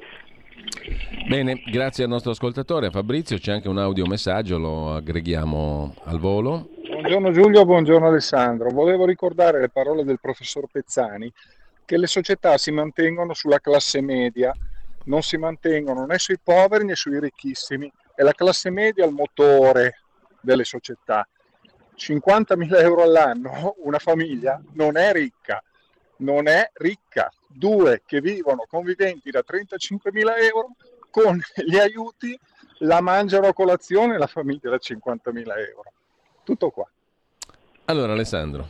Bene, grazie al nostro ascoltatore, a Fabrizio. C'è anche un audiomessaggio, lo aggreghiamo al volo. Buongiorno Giulio, buongiorno Alessandro. Volevo ricordare le parole del professor Pezzani, che le società si mantengono sulla classe media, non si mantengono né sui poveri né sui ricchissimi. È la classe media il motore delle società. cinquantamila euro all'anno, una famiglia non è ricca, non è ricca. Due che vivono conviventi da trentacinquemila euro, con gli aiuti la mangiano a colazione la famiglia da cinquantamila euro. Tutto qua. Allora Alessandro.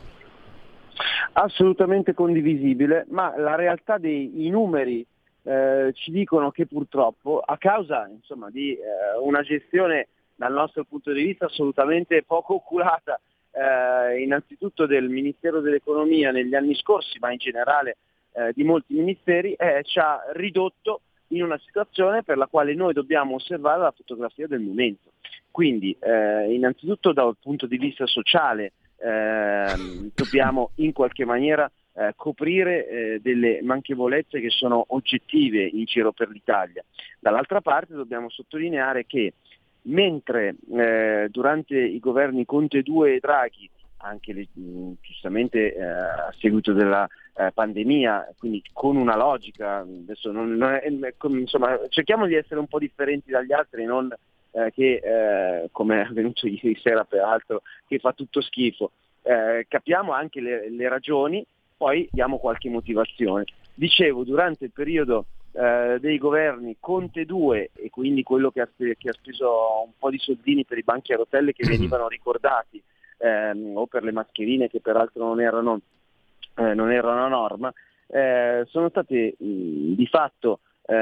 Assolutamente condivisibile, ma la realtà dei i numeri eh, ci dicono che purtroppo, a causa insomma di eh, una gestione dal nostro punto di vista assolutamente poco oculata, eh, innanzitutto del Ministero dell'Economia negli anni scorsi, ma in generale eh, di molti ministeri, eh, ci ha ridotto in una situazione per la quale noi dobbiamo osservare la fotografia del momento. Quindi eh, innanzitutto dal punto di vista sociale eh, dobbiamo in qualche maniera eh, coprire eh, delle manchevolezze che sono oggettive in giro per l'Italia. Dall'altra parte dobbiamo sottolineare che mentre eh, durante i governi Conte due e Draghi, anche le, giustamente eh, a seguito della eh, pandemia, quindi con una logica, adesso non, non è, insomma cerchiamo di essere un po' differenti dagli altri, non eh, che eh, come è avvenuto ieri sera peraltro, che fa tutto schifo, eh, capiamo anche le, le ragioni, poi diamo qualche motivazione. Dicevo, durante il periodo eh, dei governi Conte due, e quindi quello che ha, che ha speso un po' di soldini per i banchi a rotelle che venivano ricordati, ehm, o per le mascherine che peraltro non erano, eh, non erano a norma, eh, sono state mh, di fatto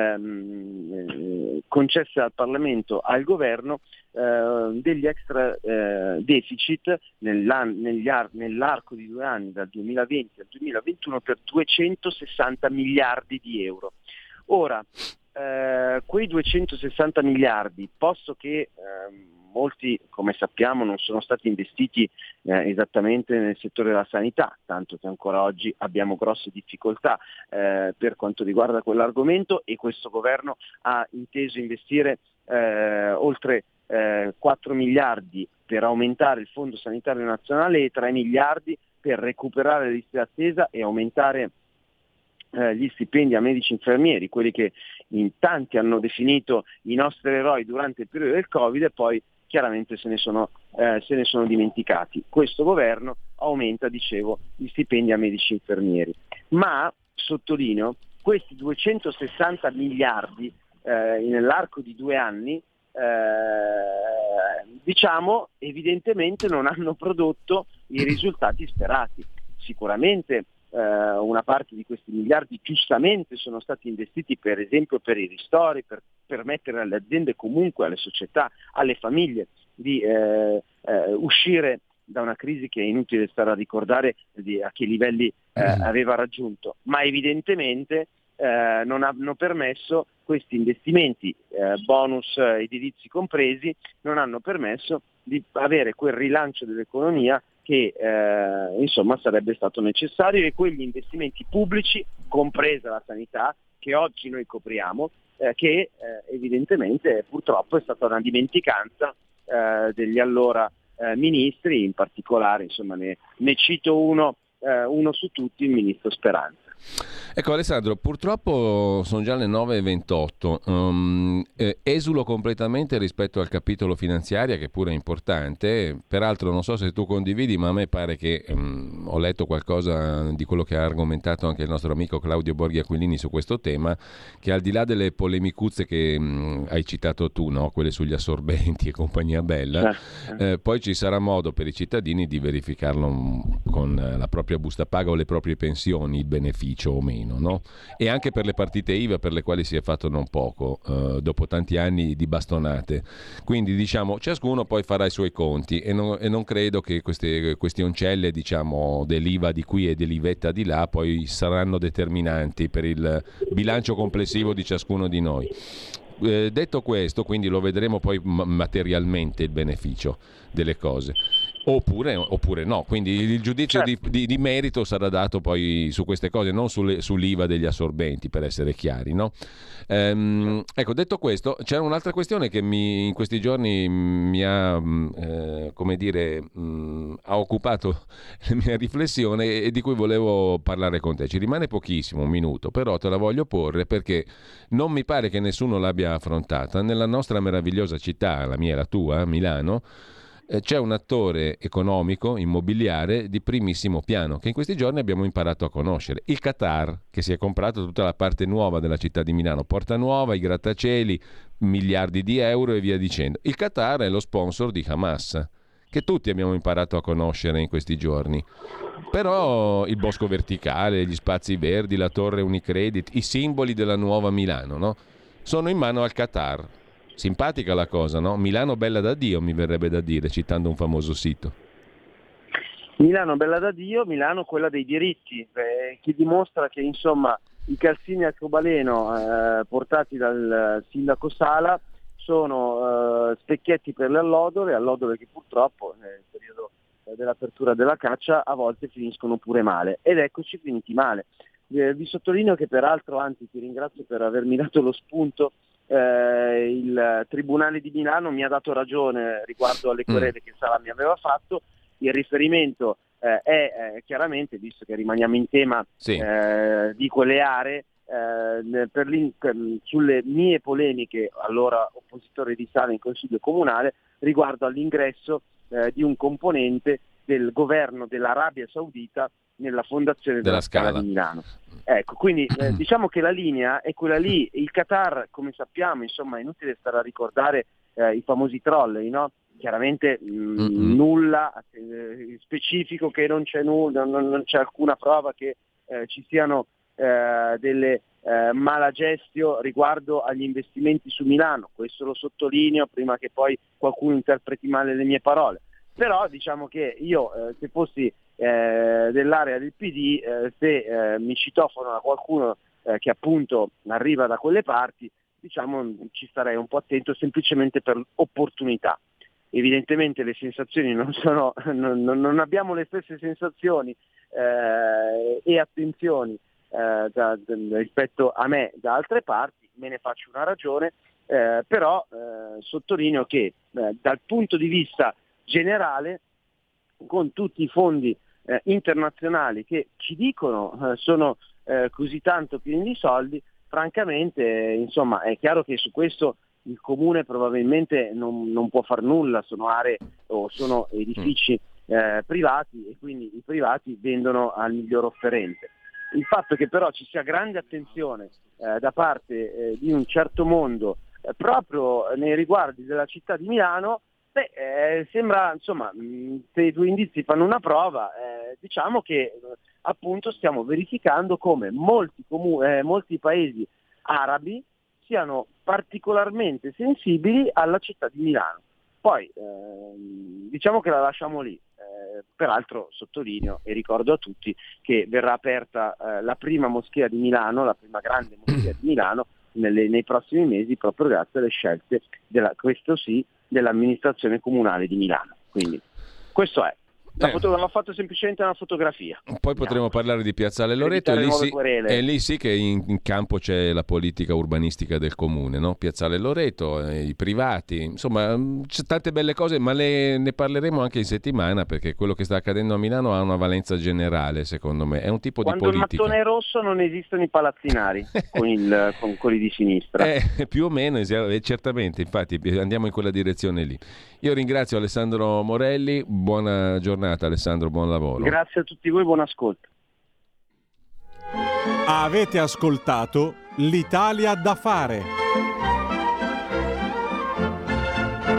ehm, concesse al Parlamento, al governo, eh, degli extra eh, deficit negli ar- nell'arco di due anni, dal duemilaventi al duemilaventuno, per duecentosessanta miliardi di euro. Ora, eh, quei duecentosessanta miliardi, posto che eh, molti, come sappiamo, non sono stati investiti eh, esattamente nel settore della sanità, tanto che ancora oggi abbiamo grosse difficoltà eh, per quanto riguarda quell'argomento, e questo governo ha inteso investire eh, oltre eh, quattro miliardi per aumentare il Fondo Sanitario Nazionale e tre miliardi per recuperare le liste d'attesa e aumentare gli stipendi a medici e infermieri, quelli che in tanti hanno definito i nostri eroi durante il periodo del Covid e poi chiaramente se ne sono, eh, se ne sono dimenticati. Questo governo aumenta, dicevo, gli stipendi a medici e infermieri. Ma, sottolineo, questi duecentosessanta miliardi eh, nell'arco di due anni, eh, diciamo, evidentemente non hanno prodotto i risultati sperati. Sicuramente una parte di questi miliardi giustamente sono stati investiti per esempio per i ristori, per permettere alle aziende, comunque alle società, alle famiglie di eh, eh, uscire da una crisi che è inutile stare a ricordare di a che livelli eh, aveva raggiunto, ma evidentemente eh, non hanno permesso, questi investimenti, eh, bonus edilizi compresi, non hanno permesso di avere quel rilancio dell'economia che eh, insomma sarebbe stato necessario, e quegli investimenti pubblici, compresa la sanità, che oggi noi copriamo, eh, che eh, evidentemente purtroppo è stata una dimenticanza eh, degli allora eh, ministri, in particolare insomma ne, ne cito uno, eh, uno su tutti, il ministro Speranza. Ecco Alessandro, purtroppo sono già le nove e ventotto, um, eh, esulo completamente rispetto al capitolo finanziaria, che pure è importante. Peraltro non so se tu condividi, ma a me pare che um, ho letto qualcosa di quello che ha argomentato anche il nostro amico Claudio Borghi Aquilini su questo tema, che al di là delle polemicuzze che um, hai citato tu, no? Quelle sugli assorbenti e compagnia bella, eh, poi ci sarà modo per i cittadini di verificarlo um, con la propria busta paga o le proprie pensioni, il beneficio beneficio o meno, no? E anche per le partite I V A, per le quali si è fatto non poco eh, dopo tanti anni di bastonate. Quindi diciamo ciascuno poi farà i suoi conti e non, e non credo che queste questioncelle, diciamo, dell'I V A di qui e dell'Ivetta di là poi saranno determinanti per il bilancio complessivo di ciascuno di noi. Eh, detto questo, quindi lo vedremo poi ma- materialmente il beneficio delle cose. Oppure, oppure no, quindi il giudizio certo. di, di, di merito sarà dato poi su queste cose, non sulle, sull'I V A degli assorbenti, per essere chiari, no? Ehm, ecco, detto questo, c'è un'altra questione che mi, in questi giorni mi ha, eh, come dire, mh, ha occupato la mia riflessione e di cui volevo parlare con te. Ci rimane pochissimo, un minuto, però te la voglio porre perché non mi pare che nessuno l'abbia affrontata. Nella nostra meravigliosa città, la mia e la tua, Milano, c'è un attore economico, immobiliare di primissimo piano che in questi giorni abbiamo imparato a conoscere, il Qatar, che si è comprato tutta la parte nuova della città di Milano, Porta Nuova, i grattacieli, miliardi di euro e via dicendo. Il Qatar è lo sponsor di Hamas, che tutti abbiamo imparato a conoscere in questi giorni. Però il bosco verticale, gli spazi verdi, la torre Unicredit, i simboli della nuova Milano, no? Sono in mano al Qatar. Simpatica la cosa, no? Milano bella da Dio, mi verrebbe da dire, citando un famoso sito. Milano bella da Dio, Milano quella dei diritti, eh, che dimostra che insomma i calzini arcobaleno eh, portati dal sindaco Sala sono eh, specchietti per le allodole, allodole che purtroppo nel periodo eh, dell'apertura della caccia a volte finiscono pure male, ed eccoci finiti male. Eh, vi sottolineo che peraltro, anzi ti ringrazio per avermi dato lo spunto, Eh, il Tribunale di Milano mi ha dato ragione riguardo alle querele mm. che Sala mi aveva fatto. Il riferimento eh, è eh, chiaramente, visto che rimaniamo in tema sì. eh, di quelle aree, eh, per per, sulle mie polemiche, allora oppositore di Sala in Consiglio Comunale, riguardo all'ingresso eh, di un componente del governo dell'Arabia Saudita nella fondazione della, della Scala. Scala di Milano. Ecco, quindi eh, diciamo che la linea è quella lì. Il Qatar, come sappiamo, insomma, è inutile stare a ricordare eh, i famosi trolley, no? Chiaramente mh, mm-hmm. nulla eh, specifico, che non c'è nulla, non, non c'è alcuna prova che eh, ci siano eh, delle eh, malagestio riguardo agli investimenti su Milano. Questo lo sottolineo prima che poi qualcuno interpreti male le mie parole. Però diciamo che io, eh, se fossi eh, dell'area del P D, eh, se eh, mi citofono a qualcuno eh, che appunto arriva da quelle parti, diciamo ci starei un po' attento, semplicemente per opportunità. Evidentemente le sensazioni non sono, non, non abbiamo le stesse sensazioni eh, e attenzioni eh, da, da, rispetto a me da altre parti, me ne faccio una ragione, eh, però eh, sottolineo che eh, dal punto di vista generale, con tutti i fondi eh, internazionali che ci dicono eh, sono eh, così tanto pieni di soldi, francamente eh, insomma è chiaro che su questo il comune probabilmente non, non può far nulla, sono aree o sono edifici eh, privati e quindi i privati vendono al miglior offerente. Il fatto che però ci sia grande attenzione eh, da parte eh, di un certo mondo eh, proprio nei riguardi della città di Milano, beh, eh, sembra, insomma, se i due indizi fanno una prova, eh, diciamo che eh, appunto stiamo verificando come molti, comu- eh, molti paesi arabi siano particolarmente sensibili alla città di Milano. Poi eh, diciamo che la lasciamo lì, eh, peraltro sottolineo e ricordo a tutti che verrà aperta eh, la prima moschea di Milano, la prima grande moschea di Milano nelle, nei prossimi mesi, proprio grazie alle scelte, della, questo sì, dell'amministrazione comunale di Milano. Quindi questo è. La foto- ho fatto semplicemente una fotografia. Poi potremo parlare di Piazzale Loreto e lì, sì, e lì sì che in, in campo c'è la politica urbanistica del comune, no? Piazzale Loreto, eh, i privati, insomma c'è tante belle cose, ma le, ne parleremo anche in settimana, perché quello che sta accadendo a Milano ha una valenza generale, secondo me, è un tipo Quando di politica. Quando il mattone è rosso non esistono i palazzinari con, il, con quelli di sinistra. Eh, più o meno, certamente, infatti andiamo in quella direzione lì. Io ringrazio Alessandro Morelli, buona giornata Alessandro, buon lavoro. Grazie a tutti voi, buon ascolto. Avete ascoltato l'Italia da fare.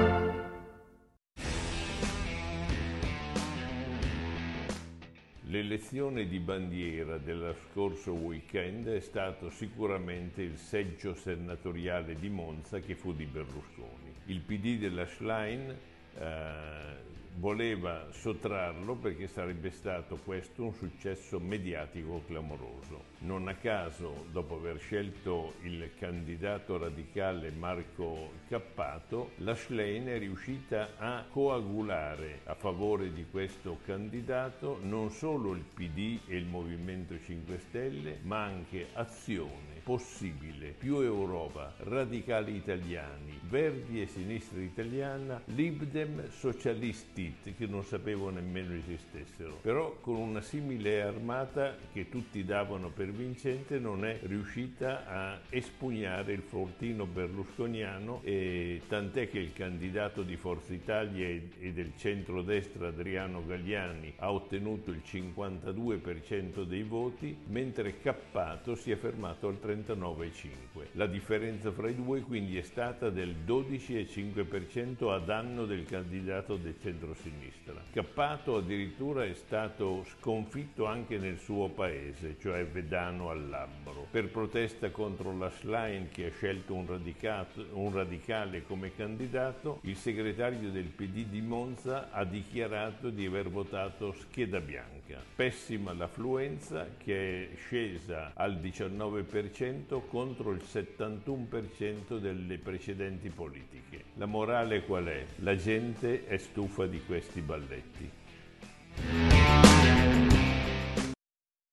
Le L'elezione di bandiera dello scorso weekend è stato sicuramente il seggio senatoriale di Monza che fu di Berlusconi. Il P D della Schlein eh, voleva sottrarlo perché sarebbe stato questo un successo mediatico clamoroso. Non a caso, dopo aver scelto il candidato radicale Marco Cappato, la Schlein è riuscita a coagulare a favore di questo candidato non solo il P D e il Movimento cinque Stelle, ma anche Azione, Possibile, Più Europa, Radicali Italiani, Verdi e Sinistra Italiana, Libdem, Socialisti che non sapevo nemmeno esistessero. Però con una simile armata che tutti davano per vincente non è riuscita a espugnare il fortino berlusconiano, e tant'è che il candidato di Forza Italia e del centrodestra Adriano Galliani ha ottenuto il cinquantadue per cento dei voti, mentre Cappato si è fermato al trentanove virgola cinque per cento. La differenza fra i due quindi è stata del dodici virgola cinque per cento a danno del candidato del centro sinistra. Cappato addirittura è stato sconfitto anche nel suo paese, cioè Vedano al Labbro. Per protesta contro la Schlein, che ha scelto un, un radicale come candidato, il segretario del P D di Monza ha dichiarato di aver votato scheda bianca. Pessima l'affluenza, che è scesa al diciannove per cento contro il settantuno per cento delle precedenti politiche. La morale qual è? La gente è stufa di questi balletti.